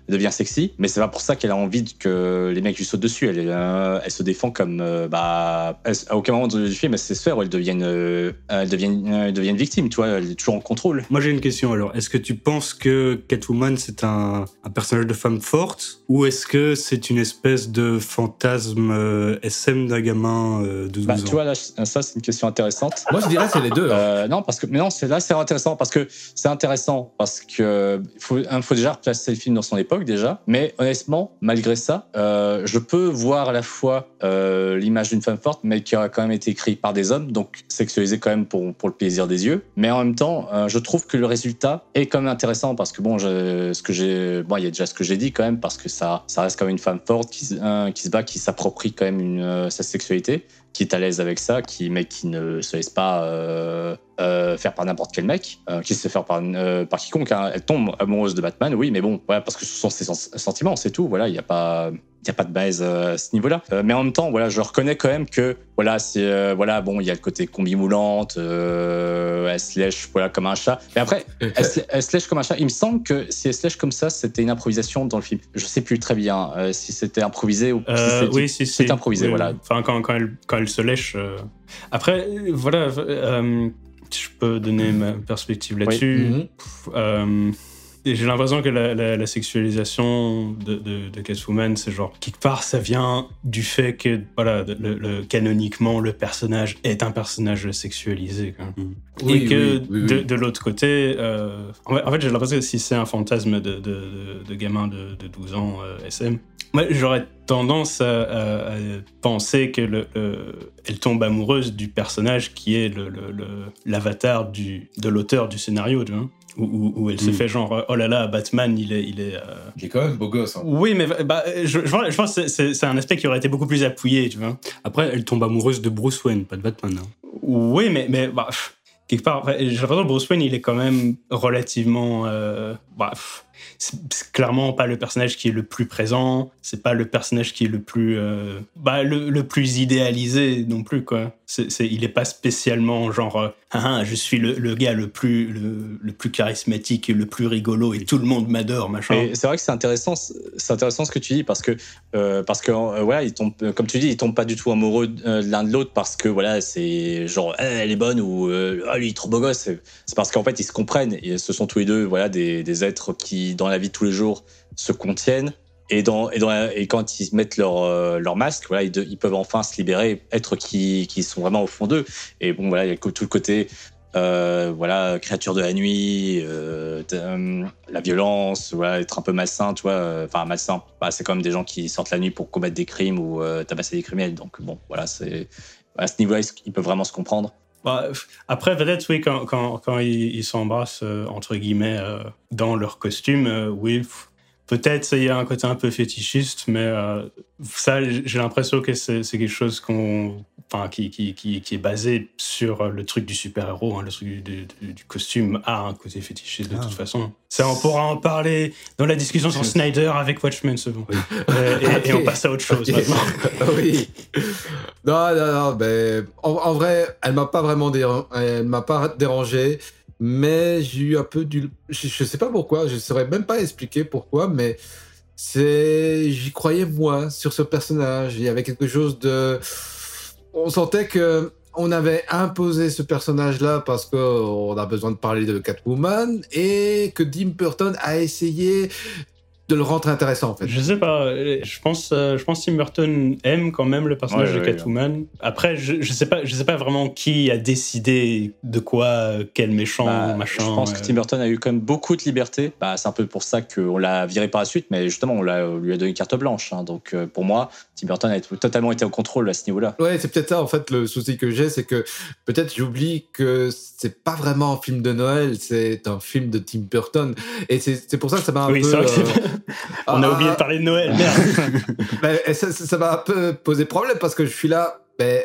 Speaker 3: elle devient sexy, mais c'est pas pour ça qu'elle a envie que les mecs lui sautent dessus. Elle, euh, elle se défend comme, euh, bah, elle, à aucun moment du film, elle se laisse faire, ou elle devienne, euh, elle devienne, elle devienne victime, tu vois, elle est toujours en contrôle.
Speaker 8: Moi, j'ai une question alors. Est-ce que tu penses que Catwoman, c'est un, un personnage de femme forte, ou est-ce que c'est une espèce de fantasme euh, S M d'un gamin euh, de douze
Speaker 3: bah,
Speaker 8: ans?
Speaker 3: Tu vois, là, ça, c'est une question intéressante.
Speaker 1: Moi, je dirais c'est les deux. Hein.
Speaker 3: Euh, non, parce que, mais non, c'est là, c'est intéressant parce que c'est intéressant parce que faut, il faut déjà replacer le film dans son époque déjà. Mais honnêtement, malgré ça, euh, je peux voir à la fois euh, l'image d'une femme forte, mais qui a quand même été écrite par des hommes, donc sexualisée quand même pour pour le plaisir des yeux. Mais en même temps, euh, je trouve que le résultat est quand même intéressant parce que bon, je, ce que j'ai, bon, il y a déjà ce que j'ai dit quand même parce que ça, ça reste quand même une femme forte qui, euh, qui se bat, qui s'approprie quand même une, euh, sa sexualité, qui est à l'aise avec ça, qui, mais qui ne se laisse pas euh, euh, faire par n'importe quel mec, euh, qui se fait faire par, euh, par quiconque. Hein. Elle tombe amoureuse de Batman, oui, mais bon, voilà, parce que ce sont ses sentiments, c'est tout. Voilà, il n'y a pas, il y a pas de base euh, à ce niveau-là. Euh, mais en même temps, voilà, je reconnais quand même que, voilà, c'est, euh, voilà, bon, il y a le côté combi moulante, euh, elle se lèche, voilà, comme un chat. Mais après, elle se, elle se lèche comme un chat. Il me semble que si elle se lèche comme ça, c'était une improvisation dans le film. Je sais plus très bien euh, si c'était improvisé ou
Speaker 2: euh,
Speaker 3: si c'était,
Speaker 2: oui, si,
Speaker 3: c'était
Speaker 2: si.
Speaker 3: improvisé,
Speaker 2: oui,
Speaker 3: voilà.
Speaker 2: Enfin, quand, quand elle, quand elle se lèche. Euh... Après, voilà, euh, je peux donner ma perspective là-dessus.
Speaker 3: Oui.
Speaker 2: Pff, euh, et j'ai l'impression que la, la, la sexualisation de, de, de Catwoman, c'est genre, quelque part, ça vient du fait que, voilà, le, le, canoniquement, le personnage est un personnage sexualisé. Quoi. Mmh.
Speaker 1: Oui,
Speaker 2: et que
Speaker 1: oui, oui, oui.
Speaker 2: De, de l'autre côté, euh, en fait, j'ai l'impression que si c'est un fantasme de, de, de, de gamin de, de douze ans euh, S M, moi, j'aurais tendance à, à, à penser que le, le, elle tombe amoureuse du personnage qui est le, le, le, l'avatar du, de l'auteur du scénario, tu vois. Où, où, où elle mmh. se fait genre oh là là, Batman il est il est, euh...
Speaker 1: il est quand même beau gosse. Hein.
Speaker 2: Oui, mais bah, je, je, je pense que c'est, c'est un aspect qui aurait été beaucoup plus appuyé, tu vois.
Speaker 8: Après, elle tombe amoureuse de Bruce Wayne, pas de Batman. Hein.
Speaker 2: Oui, mais mais bah, quelque part, j'ai l'impression que Bruce Wayne il est quand même relativement euh, bah, c'est, c'est clairement pas le personnage qui est le plus présent, c'est pas le personnage qui est le plus euh, bah, le, le plus idéalisé non plus, quoi. C'est, c'est, il est pas spécialement genre euh, ah, je suis le, le gars le plus le, le plus charismatique et le plus rigolo et tout le monde m'adore, machin.
Speaker 3: Et c'est vrai que c'est intéressant, c'est intéressant ce que tu dis parce que euh, parce que euh, voilà, ils tombent, comme tu dis, ils tombent pas du tout amoureux euh, l'un de l'autre parce que voilà, c'est genre eh, elle est bonne ou euh, ah, lui il est trop beau gosse. C'est, c'est parce qu'en fait ils se comprennent et ce sont tous les deux voilà des, des êtres qui dans la vie de tous les jours se contiennent. Et, dans, et, dans la, et quand ils mettent leur, euh, leur masque, voilà, ils, de, ils peuvent enfin se libérer, être qui, qui sont vraiment au fond d'eux. Et bon, voilà, il y a tout le côté, euh, voilà, créature de la nuit, euh, euh, la violence, voilà, être un peu malsain, tu vois. Enfin, malsain, bah, c'est quand même des gens qui sortent la nuit pour commettre des crimes ou euh, tabasser des criminels. Donc bon, voilà, c'est, à ce niveau-là, ils peuvent vraiment se comprendre.
Speaker 2: Bah, après, peut-être, oui, quand, quand, quand ils, ils s'embrassent, euh, entre guillemets, euh, dans leur costume, euh, oui. Peut-être il y a un côté un peu fétichiste, mais euh, ça, j'ai l'impression que c'est, c'est quelque chose qu'on, enfin, qui, qui, qui, qui est basé sur le truc du super-héros. Hein, le truc du, du, du costume a un côté fétichiste de ah. toute façon. Ça, on pourra en parler dans la discussion sur Snyder avec Watchmen, c'est bon. euh, et, okay. et on passe à autre chose okay. maintenant.
Speaker 1: Oui. Non, non, non, mais en, en vrai, elle m'a pas vraiment dérangé. Elle m'a pas dérangé. Mais j'ai eu un peu du... Je, je sais pas pourquoi, je saurais même pas expliquer pourquoi, mais c'est... J'y croyais moins sur ce personnage. Il y avait quelque chose de... On sentait que on avait imposé ce personnage-là parce qu'on a besoin de parler de Catwoman et que Tim Burton a essayé de le rendre intéressant, en fait.
Speaker 2: Je sais pas, je pense, euh, je pense que Tim Burton aime quand même le personnage ouais, de ouais, Catwoman. Ouais. Après, je, je sais pas, je sais pas vraiment qui a décidé de quoi, quel méchant,
Speaker 3: bah,
Speaker 2: machin.
Speaker 3: Je pense euh... que Tim Burton a eu quand même beaucoup de liberté. Bah, c'est un peu pour ça qu'on l'a viré par la suite, mais justement, on, l'a, on lui a donné carte blanche. Hein. Donc, euh, pour moi, Tim Burton a totalement été au contrôle à ce niveau-là.
Speaker 1: Ouais, c'est peut-être ça, en fait, le souci que j'ai, c'est que peut-être j'oublie que c'est pas vraiment un film de Noël, c'est un film de Tim Burton. Et c'est, c'est pour ça que ça m'a un
Speaker 2: oui,
Speaker 1: peu...
Speaker 2: C'est vrai que c'est... On a ah, oublié de parler de Noël, merde.
Speaker 1: ben, ça, ça m'a un peu posé problème parce que je suis là. Ben,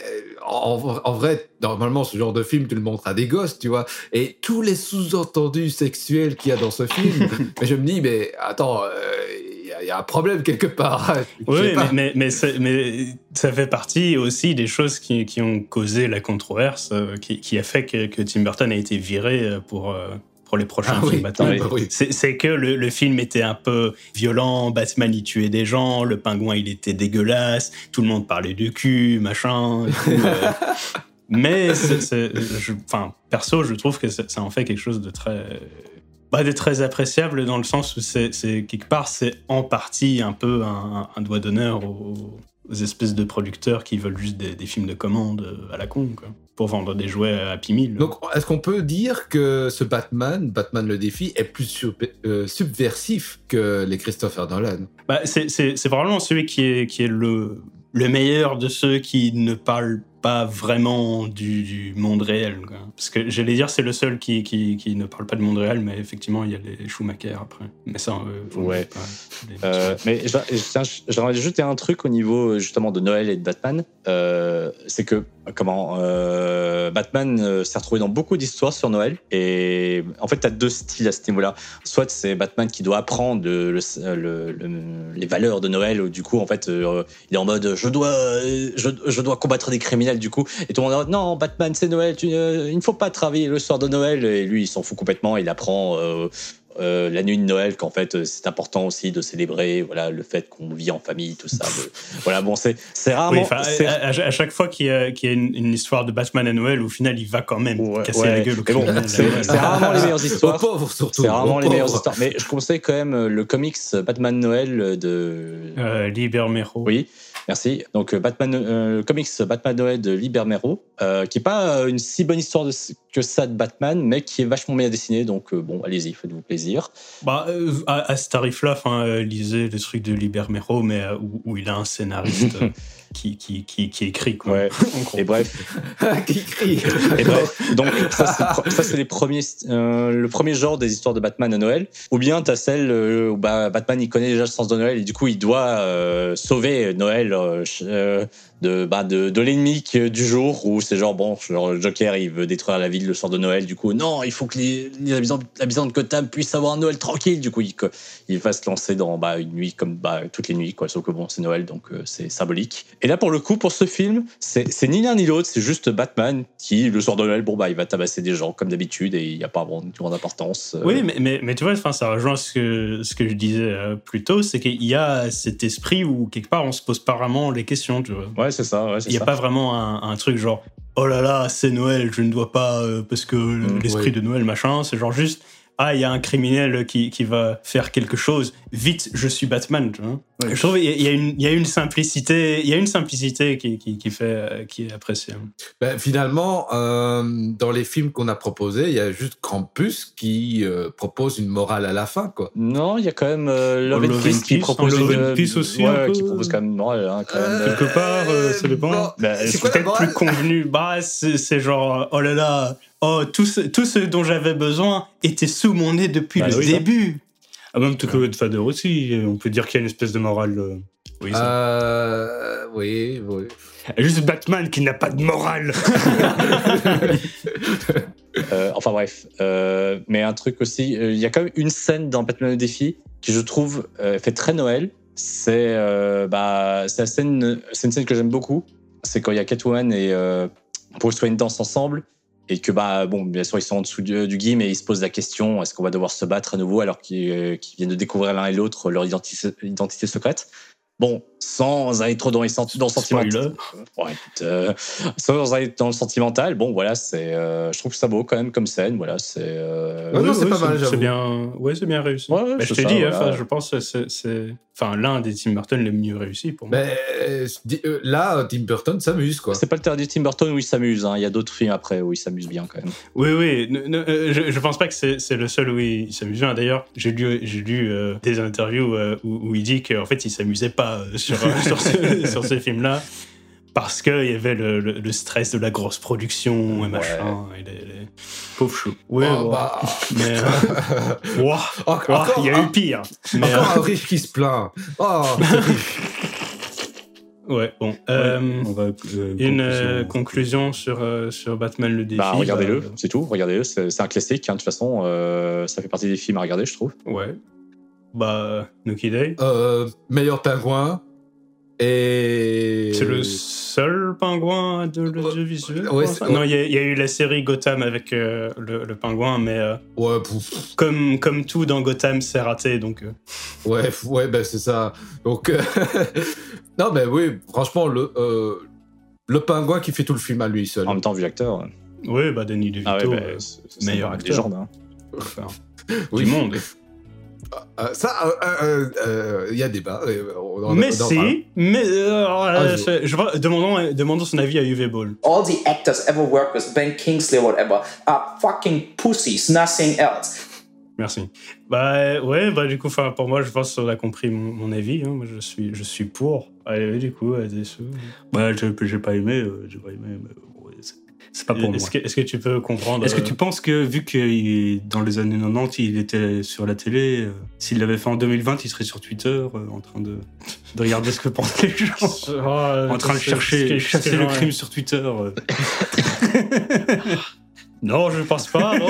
Speaker 1: en, en vrai, normalement, ce genre de film, tu le montres à des gosses, tu vois. Et tous les sous-entendus sexuels qu'il y a dans ce film, mais je me dis, mais attends, il euh, y, y a un problème quelque part.
Speaker 2: Oui, mais, mais, mais, mais ça fait partie aussi des choses qui, qui ont causé la controverse, euh, qui, qui a fait que, que Tim Burton a été viré pour. Euh, pour les prochains
Speaker 1: Ah
Speaker 2: films
Speaker 1: oui,
Speaker 2: Batman.
Speaker 1: oui, oui.
Speaker 2: C'est, c'est que le, le film était un peu violent, Batman il tuait des gens, le pingouin il était dégueulasse, tout le monde parlait de cul, machin. Et tout, euh. Mais c'est, c'est, je, enfin, perso, je trouve que ça, ça en fait quelque chose de très, bah, de très appréciable dans le sens où c'est, c'est quelque part c'est en partie un peu un, un doigt d'honneur aux, aux espèces de producteurs qui veulent juste des, des films de commande à la con, quoi, pour vendre des jouets à Happy Meal.
Speaker 1: Donc, est-ce qu'on peut dire que ce Batman, Batman le défi, est plus sur- euh, subversif que les Christopher Nolan?
Speaker 2: Bah, c'est, c'est, c'est probablement celui qui est, qui est le, le meilleur de ceux qui ne parlent pas vraiment du, du monde réel, quoi. Parce que j'allais dire c'est le seul qui, qui, qui ne parle pas du monde réel, mais effectivement il y a les Schumacher après. Mais ça, euh,
Speaker 3: Ouais.
Speaker 2: pas, les...
Speaker 3: Euh, mais je- je- tiens, j'aimerais ajouter un truc au niveau justement de Noël et de Batman. Euh, c'est que comment euh, Batman euh, s'est retrouvé dans beaucoup d'histoires sur Noël. Et en fait, tu as deux styles à ce niveau-là. Soit c'est Batman qui doit apprendre le, le, le, le, les valeurs de Noël. Où, du coup, en fait, euh, il est en mode je dois, je, je dois combattre des criminels. Du coup, et tout le monde est en mode non, Batman, c'est Noël. Tu, euh, il ne faut pas travailler le soir de Noël. Et lui, il s'en fout complètement. Il apprend. Euh, Euh, la nuit de Noël, qu'en fait euh, c'est important aussi de célébrer, voilà, le fait qu'on vit en famille, tout ça. De... voilà, bon, c'est c'est rarement.
Speaker 2: Oui,
Speaker 3: c'est...
Speaker 2: à, à, à chaque fois qu'il y a, qu'il y a une, une histoire de Batman à Noël, au final il va quand même
Speaker 3: ouais,
Speaker 2: casser
Speaker 3: ouais.
Speaker 2: la gueule au
Speaker 3: Mais bon,
Speaker 2: criminel.
Speaker 3: c'est, c'est rarement les meilleures histoires.
Speaker 1: Aux pauvres surtout.
Speaker 3: C'est rarement
Speaker 1: Aux
Speaker 3: les meilleures
Speaker 1: pauvres.
Speaker 3: histoires. Mais je conseille quand même le comics Batman Noël de.
Speaker 2: Euh, Lee Bermejo.
Speaker 3: Oui. Merci. Donc Batman, euh, le comics Batman Noël de Lee Bermejo, euh, qui est pas une si bonne histoire de, que ça de Batman, mais qui est vachement bien dessiné. Donc euh, bon, allez-y, faites-vous plaisir.
Speaker 2: Bah, euh, à, à ce tarif-là, enfin, euh, lisez le truc de Lee Bermejo, mais euh, où, où il a un scénariste euh, qui, qui, qui, qui écrit, quoi.
Speaker 3: Ouais. Et bref.
Speaker 1: Qui crie.
Speaker 3: Et bref. Donc ça c'est, pro- ça, c'est les premiers, euh, le premier genre des histoires de Batman à Noël. Ou bien t'as celle euh, où bah, Batman il connaît déjà le sens de Noël et du coup il doit euh, sauver Noël euh, euh, de, bah, de, de l'ennemi qui- du jour, où c'est genre bon, genre le Joker il veut détruire la ville le soir de Noël, du coup non, il faut que les, les habitants, l'habitant de Gotham puisse avoir un Noël tranquille, du coup il, il va se lancer dans bah, une nuit comme bah, toutes les nuits, quoi, sauf que bon c'est Noël donc euh, c'est symbolique. Et là pour le coup pour ce film c'est, c'est ni l'un ni l'autre, c'est juste Batman qui le soir de Noël bon bah il va tabasser des gens comme d'habitude et il n'y a pas vraiment de grande importance. euh.
Speaker 2: Oui, mais, mais, mais tu vois, enfin, ça rejoint ce que, ce que je disais euh, plus tôt, c'est qu'il y a cet esprit où, quelque part, on se pose pas vraiment les questions, tu vois.
Speaker 3: Ouais, c'est ça. Ouais, c'est
Speaker 2: Il n'y a
Speaker 3: ça.
Speaker 2: pas vraiment un, un truc genre, oh là là, c'est Noël, je ne dois pas, euh, parce que
Speaker 3: Mmh,
Speaker 2: l'esprit
Speaker 1: oui.
Speaker 2: de Noël, machin, c'est genre juste, ah, il y a un criminel qui, qui va faire quelque chose, vite, je suis Batman, tu vois.
Speaker 1: Ouais.
Speaker 2: Je trouve qu'il y, a- il y a une- il y a une simplicité, il y a une simplicité qui, qui, qui fait, euh, qui est appréciable.
Speaker 1: Ben, finalement, euh, dans les films qu'on a proposés, il y a juste Krampus qui euh, propose une morale à la fin, quoi.
Speaker 3: Non, il y a quand même euh, Love,
Speaker 2: Love
Speaker 3: and
Speaker 2: and
Speaker 3: Peace qui
Speaker 2: Peace,
Speaker 3: propose
Speaker 2: Love
Speaker 3: une-
Speaker 2: and Peace aussi,
Speaker 3: ouais,
Speaker 2: un peu.
Speaker 3: qui propose quand même une morale, hein, quand même.
Speaker 1: Euh,
Speaker 2: Quelque part, euh, ça dépend.
Speaker 1: bon,
Speaker 3: Bah,
Speaker 1: c'est
Speaker 3: c'est
Speaker 1: quoi la
Speaker 2: Peut-être
Speaker 1: morale
Speaker 2: plus convenu. Bah, c'est, c'est genre, oh là là, oh, tout ce, tout ce dont j'avais besoin était sous mon nez depuis
Speaker 3: Bah
Speaker 2: le
Speaker 3: oui, ça.
Speaker 2: début.
Speaker 8: Ah, même Tokyo Godfather aussi, on peut dire qu'il y a une espèce de morale. euh,
Speaker 2: Oui, ça.
Speaker 1: Euh, oui, oui.
Speaker 8: Juste Batman qui n'a pas de morale.
Speaker 3: Euh, enfin bref, euh, mais un truc aussi, euh, il y a quand même une scène dans Batman le défi qui je trouve euh, fait très Noël. C'est euh, bah c'est la scène, c'est une scène que j'aime beaucoup. C'est quand il y a Catwoman et euh, Bruce Wayne dansent ensemble et que bah bon bien sûr ils sont en dessous du, du gui mais ils se posent la question est-ce qu'on va devoir se battre à nouveau alors qu'ils, euh, qu'ils viennent de découvrir l'un et l'autre leur identité, identité secrète. Bon, sans aller trop dans, les senti- dans le sentimental. Ouais, euh, sans aller dans le sentimental, bon, voilà, c'est, euh, je trouve ça beau quand même comme scène. Voilà, c'est. Euh...
Speaker 1: Ouais, non, c'est pas mal,
Speaker 2: c'est
Speaker 1: j'avoue.
Speaker 2: bien, ouais, c'est bien réussi.
Speaker 3: Ouais, ouais,
Speaker 2: Bah, je
Speaker 3: c'est
Speaker 2: te
Speaker 3: ça,
Speaker 2: dis,
Speaker 3: voilà.
Speaker 2: enfin, je pense que c'est, c'est, enfin, l'un des Tim Burton les mieux réussis pour moi.
Speaker 1: Ben, euh, di- euh, là, Tim Burton s'amuse, quoi.
Speaker 3: C'est pas le terrain du Tim Burton où il s'amuse. Hein. Il y a d'autres films après où il s'amuse bien quand même.
Speaker 2: Oui, oui. Ne- ne- euh, je, je pense pas que c'est, c'est le seul où il s'amuse bien. D'ailleurs, j'ai lu, j'ai lu euh, des interviews euh, où, où il dit qu'en fait, il s'amusait pas euh, sur, euh, sur, ce, sur ce film-là parce qu'il y avait le, le, le stress de la grosse production et machin. Et les, les... Pauvre chou. Oui,
Speaker 1: Oh,
Speaker 2: ouais.
Speaker 1: bah.
Speaker 2: Mais. Euh... Ouah,
Speaker 1: Encore-
Speaker 2: ouah,
Speaker 1: encore
Speaker 2: il y a
Speaker 1: un-
Speaker 2: eu pire. Mais,
Speaker 1: Encore
Speaker 2: euh,
Speaker 1: un riche qui se plaint. Oh, c'est riche.
Speaker 2: Ouais, bon. Euh,
Speaker 8: on va, euh,
Speaker 2: une
Speaker 8: conclusion.
Speaker 2: euh, conclusion sur, euh, sur Batman le défi.
Speaker 3: Bah, regardez-le,
Speaker 2: bah,
Speaker 3: c'est tout. Regardez-le, c'est, c'est un classique. Hein, de toute façon, euh, ça fait partie des films à regarder, je trouve.
Speaker 2: Ouais. Bah, Nuki Day.
Speaker 1: Euh, meilleur pingouin. Et...
Speaker 2: C'est le seul pingouin de l'audiovisuel.
Speaker 1: Ouais,
Speaker 2: non, il y, y a eu la série Gotham avec euh, le, le pingouin, mais euh,
Speaker 1: ouais, pouf.
Speaker 2: comme comme tout dans Gotham, c'est raté, donc. Euh...
Speaker 1: Ouais, ouais, ben c'est ça. Donc euh... non, mais oui, franchement, le euh, le pingouin qui fait tout le film à lui seul.
Speaker 3: En même temps, vu l'acteur.
Speaker 2: Oui, bah Danny DeVito,
Speaker 3: ah ouais, bah,
Speaker 2: euh,
Speaker 3: c'est,
Speaker 2: meilleur
Speaker 3: c'est
Speaker 2: acteur.
Speaker 3: Légende, hein.
Speaker 2: Enfin,
Speaker 1: oui.
Speaker 2: Du monde.
Speaker 1: Euh, ça, il euh, euh, euh, y a débat. On, on,
Speaker 2: mais
Speaker 1: on
Speaker 2: si, mais euh,
Speaker 1: ah,
Speaker 2: je, je vois, demandons, demandons son avis à Uwe Boll.
Speaker 13: All the actors ever worked with, Ben Kingsley, whatever, are fucking pussies, nothing else.
Speaker 2: Merci. Bah ouais, bah du coup, pour moi, je pense qu'on a compris mon, mon avis. Hein. Moi, je suis, je suis pour. Allez, du coup, des sous.
Speaker 8: Bah, j'ai, j'ai pas aimé, euh, j'ai pas aimé. Mais... C'est pas pour
Speaker 2: est-ce
Speaker 8: moi.
Speaker 2: Que, est-ce que tu peux comprendre
Speaker 8: Est-ce que
Speaker 2: euh...
Speaker 8: tu penses que, vu que dans les années quatre-vingt-dix, il était sur la télé, euh, s'il l'avait fait en deux mille vingt, il serait sur Twitter euh, en train de, de regarder ce que pensent les gens, oh, en train de chercher, que, chasser le crime ouais. sur Twitter. Euh.
Speaker 2: Non, je pense pas, non.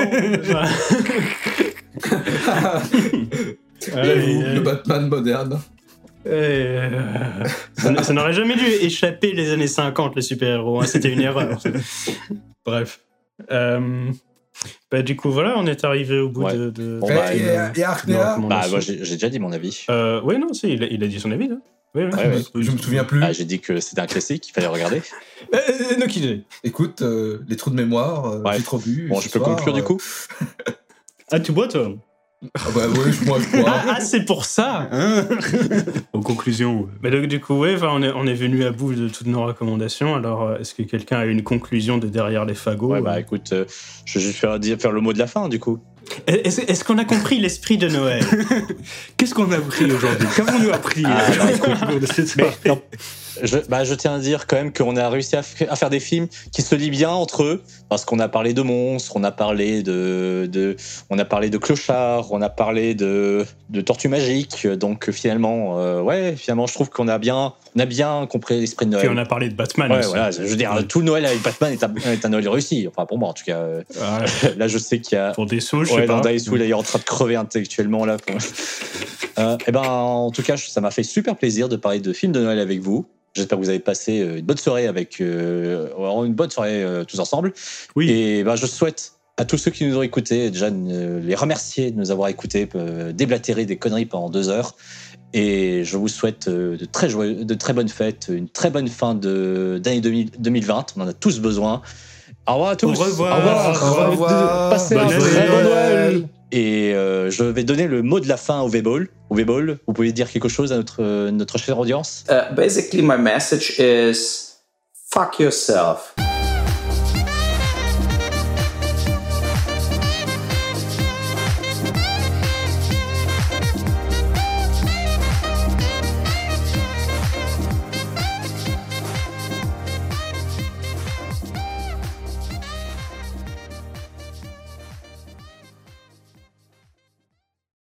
Speaker 1: J'avoue, le Batman moderne.
Speaker 2: Euh, ça, ça n'aurait jamais dû échapper les années cinquante, les super-héros. Hein, c'était une erreur. Bref. Euh, bah, du coup, voilà, on est arrivé au bout ouais. de, de...
Speaker 1: Bon, bah, et, euh, et Arknea
Speaker 3: bah, moi, j'ai, j'ai déjà dit mon avis.
Speaker 2: Euh, oui, non, si, il a, il a dit son avis, là. Oui, oui.
Speaker 3: Ouais, ouais.
Speaker 1: Je me souviens plus.
Speaker 3: Ah, j'ai dit que c'était un classique, qu'il fallait regarder.
Speaker 2: Euh, non, qui
Speaker 1: Écoute, euh, les trous de mémoire, euh, ouais. j'ai trop bu.
Speaker 3: Bon, je peux soir, conclure euh... du coup.
Speaker 2: Ah, tu bois, toi?
Speaker 1: Ah bah oui, moi je crois.
Speaker 2: Ah, ah, c'est pour ça hein.
Speaker 8: En conclusion.
Speaker 2: Mais donc, du coup, ouais, on est, on est venu à bout de toutes nos recommandations. Alors, est-ce que quelqu'un a une conclusion de Derrière les fagots?
Speaker 3: Ouais, bah euh... écoute, euh, je vais juste faire, faire le mot de la fin, du coup.
Speaker 2: Est-ce, est-ce qu'on a compris l'esprit de Noël?
Speaker 8: Qu'est-ce qu'on a appris aujourd'hui? Qu'avons-nous appris
Speaker 3: ah, bah, écoute, mais, non, je, bah, je tiens à dire quand même qu'on a réussi à, f- à faire des films qui se lient bien entre eux, parce qu'on a parlé de monstres, on a parlé de, de, on a parlé de clochards, on a parlé de, de tortues magiques. Donc finalement, euh, ouais, finalement, je trouve qu'on a bien, on a bien compris l'esprit de Noël.
Speaker 2: Puis on a parlé de Batman.
Speaker 3: Ouais,
Speaker 2: aussi.
Speaker 3: voilà, je veux dire, ouais. Tout le Noël avec Batman est un, est un Noël réussi. Enfin, pour moi, en tout cas. Ah, là, je sais qu'il y a.
Speaker 2: Pour des sous, je
Speaker 3: ouais,
Speaker 2: sais pas.
Speaker 3: Ouais, il est en train de crever intellectuellement là. euh, et ben, en tout cas, ça m'a fait super plaisir de parler de films de Noël avec vous. J'espère que vous avez passé une bonne soirée avec euh, une bonne soirée euh, tous ensemble.
Speaker 2: Oui.
Speaker 3: Et ben, je souhaite à tous ceux qui nous ont écoutés déjà euh, les remercier de nous avoir écoutés, euh, déblatérer des conneries pendant deux heures. Et je vous souhaite euh, de très joyeux, de très bonnes fêtes, une très bonne fin de d'année deux mille vingt. On en a tous besoin. Au revoir à tous.
Speaker 2: Au revoir.
Speaker 3: Au revoir.
Speaker 1: Au revoir.
Speaker 3: Passez un très bon Noël. Et euh, je vais donner le mot de la fin au Uwe Boll. Vous pouvez dire quelque chose à notre, notre chère audience?
Speaker 13: Uh, basically, my message is fuck yourself.